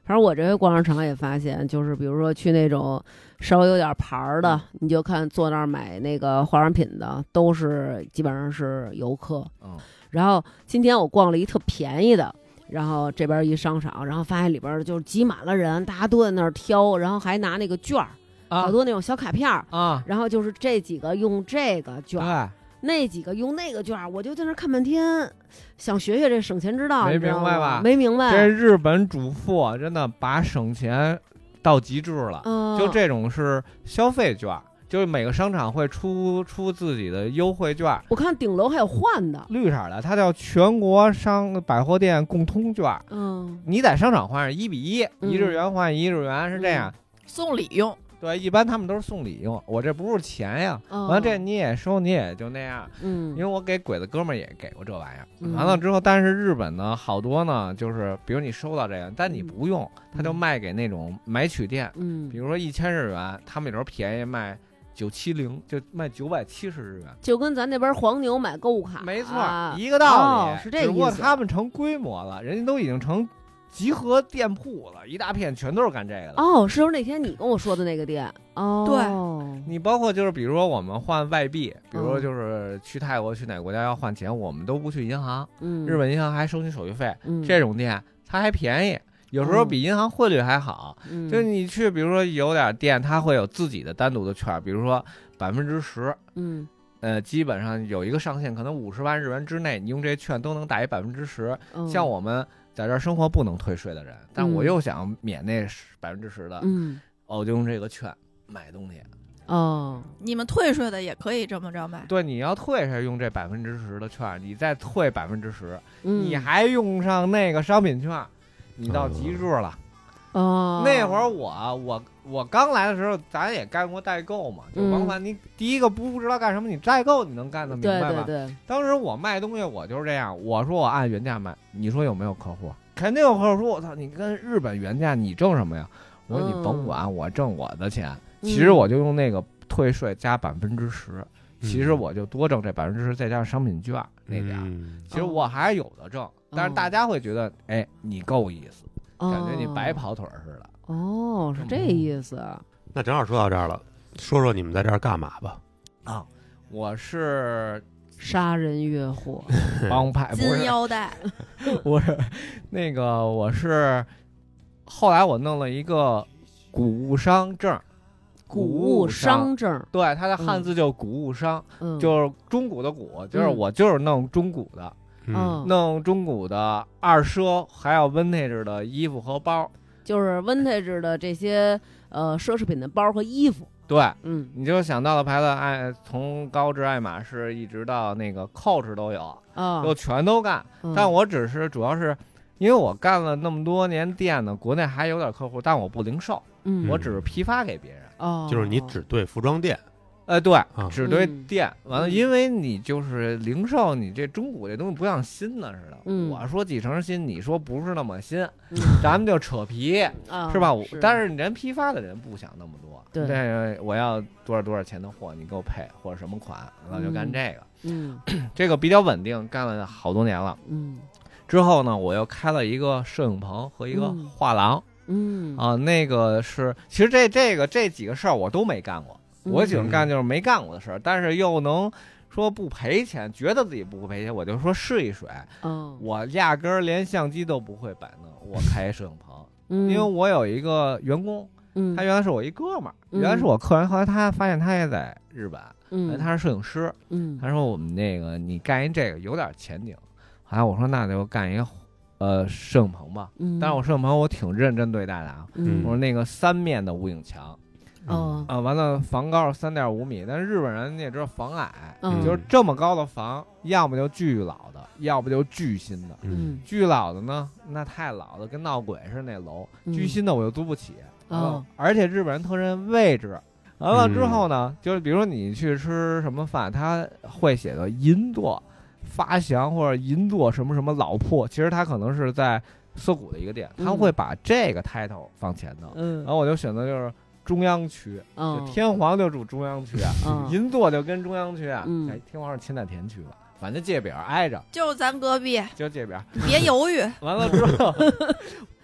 反正我这回逛商场也发现，就是比如说去那种稍微有点牌儿的，你就看坐那儿买那个化妆品的，都是基本上是游客。 嗯， 然后今天我逛了一特便宜的，然后这边一商场，然后发现里边就挤满了人，大家都在那儿挑，然后还拿那个券儿， 啊好多那种小卡片儿， 啊， 然后就是这几个用这个券儿， 对。 那几个用那个券儿，我就在那儿看半天，想学学这省钱之道， 没你知道吗明白吧没明白。 这日本主妇真的把省钱到极致了， 嗯， 就这种是消费券，就是每个商场会出出自己的优惠券， 我看顶楼还有换的， 绿色的，它叫全国商百货店共通券。 嗯， 你在商场换是一比一， 嗯一日元换一日元是这样。 送礼用。 对，一般他们都是送礼用，我这不是钱呀。 哦完了这你也收，你也就那样。 嗯， 因为我给鬼子哥们儿也给过这玩意儿， 嗯完了之后，但是日本呢，好多呢，就是比如你收到这个，但你不用，他就卖给那种买取店， 嗯， 比如说一千日元，他们有时候便宜卖九七零，就卖九百七十日元， 就跟咱那边黄牛买购物卡， 没错， 啊、 一个道理， 哦、是这只不过意思。 他们成规模了，人家都已经成集合店铺了，一大片全都是干这个的。 哦，是不是那天你跟我说的那个店？哦， 对， 你包括就是比如说我们换外币，比如说嗯就是去泰国去哪个国家要换钱，我们都不去银行， 嗯， 日本银行还收你手续费， 嗯这种店它还便宜，有时候比银行汇率还好。 嗯就你去，比如说有点店，它会有自己的单独的券，比如说百分之十， 嗯呃，基本上有一个上限，可能五十万日元之内，你用这券都能打一百分之十。 嗯像我们在这儿生活不能退税的人，但我嗯又想免那百分之十的， 嗯我就用这个券买东西。 哦你们退税的也可以这么着买。 对，你要退是用这百分之十的券，你再退百分之十， 嗯你还用上那个商品券，你到极致了。 哦那会儿我我我刚来的时候，咱也干过代购嘛，就嗯甭管你第一个不知道干什么，你代购你能干得明对白吧？ 对对， 当时我卖东西我就是这样，我说我按原价卖，你说有没有客户？肯定有客户说，我操，你跟日本原价你挣什么呀？我说你甭管，我挣我的钱。 嗯其实我就用那个退税加百分之十，其实我就多挣这百分之十，再加上商品券那点儿， 嗯其实我还是有的挣。但是大家会觉得，哎，你够意思，感觉你白跑腿儿似的。 哦，是这意思。 那正好说到这儿了，说说你们在这儿干嘛吧？ 啊，我是杀人越货， 帮派，不金是腰带， 不是那个，我是后来我弄了一个谷物商证， 谷物商， 商证， 对，它的汉字就谷物商， 嗯， 就是中古的古，就是嗯我就是弄中古的， 嗯， 弄中古的二奢，还有 vintage 的衣服和包。 就是 vintage 的这些呃奢侈品的包和衣服， 对， 嗯你就想到了牌子，爱从高至爱马仕一直到那个 Coach 都有， 啊， 就全都干。 嗯但我只是主要是因为我干了那么多年店呢，国内还有点客户，但我不零售， 嗯我只是批发给别人。 哦， 就是你只对服装店， 呃，对， 啊只对嗯店。完了， 嗯因为你就是零售，你这中古这东西不像新的似的。 嗯我说几成新，你说不是那么新， 嗯咱们就扯皮， 啊是吧？我是但是人批发的人不想那么多。 对这我要多少多少钱的货，你给我配或者什么款，然后就干这个。 嗯这个比较稳定，干了好多年了。 嗯之后呢，我又开了一个摄影棚和一个嗯画廊。 嗯啊，那个是，其实这这个这几个事儿我都没干过， 嗯我喜欢干就是没干过的事儿，但是又能说不赔钱，觉得自己不赔钱，我就说试一水。 哦， 我压根儿连相机都不会摆弄，我开摄影棚， 嗯因为我有一个员工， 嗯他原来是我一哥们儿， 嗯原来是我客人，后来他发现他也在日本， 嗯他是摄影师， 嗯他说我们那个你干一这个有点前景，后来我说那就干一个呃摄影棚吧， 嗯， 但是我摄影棚我挺认真对待的啊。 嗯我说那个三面的无影墙哦啊，完了房高三点五米，但是日本人你也知道房矮， 嗯就是这么高的房，要么就巨老的，要不就巨新的。 嗯巨老的呢，那太老的跟闹鬼似的那楼， 嗯巨新的我又租不起。完了哦而且日本人特认位置。完了之后呢，就是比如说你去吃什么饭，他会写个银座发祥或者银座什么什么老铺，其实他可能是在涩谷的一个店，他会把这个 title 放前头。 嗯然后我就选择就是中央区， 哦就天皇就住中央区啊， 嗯银座就跟中央区啊， 嗯哎，天皇是千代田区吧，反正界表挨着， 就咱隔壁， 就界表。 你别犹豫。 完了之后，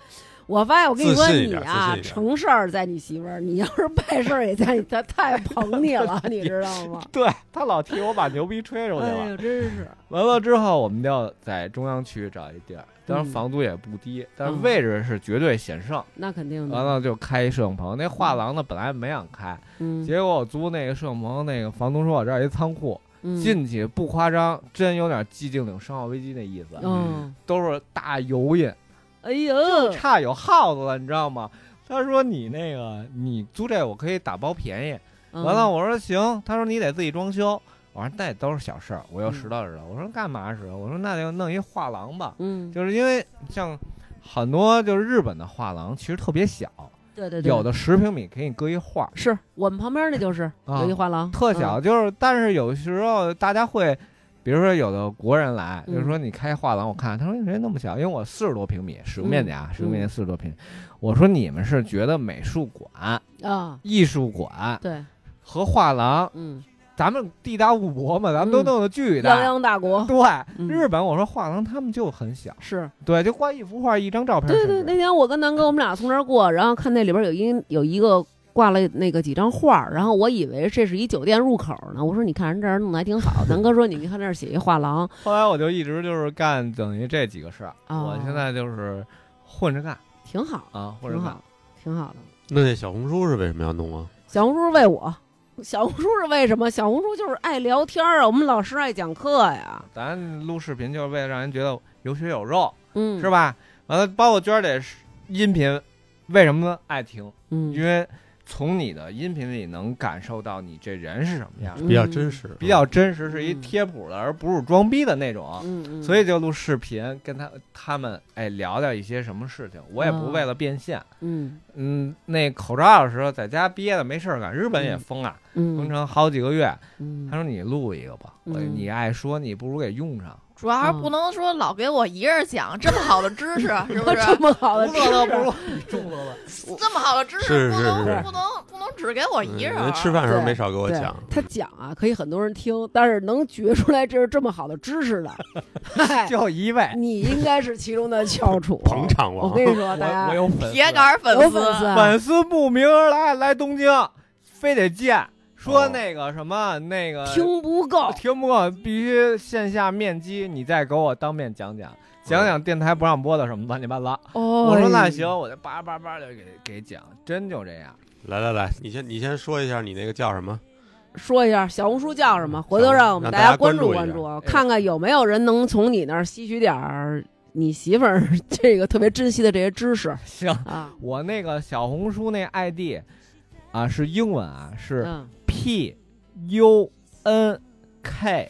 我发现我跟你说自信一点你啊， 自信一点成事儿在你媳妇儿，你要是败事儿也在你，他太捧你了，你知道吗？ 对他老替我把牛逼吹出去了。 哎呦，真是， 完了之后，我们就在中央区找一地儿，当然嗯房租也不低，但是嗯位置是绝对险胜。 那肯定的。 完了就开一摄影棚，那画廊呢本来没想开， 嗯， 结果我租那个摄影棚，那个房东说我这儿有一仓库， 嗯进去不夸张，真有点寂静岭生化危机那意思， 嗯， 都是大油印， 哎呦， 就差有耗子了，你知道吗？他说你那个你租这我可以打包便宜， 嗯完了我说行，他说你得自己装修，我说那都是小事儿，我又拾掇拾掇，我说干嘛使？我说那就弄一画廊吧， 嗯， 就是因为像很多就是日本的画廊其实特别小， 对对对， 有的十平米给你搁一画， 是我们旁边那就是啊有一画廊， 特小， 嗯， 就是但是有时候大家会。比如说，有的国人来， 嗯就是说你开画廊，我看他说你这那么小，因为我四十多平米，使用面积啊，使用面积四十多平米。我说你们是觉得美术馆、 啊， 艺术馆对， 和画廊， 嗯， 咱们地大物博嘛，咱们都嗯弄得巨大。 泱泱大国对， 嗯日本我说画廊他们就很小， 是。 对，就挂一幅画、一张照片。 对对， 甚至那天我跟南哥我们俩从这儿过，然后看那里边有一有一个挂了那个几张画，然后我以为这是一酒店入口呢。我说你看人这儿弄得还挺好。南哥说你看这儿写一画廊， 后来我就一直就是干等于这几个事儿， 哦我现在就是混着干挺好， 啊，混着干挺好。，挺好的。 那那小红书是为什么要弄啊？ 小红书为我，小红书是为什么？小红书就是爱聊天啊，我们老师爱讲课呀， 咱录视频就是为了让人觉得有血有肉， 嗯， 是？吧？完了，包括娟儿这音频，为什么呢？爱听， 嗯， 因为从你的音频里能感受到你这人是什么样的， 比较真实， 比较真实，是一嗯贴谱的，而不是装逼的那种。 嗯嗯， 所以就录视频，跟他他们哎聊聊一些什么事情。我也不为了变现， 嗯嗯，那口罩的时候在家憋的没事儿干，日本也封啊，封嗯成好几个月。 嗯， 他说你录一个吧，我嗯你爱说你不如给用上。 主要是不能说老给我一人讲这么好的知识，是不是？ 这么好的知识， 乐乐不如你中乐乐。 这么好的知识是是不能是不能不能只给我一人嗯儿。 吃饭的时候对没少给我对讲。 他讲啊，可以很多人听，但是能觉出来这是这么好的知识的，嗨， 就一位， 你应该是其中的翘楚。 捧场王我跟你说，大我家我有粉丝， 铁杆粉丝， 有粉丝啊， 粉丝慕名而来，来东京，非得见，说哦那个什么那个听不够， 听不够，必须线下面基，你再给我当面讲讲，讲讲电台不让播的什么乱七八糟。 哦， 我说那行，我就叭叭叭的给给讲，真就这样。 来来来，你先你先说一下你那个叫什么？ 说一下小红书叫什么，回头让我们让大家关注关注一下注，看看有没有人能从你那儿吸取点儿你媳妇儿这个特别珍惜的这些知识行， 啊。 我那个小红书那 I D 啊是英文啊，是嗯 P U N K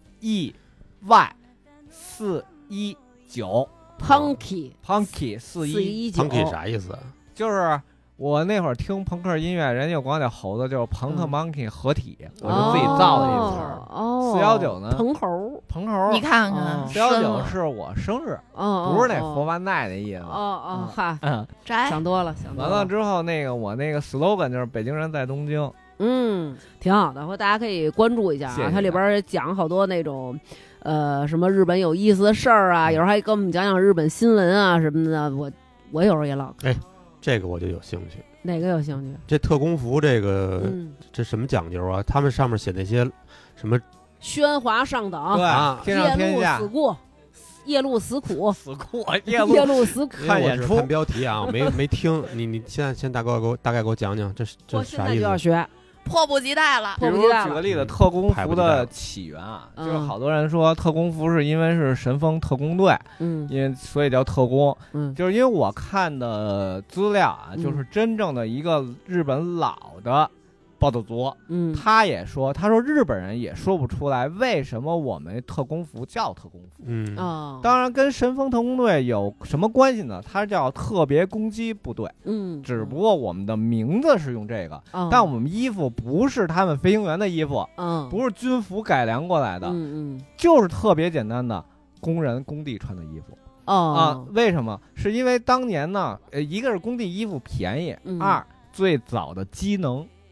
E Y 四一九 ，Punky Punky 四四一， 一九 Punky 啥意思啊？ 就是我那会儿听朋克音乐，人家有管我叫猴子，就是朋克嗯 monkey 合体，我就自己造的这词儿。 哦， 四幺九呢彭猴， 朋猴， 你看哦看， 四幺九深了是我生日， 哦， 不是那哦佛万奈的意思。 哦哦，嗨， 嗯， 宅想多了，想多完了之后，那个我那个 slogan 就是北京人在东京。 嗯，挺好的，或大家可以关注一下啊， 谢谢它里边儿讲好多那种。呃，什么日本有意思的事儿啊，有时候还跟我们讲讲日本新闻啊什么的。我我有时候也老看， 这个我就有兴趣。 哪个有兴趣？ 这特工服这个、 嗯， 这什么讲究啊？他们上面写那些什么喧哗上等， 对啊， 天上天下夜路死过，夜路死苦， 死酷，夜路夜路死苦。 看演出因为我是看标题啊，我没没听。你你现在先大概给我大概给我讲讲，这是这我现在是啥意思？ 就要学， 迫不及待了。 比如迫不及待了。 举个例子，特工服的起源啊， 嗯就是好多人说特工服是因为是神风特工队， 嗯因为所以叫特工。 嗯就是因为我看的资料啊， 嗯就是真正的一个日本老的暴走族， 嗯他也说，他说日本人也说不出来为什么我们特工服叫特工服。 嗯哦， 当然，跟神风特工队有什么关系呢？它叫特别攻击部队， 嗯， 只不过我们的名字是用这个， 哦但我们衣服不是他们飞行员的衣服， 嗯不是军服改良过来的， 嗯嗯就是特别简单的工人工地穿的衣服。啊哦， 为什么？是因为当年呢，呃，一个是工地衣服便宜， 嗯二最早的机能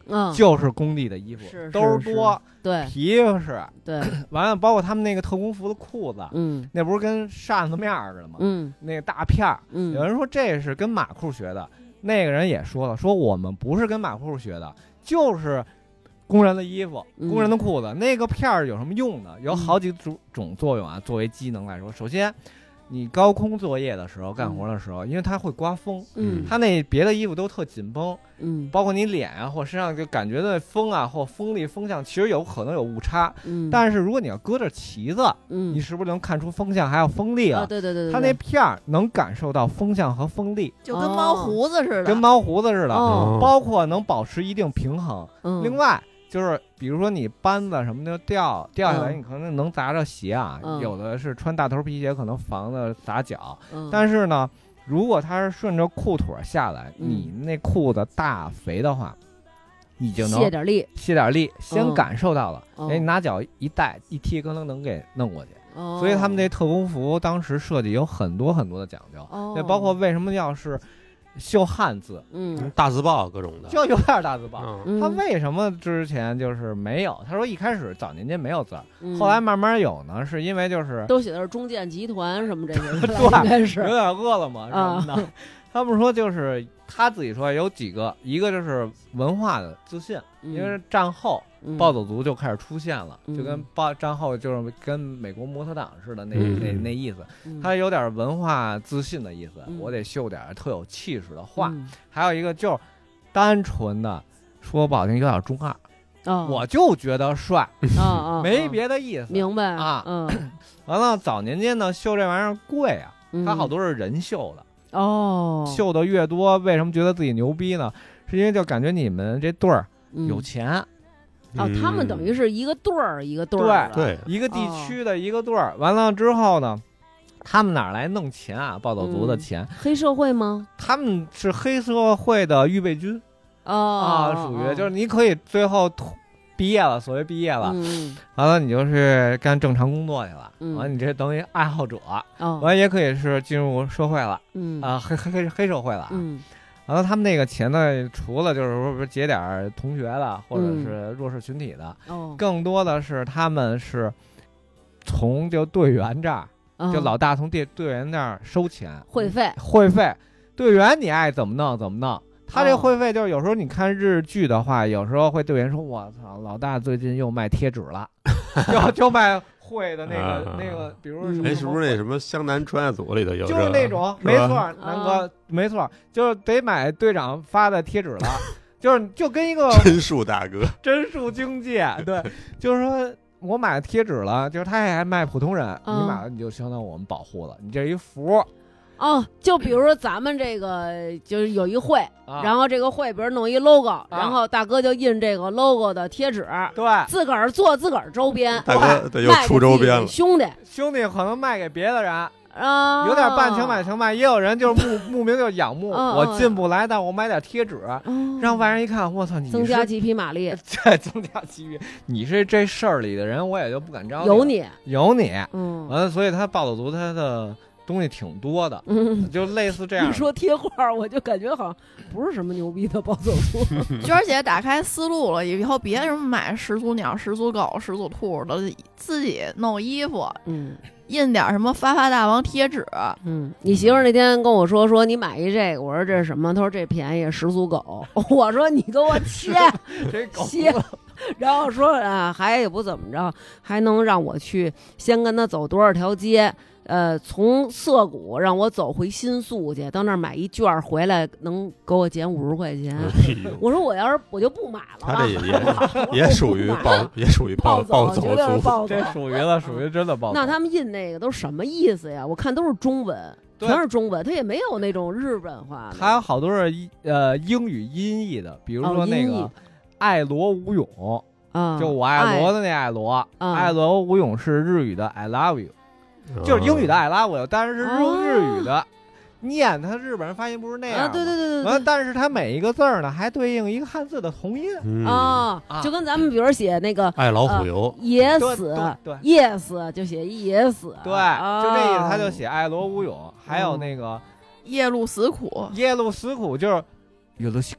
嗯， 就是工地的衣服， 是兜是多， 对皮是， 对， 完了包括他们那个特工服的裤子， 嗯那不是跟扇子面儿似的吗？ 嗯那个大片儿，有嗯人说这是跟马库学的，那个人也说了，说我们不是跟马库学的，就是工人的衣服、 嗯工人的裤子。那个片儿有什么用呢？有好几种种作用啊。作为机能来说，首先，你高空作业的时候、干活的时候，因为它会刮风， 嗯它那别的衣服都特紧绷， 嗯包括你脸啊或身上就感觉的风啊或风力、风向，其实有可能有误差。 嗯， 但是如果你要搁着旗子， 嗯你是不是能看出风向还有风力啊， 啊？ 对对对对， 它那片儿能感受到风向和风力， 就跟猫胡子似的， 跟猫胡子似的， 哦包括能保持一定平衡。 嗯另外就是，比如说你扳子什么的掉掉下来， 嗯你可能能砸着鞋啊。 嗯有的是穿大头皮鞋，可能防的砸脚。 嗯， 但是呢，如果它是顺着裤腿下来， 嗯你那裤子大肥的话，你就能卸点力， 卸点力，先嗯感受到了。 哦哎，你拿脚一带一踢，可能能给弄过去。 哦所以他们这特工服当时设计有很多很多的讲究。 哦， 对，包括为什么要是绣汉字， 嗯大字报各种的， 就有点大字报。 嗯嗯， 他为什么之前就是没有？他说一开始早年间没有字儿， 嗯后来慢慢有呢，是因为就是都写的是中建集团什么这些， 对应该是有点饿了么什么的。他们说就是他自己说有几个，一个就是文化的自信，因为战后嗯暴走族就开始出现了， 嗯就跟暴战后就是跟美国模特党似的那嗯那那意思， 嗯他有点文化自信的意思， 嗯我得绣点特有气势的画。 嗯还有一个就是单纯的说不好听，有点中二， 哦我就觉得帅， 啊啊没别的意思。 明白啊嗯， 完了，早年间呢，绣这玩意儿贵啊， 嗯它好多是人绣的， 哦， 绣的越多，为什么觉得自己牛逼呢？是因为就感觉你们这队儿嗯有钱， 哦，他们等于是是一个队儿一个队儿的， 对， 一个地区的一个队儿。完了之后呢，他们哪来弄钱啊？暴走族的嗯钱， 黑社会吗？ 他们是黑社会的预备军哦啊，属于就是你可以最后突毕业了，所谓毕业了， 嗯完了你就是干正常工作去了， 嗯完了你这等于爱好者， 哦完了也可以是进入社会了嗯啊，黑黑黑黑社会了啊。 嗯完了，他们那个钱呢，除了就是说不是结点儿同学的，或者嗯是弱势群体的， 哦， 更多的是他们是从就队员这儿，就嗯老大从队队员那儿收钱会费会费，队员你爱怎么弄怎么弄。他这哦会费就是有时候你看日剧的话，有时候会队员说：“我操，老大最近又卖贴纸了，就就卖会的那啊个那个，比如说嗯什么哎，是不是那什么湘南专业组里头有这个？ 就是那种， 是吧没错，南哥，没错，就是得买队长发的贴纸了，就是就跟一个真树大哥， 真数经济，对，就是说我买贴纸了，就是他也还卖普通人， 嗯你买了你就相当于我们保护了，你这一符哦，就比如说咱们这个就是有一会， 啊， 然后这个会比如弄一 logo，然后大哥就印这个 logo 的贴纸， 对， 自个儿做自个儿周边， 大哥对又卖给自己出周边了， 兄弟兄弟可能卖给别的人， 啊， 有点半情半情卖，也有人就是慕慕名就是仰慕， 嗯我进不来，但我买点贴纸， 哦让外人一看，我操，你是增加几匹马力， 这增加机遇，你是这事儿里的人，我也就不敢招了有你， 有你， 嗯完了，所以他暴走族他的东西挺多的， 嗯。 就类似这样的。 一说贴画儿，我就感觉好像不是什么牛逼的暴走族。 娟儿姐打开思路了，以后别什么买始祖鸟、始祖狗、始祖兔的，自己弄衣服， 嗯印点什么发发大王贴纸， 嗯，你媳妇儿那天跟我说说你买一这个，我说这是什么？她说这便宜，始祖狗。我说你给我切这狗切，然后说啊还也不怎么着，还能让我去先跟他走多少条街。呃，从涩谷让我走回新宿去，到那儿买一券儿回来，能给我减五十块钱。 哎呦我说我要是我就不买了吧。 他这也我也也属于我不买暴，也属于暴暴走绝对是族。 暴走这。属于了，属于真的暴走。 那他们印那个都什么意思呀？我看都是中文， 对全是中文，他也没有那种日本话的。 还有好多是一呃英语音译的，比如说那个哦音译爱罗无勇， 啊， 就我爱罗的那爱罗， 嗯爱罗无勇是日语的 I love you，就是英语的 I love you，但是是哦日日语的念，它日本人发音不是那样啊， 吗。 对对对对完了， 对。 但是它每一个字儿呢，还对应一个汉字的同音。 嗯， 啊， 啊就跟咱们比如写那个爱老虎油， 野对死对对 ，yes 就写野死， 对， 啊就这意思，他就写爱罗无勇。还有那个夜路死苦， 耶路死苦，就是有的西苦，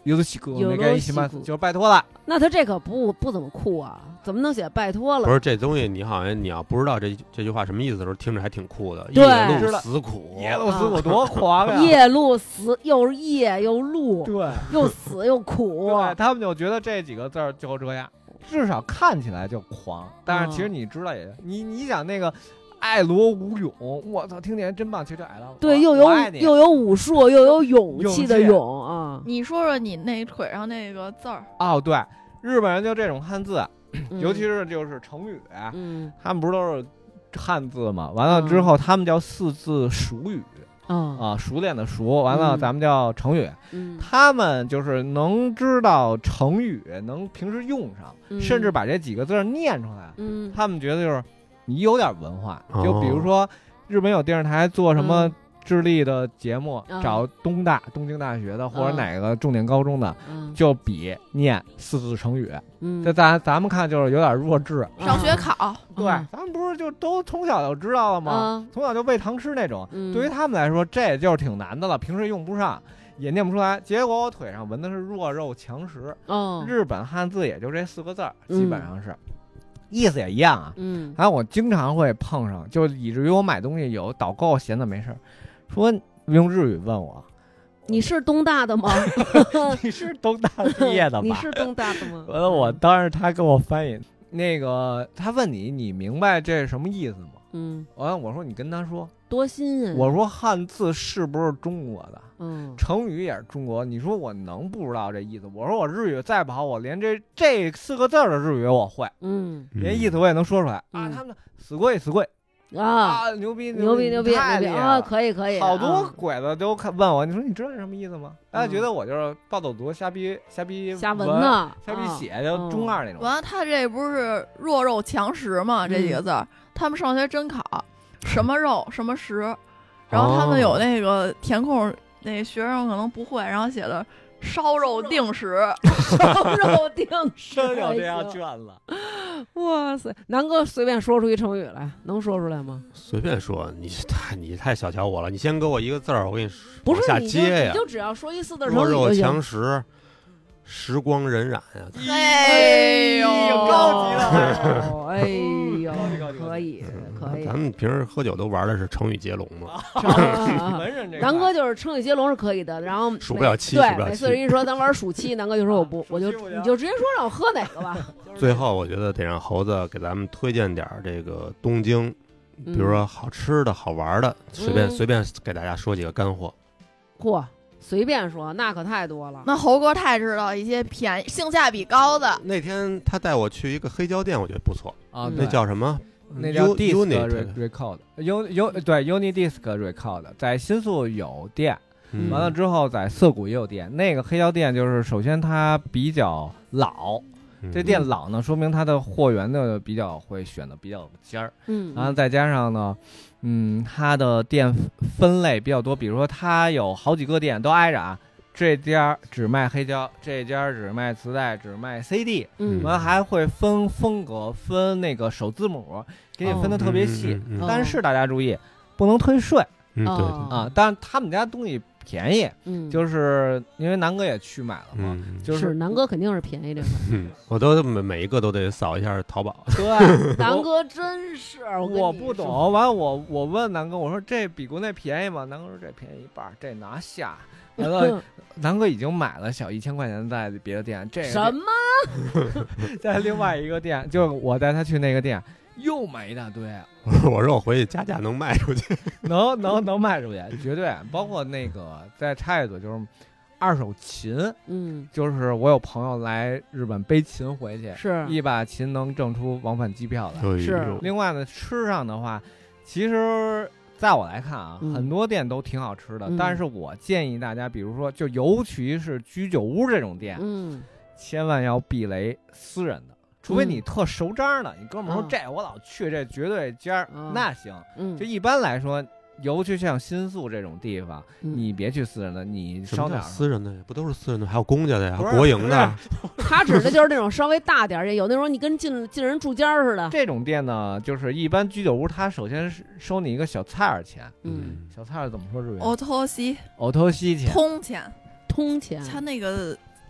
有的西哥有那个一起嘛， 西就是拜托了。 那他这可不不怎么酷啊，怎么能写拜托了？ 不是这东西，你好像你要不知道这这句话什么意思的时候，听着还挺酷的。 对夜路知道死苦， 耶路死我多狂呀！ 夜路死又夜又路， 对又死又苦。 对，他们就觉得这几个字儿就这样，至少看起来就狂，但是其实你知道也，你你想那个爱罗无勇，我操，听起来真棒，其实就爱了。 对，又有我爱你又有武术，又有勇气的勇气勇啊！ 你说说你那腿上那个字儿， 哦，对，日本人就这种汉字， 嗯尤其是就是成语， 嗯他们不是都是汉字嘛？完了之后，他们叫四字熟语哦啊，熟练的熟，完了嗯咱们叫成语。 嗯， 他们就是能知道成语，能平时用上， 嗯甚至把这几个字儿念出来。 嗯他们觉得就是你有点文化， 哦就比如说日本有电视台做什么嗯智力的节目， 嗯找东大、东京大学的或者嗯哪个重点高中的， 嗯就比念四字成语。 嗯， 这咱咱们看就是有点弱智。 上学考， 对，咱们不是就都从小就知道了吗？ 啊， 从小就背唐诗那种。 嗯对于他们来说，这就是挺难的了，平时用不上，也念不出来。结果我腿上纹的是弱肉强食， 哦， 日本汉字也就这四个字儿， 嗯基本上是，意思也一样啊。 嗯还有我经常会碰上，就以至于我买东西有导购闲的没事儿，说用日语问我， 你是东大的吗？ 你是东大毕业的吧？ 你是东大的吗？ 完了，我当时他给我翻译，那个他问你，你明白这是什么意思吗？ 嗯， 完了，我说你跟他说， 多新鲜！ 我说汉字是不是中国的？ 嗯成语也是中国，你说我能不知道这意思？我说我日语再不好，我连这这四个字儿的日语我会， 嗯连意思我也能说出来、 嗯啊。他们死贵死贵啊， 啊，牛逼牛逼牛逼太厉害牛逼啊！ 了！ 可以可以， 好多啊鬼子都看问我，你说你知道这什么意思吗？大家嗯觉得我就是暴走族，瞎逼瞎逼瞎文闻呢， 瞎逼啊写，就中二那种。 完了他这不是弱肉强食吗？这几个字儿，他们上学真考什么肉什么食，然后他们有那个填空，那学生可能不会，然后写的烧肉定时， 烧肉定时， 真有这样还行卷子， 哇塞，南哥随便说出一成语来，能说出来吗？ 随便说，你太你太小瞧我了。你先给我一个字儿，我给你不是往下你就接呀你。就只要说一四字成弱肉语就行。 强食，时光荏苒呀。 哎呦高级了哦哎呦高级高级， 可以可以。 咱们平时喝酒都玩的是成语接龙嘛， 啊文人这南哥就是成语接龙是可以的，然后数每不了七数不对， 了七每次人一说咱玩数七，南哥就说我不，我就数七不行你就直接说让我喝哪个吧。 最后我觉得得让猴子给咱们推荐点儿这个东京，比如说好吃的好玩的，随便嗯随便给大家说几个干货。 嚯，随便说，那可太多了。 那猴哥太知道一些便宜、性价比高的。 那天他带我去一个黑胶店，我觉得不错， 啊， 那叫什么？ 那叫 U- Disc Unit Record，U U 对 Unidisc Record，在新宿有店， 嗯完了之后在涩谷也有店。那个黑胶店就是首先它比较老， 嗯这店老呢，说明它的货源的比较会选的比较尖儿， 嗯， 然后再加上呢，嗯，它的店分类比较多，比如说它有好几个店都挨着啊。这家只卖黑胶，这家只卖磁带，只卖 C D， 嗯完了还会分风格，分那个首字母，给你分的特别细。 嗯嗯嗯哦但是大家注意，不能退税嗯，对哦对， 啊！但是他们家东西便宜， 嗯， 就是因为南哥也去买了嘛， 嗯， 就是南哥肯定是便宜这块。 嗯，我都每每一个都得扫一下淘宝。 对， 南哥真是，我跟我你说， 不懂。完了我我问南哥，我说这比国内便宜吗？南哥说这便宜一半，这拿下。完了，南哥已经买了小一千块钱在别的店，这个什么？ 在另外一个店，就是我带他去那个店，又买一大堆， 我说我回去加价能卖出去。 能能能卖出去，绝对。包括那个再插一嘴，就是二手琴， 嗯， 就是我有朋友来日本背琴回去， 是一把琴能挣出往返机票来。 是哎呦另外呢，吃上的话，其实在我来看啊， 嗯很多店都挺好吃的， 嗯但是我建议大家，比如说，就尤其是居酒屋这种店， 嗯千万要避雷私人的。除非你嗯特熟章的，你哥们儿说嗯这我老去，这绝对尖儿， 嗯那行。 嗯， 就一般来说，尤其像新宿这种地方， 嗯你别去私人的，你什么叫烧哪儿？ 私人的呀？不都是私人的，还有公家的呀， 不是国营的。 他指的就是那种稍微大点儿，有那种你跟进进人住家儿似的。 这种店呢，就是一般居酒屋，它首先是收你一个小菜儿钱。 嗯， 小菜儿怎么说日语？ 哦，托西偶头西钱。 通钱， 通钱， 他那个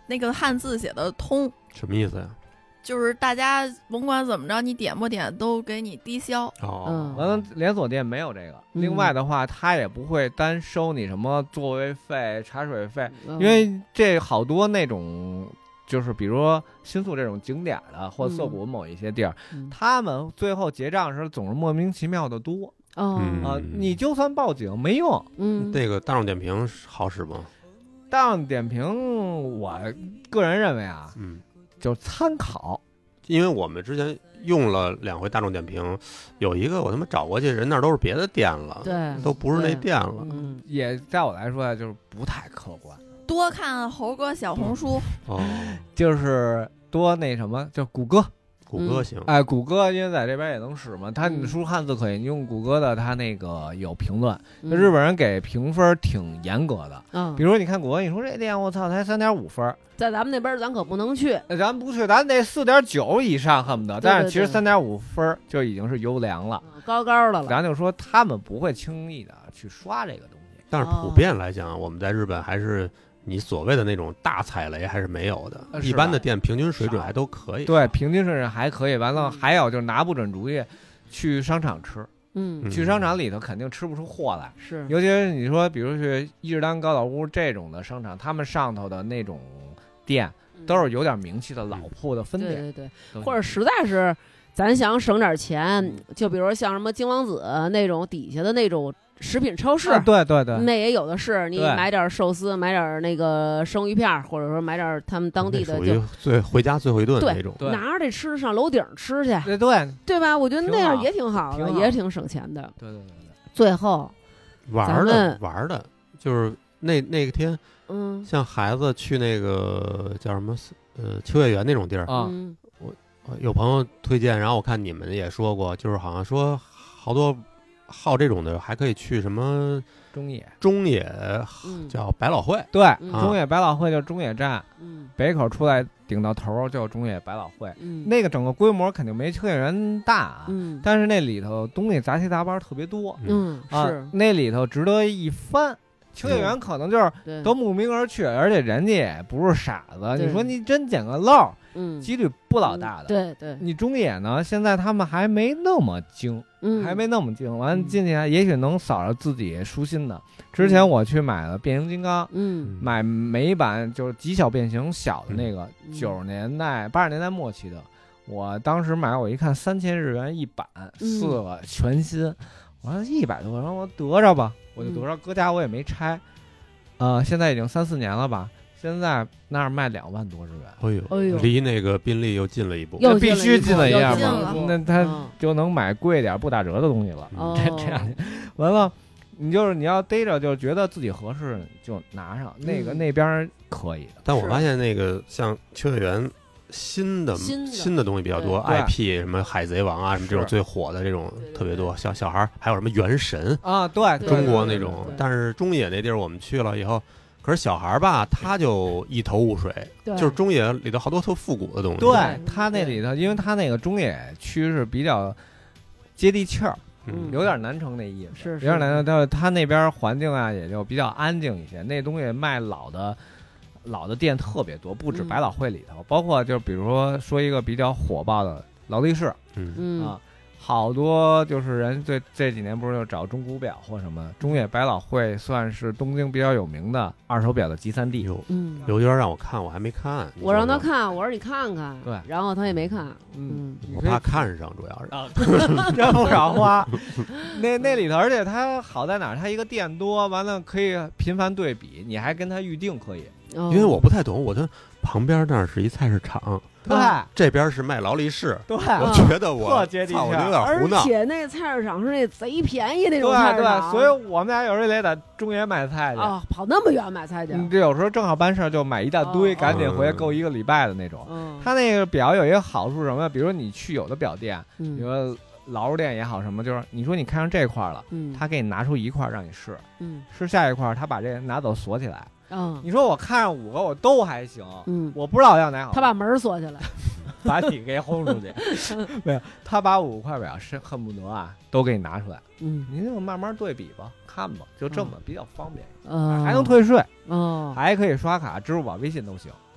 那个汉字写的通， 什么意思呀？ 就是大家甭管怎么着，你点不点都给你低消。 哦， 嗯完了，连锁店没有这个。 嗯另外的话，他也不会单收你什么座位费、茶水费， 嗯因为这好多那种。就是比如说新宿这种景点的，或涩谷某一些地儿， 嗯他们最后结账时总是莫名其妙的多哦嗯啊、你就算报警没用。 嗯那个大众点评好使吗？ 大众点评，我个人认为啊， 嗯， 就参考。 因为我们之前用了两回大众点评，有一个我他妈找过去，人那都是别的店了， 对都不是那店了。 嗯也在我来说啊，就是不太客观， 多看猴哥小红书， 哦， 就是多那什么，就谷歌。 谷歌行， 哎，谷歌因为在这边也能使嘛，它嗯你输入汉字可以，你用谷歌的，它那个有评论。 嗯日本人给评分挺严格的， 嗯比如说你看谷歌，你说这店我操才三点五分， 在咱们那边咱可不能去， 呃咱不去，咱得四点九以上恨不得， 对对但是其实对三点五分就已经是优良了。 嗯高高的了。 咱就说他们不会轻易的去刷这个东西。 但是普遍来讲，我们在日本还是你所谓的那种大踩雷还是没有的， 呃是吧一般的店平均水准还都可以。 对，平均水准还可以。完了， 嗯还有就是拿不准主意，去商场吃， 嗯嗯去商场里头肯定吃不出货来。 是尤其是你说，比如去伊势丹高岛屋这种的商场，他们上头的那种店都是有点名气的老铺的分对店， 对对， 都是或者实在是咱想省点钱，就比如说像什么金王子那种底下的那种食品超市， 啊对对对， 那也有的是。你对买点寿司，买点那个生鱼片儿，或者说买点他们当地的属就于最回家最后一顿对那种。 对拿着这吃上楼顶吃去， 对对对吧？我觉得那挺好样也挺好的， 挺好也挺省钱的。 对对对对， 最后， 玩儿的咱们玩儿的，就是那那个天， 嗯像孩子去那个叫什么呃秋叶原那种地儿， 啊嗯有朋友推荐，然后我看你们也说过，就是好像说好多好这种的还可以去什么中野中野嗯叫百老汇， 对嗯中野百老汇就是中野站， 嗯北口出来顶到头儿就是中野百老汇， 嗯那个整个规模肯定没秋叶原大啊， 嗯但是那里头东西杂七杂八特别多嗯啊是， 那里头值得一翻。秋叶原可能就是对都慕名而去，而且人家也不是傻子。 对你说你真捡个漏， 嗯几率不老大的。 对对你中野呢，现在他们还没那么精， 嗯还没那么精。完嗯进去也许能扫着自己舒心的。之前我去买了变形金刚， 嗯买美版就是极小变形小的那个， 嗯九十年代八十年代末期的。我当时买，我一看三千日元一版， 嗯四个全新，我说一百多，然后我得着吧，我就得着，搁家我也没拆。呃，现在已经三四年了吧？现在那儿卖两万多日元， 哎呦， 哎呦离那个宾利又近了一步。 又那必须进了一步进了一样又进了。 嘛那他嗯就能买贵点不打折的东西了。 哦这这样，完了，你就是你要逮着，就觉得自己合适就拿上，那个嗯那边可以的。 是但我发现那个像秋叶原新的新的东西比较多对 ，I P 什么海贼王啊，什么这种是最火的这种对对特别多。小小孩儿还有什么原神， 啊，对， 对中国对对那种对。 但是中野那地儿我们去了以后，可是小孩儿吧，他就一头雾水， 对就是中野里头好多特复古的东西。 对对他那里头，因为他那个中野区是比较接地气儿， 嗯， 有点南城那意思， 是是有点南城。但是他那边环境啊，也就比较安静一些。那东西卖老的。老的店特别多，不止嗯百老汇里头，包括就比如说说一个比较火爆的劳力士， 嗯， 嗯啊，好多就是人这这几年不是又找中古表或什么，中野百老汇算是东京比较有名的二手表的集散地。 有嗯， 刘娟让我看，我还没看。你我让他说说， 看，我说你看看， 对然后他也没看， 嗯嗯， 我怕看上，主要是。 啊，真不少花。那那里头，而且它好在哪儿？它一个店多，完了可以频繁对比，你还跟他预定可以。 因因为我不太懂，我的旁边那儿是一菜市场， 对这边是卖劳力士， 对我觉得我特接地气儿操，我有点胡而闹。 且那菜市场是那贼便宜那对种菜市对， 场， 所以我们俩有时候得在中野买菜去。 啊，跑那么远买菜去， 你这有时候正好办事儿，就买一大堆， 哦赶紧回来够一个礼拜的那种。 嗯， 它那个表有一个好处是什么？比如说你去有的表店，比嗯如说劳务店也好什么，就是你说你看上这块儿了， 嗯， 他给你拿出一块儿让你试， 嗯试下一块儿他把这个拿走锁起来。 嗯你说我看上五个我都还行， 嗯， 我不知道要哪好， 他把门儿锁起来， 把你给轰出去。没有，他把五块表是恨不得啊都给你拿出来， 嗯你就慢慢对比吧，看吧，就这么比较方便， 呃， 还能退税， 哦， 还可以刷卡、支付宝、微信都行。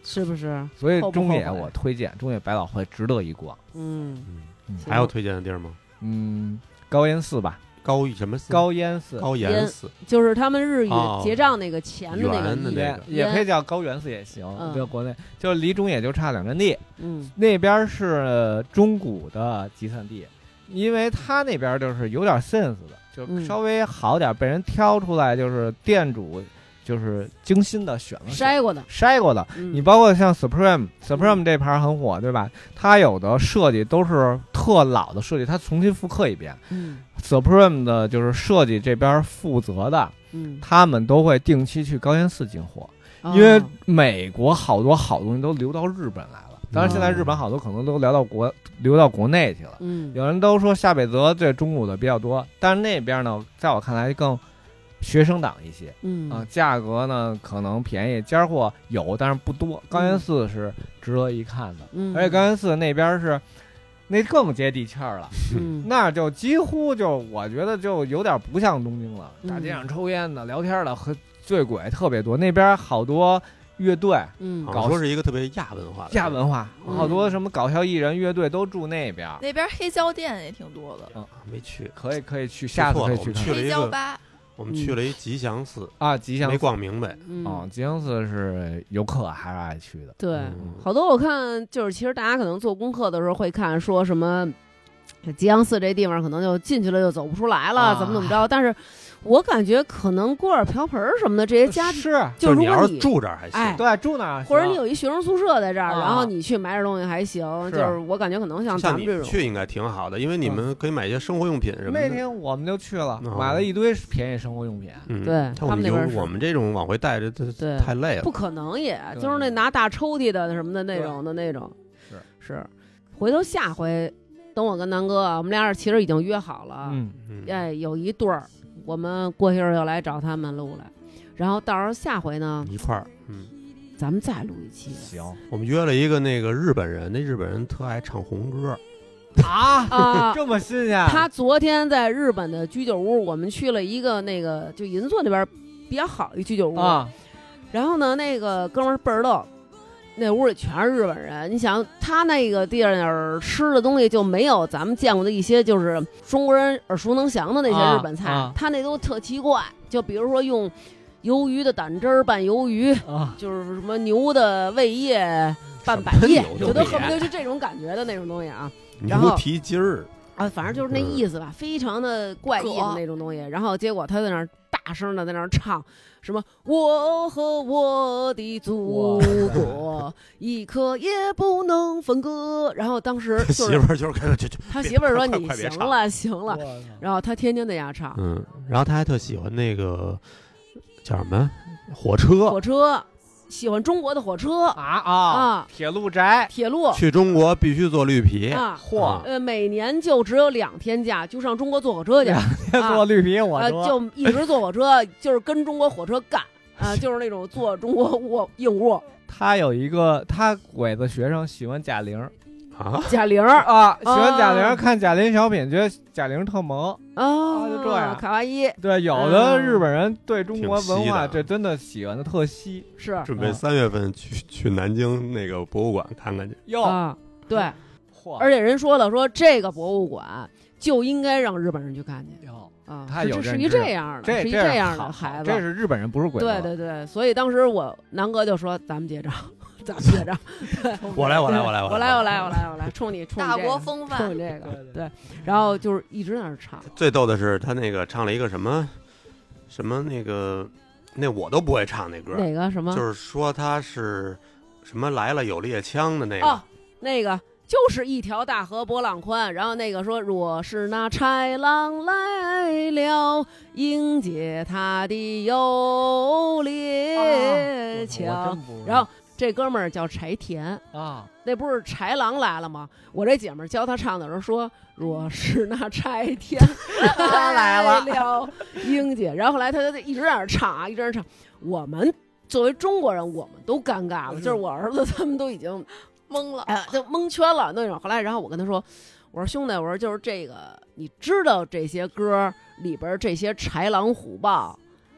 是不是？ 所以后不中野后悔我推荐中野百老汇值得一逛。 嗯， 嗯， 行还有推荐的地儿吗？ 嗯，高烟寺吧， 高什么寺？ 高烟寺， 高岩寺。 就是他们日语哦结账那个钱的那个意圆的那个也也可以叫高原寺也行， 嗯就国内就离中野就差两站地， 嗯那边是中古的集散地，因为他那边就是有点 sense 的，就嗯稍微好点，被人挑出来，就是店主就是精心的选了选筛过的。 筛过的。 嗯你包括像 Supreme，Supreme 这牌很火，对吧？它有的设计都是特老的设计，它重新复刻一遍。 嗯 Supreme 的就是设计这边负责的， 嗯， 他们都会定期去高烟寺进货， 哦因为美国好多好东西都流到日本来了。当然，现在日本好多可能都流到国流到国内去了。 嗯有人都说夏北泽这中古的比较多，但是那边呢，在我看来更学生党一些嗯啊，价格呢可能便宜，尖货有，但是不多。高原寺是值得一看的， 嗯， 而且高原寺那边是那更接地气儿了， 嗯那就几乎就我觉得就有点不像东京了， 嗯大街上抽烟的、聊天的和醉鬼特别多，那边好多乐队。 嗯好像说是一个特别亚文化的亚文化， 嗯好多什么搞笑艺人、乐队都住那边， 那边黑胶店也挺多的， 啊没去。 可以可以去，下次可以去看去了一个黑胶吧。 我们去了一吉祥寺， 啊。吉祥没寺逛明白。 嗯哦，吉祥寺是游客还是爱去的。 对嗯， 好多我看就是，其实大家可能做功课的时候会看说什么吉祥寺这地方可能就进去了就走不出来了， 啊怎么怎么着。但是我感觉可能锅碗瓢盆儿什么的这些家， 是， 就如你要是果你住这儿还行， 哎对，住哪儿？ 或者你有一学生宿舍在这儿， 啊然后你去买点东西还行。 是就是我感觉可能像咱像你们这种， 去应该挺好的，因为你们可以买一些生活用品什么那的。 天我们就去了， 哦买了一堆便宜生活用品。 嗯， 对像我们有他们那边是我们这种往回带着，这对太累了不。可能也对就是那拿大抽屉的什么的那对种的那种， 是是。回头下回等我跟南哥啊，我们俩人其实已经约好了， 嗯， 嗯， 哎，有一对儿，我们过些日要来找他们录来，然后到时候下回呢， 一块儿，嗯， 咱们再录一期。 行我们约了一个那个日本人，那日本人特爱唱红歌， 啊， 啊， 这么新鲜？ 他昨天在日本的居酒屋，我们去了一个那个就银座那边比较好一居酒屋， 啊， 然后呢，那个哥们儿倍儿逗。那屋里全是日本人，你想他那个地儿吃的东西就没有咱们见过的一些就是中国人耳熟能详的那些日本菜， 啊啊他那都特奇怪，就比如说用鱿鱼的胆汁儿拌鱿鱼， 啊， 就是什么牛的胃液拌百叶什么，牛就都的胃液恨不得就这种感觉的那种东西啊然后牛蹄筋儿， 啊，反正就是那意思吧，非常的怪异的那种东西。然后结果他在那儿大声的在那儿唱什么“我和我的祖国一刻也不能分割”，然后当时就媳是妇儿就是开始就就他别媳妇儿说：“ 快你快别唱行了，行了。 我”操然后他天天在家唱嗯，然后他还特喜欢那个叫什么火车， 火车，喜欢中国的火车啊啊啊， 铁路宅， 铁路去中国必须坐绿皮， 啊。 嚯， 呃，每年就只有两天假，就上中国坐火车去，啊坐绿皮我呃， 说就一直坐火车，就是跟中国火车干啊，就是那种坐中国卧硬卧他有一个他鬼子学生喜欢贾玲啊， 贾玲儿啊，喜欢贾啊玲，看贾玲小品，觉得贾玲特萌。 啊， 就这样卡哇伊对，有的嗯日本人对中国文化挺稀的这真的喜欢的特稀。 是准备三月份去去南京那个博物馆看看去。 哟， 啊，对， 嚯， 而且人说了，说这个博物馆就应该让日本人去看去哟， 啊， 他是是是一有认知这样的，是一这这样好的孩子， 这是日本人，不是鬼子。 对对对，所以当时我南哥就说咱们结账，咱们结账， 我来，我来，我来， 我来，我来，我来，我来，冲你，冲你大这个国风范冲你这个， 对对对，然后就是一直在那儿唱， 最逗的是他那个唱了一个什么什么那个那我都不会唱那歌， 哪个什么就是说他是什么来了有猎枪的那个， 哦，那个就是一条大河波浪宽，然后那个说若是那豺狼来了，迎接他的有猎枪，然后这哥们儿叫柴田。 啊， 那不是豺狼来了吗？我这姐们儿教他唱的时候说：“若是那豺天来了，英姐。”然后后来他就一直在那儿唱啊，一直在那儿唱。我们作为中国人，我们都尴尬了，就是我儿子他们都已经懵了。 哎就蒙圈了那种。后来，然后我跟他说：“我说兄弟，我说就是这个，你知道这些歌里边这些豺狼虎豹。”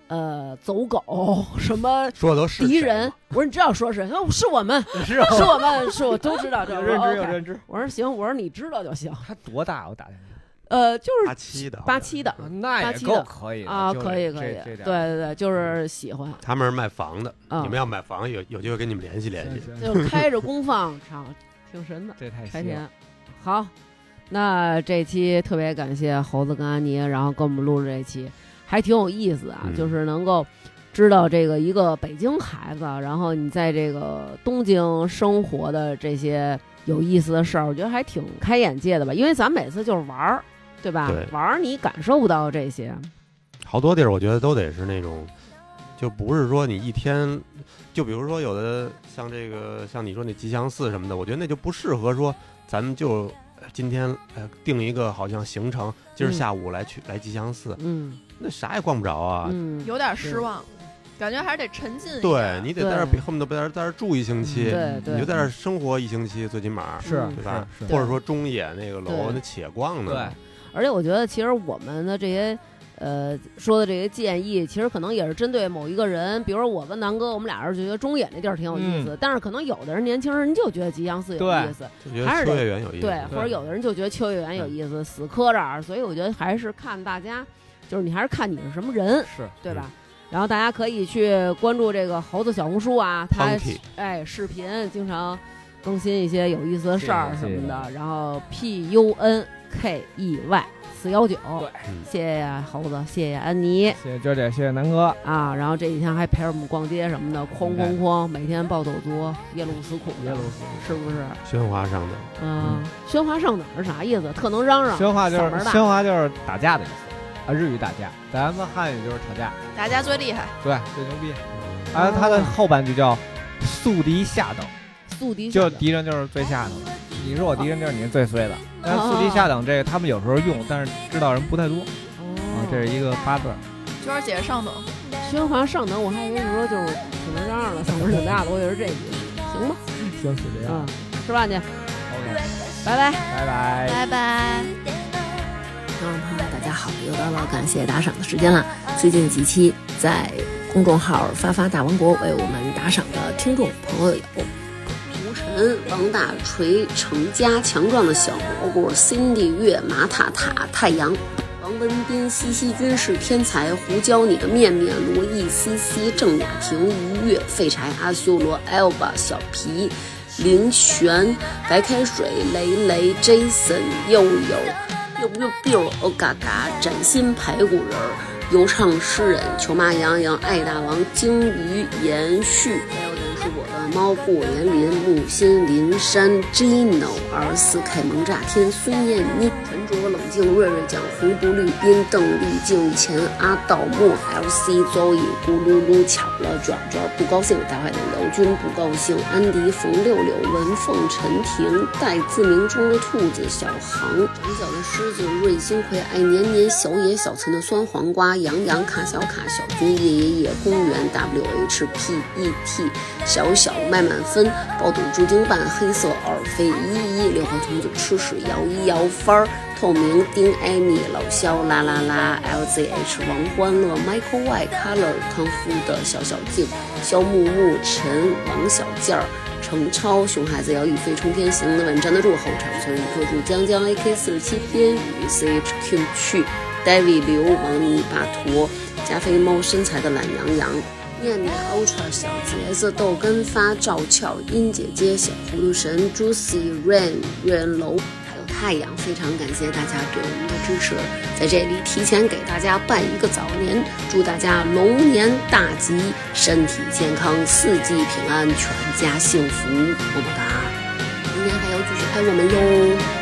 呃走狗什么说的都是敌人谁吗。 我说你知道说是，他说是我们， 是啊是我们，是我都知道这个。 有认知有 OK 认知。 我说行，我说你知道就行。 他多大？我打听呃，就是八七的， 八七的听，那也够八七的可以的啊， 就是可以可以，对这这点对对，就是喜欢， 他们是卖房的， 啊你们要买房有有机会跟你们联系联系。 行行就开着功放唱，挺神的。 这太细了开田，好，那这期特别感谢猴子跟安妮，然后跟我们录了这期，还挺有意思啊， 嗯就是能够知道这个一个北京孩子，然后你在这个东京生活的这些有意思的事儿，我觉得还挺开眼界的吧。因为咱每次就是玩儿，对吧？ 对玩儿你感受不到这些， 好多地儿我觉得都得是那种，就不是说你一天，就比如说有的像这个像你说那吉祥寺什么的，我觉得那就不适合说咱们就呃今天呃定一个好像行程，今儿下午来去、来吉祥寺， 嗯那啥也逛不着啊。 嗯， 有点失望，感觉还是得沉浸一对点。 你得在这儿对恨不得在这儿在这儿住一星期， 对对你就在这儿生活一星期，最起码是嗯对吧？ 是或者说中野那个楼对那且逛呢， 对， 而且我觉得，其实我们的这些呃说的这些建议，其实可能也是针对某一个人。比如说我跟南哥，我们俩人就觉得中野那地儿挺有意思，但是可能有的人年轻人就觉得吉祥寺有意思， 就觉得秋还是得叶原有意思。 对，或者有的人就觉得秋叶原有意思，死磕这儿。所以我觉得还是看大家，就是你还是看你是什么人， 是对吧？然后大家可以去关注这个猴子小红书啊，他 Punky 哎视频经常更新一些有意思的事儿谢谢什么的。然后 P U N K E Y 四幺九， 对谢谢猴子，谢谢安妮谢谢娟姐，谢谢南哥， 啊。然后这几天还陪着我们逛街什么的，哐哐哐，每天暴走族，夜路死苦的， 耶鲁斯。 是不是？ 喧哗上的， 嗯，喧哗上哪儿是啥意思？特能嚷嚷， 喧哗就是嗓门大喧哗就是打架的意思啊，日语打架，咱们汉语就是吵架， 大家最厉害， 对，最牛逼。啊，它的后半句叫宿敌下等， 宿敌就敌人就是最下等的，你是我敌人就是你最衰的。但哦是宿敌下等这个他们有时候用，但是知道人不太多啊， 哦， 这是一个八字儿。 娟儿姐上等。 喧哗上等，我还以为是说就是挺能嚷嚷的，嗓门挺大的，我以为是这意思。行吧， 行，是这样。 嗯，吃饭去， OK， 拜拜。 拜拜。 拜拜。 听众朋友，大家好，又到了感谢打赏的时间了。最近几期在公众号“发发大王国”为我们打赏的听众朋友有：吴晨、王大锤、程家、强壮的小蘑菇、Cindy 月、马塔塔、太阳、王文斌、西西军事天才、胡椒你的面面、罗毅、C C、郑雅婷、于月、废柴、阿修罗、Elba、小皮、林璇、白开水、雷雷、Jason、佑佑。又又 biu 哦嘎嘎，崭新排骨人儿，游唱诗人，球妈杨洋，爱大王，鲸鱼延续，还有人是我的猫过园林，木心林山 Gino 二四 K 萌炸天，孙燕妮，沉着冷静，瑞瑞讲红不绿宾，邓丽静，前阿道莫 L C Zoe 咕噜噜巧了，卷卷不高兴，大坏蛋姚军不高兴，安迪冯六六文凤陈婷，带字名中的兔子小航，长角的狮子瑞星葵，爱年年小野小岑的酸黄瓜，杨洋卡小卡小军夜夜夜公园 W H P E T 小小麦满分，爆肚驻京办黑色耳飞一一六号童子吃屎摇一摇翻儿。透明丁艾米老肖啦啦啦 L Z H 王欢乐 Michael Y Color 康夫的小小静肖木木陈王小件儿程超熊孩子要一飞冲天行得稳站得住后场村一颗柱江江 A K 四十七边宇 C H Q 去 David 刘王尼巴陀加菲猫身材的懒羊羊面面 Ultra 小杰子豆根发赵俏殷姐姐小葫芦神 Juicy Rain 人楼太阳，非常感谢大家对我们的支持，在这里提前给大家拜一个早年，祝大家龙年大吉，身体健康，四季平安，全家幸福，么么哒！明年还要继续爱我们哟。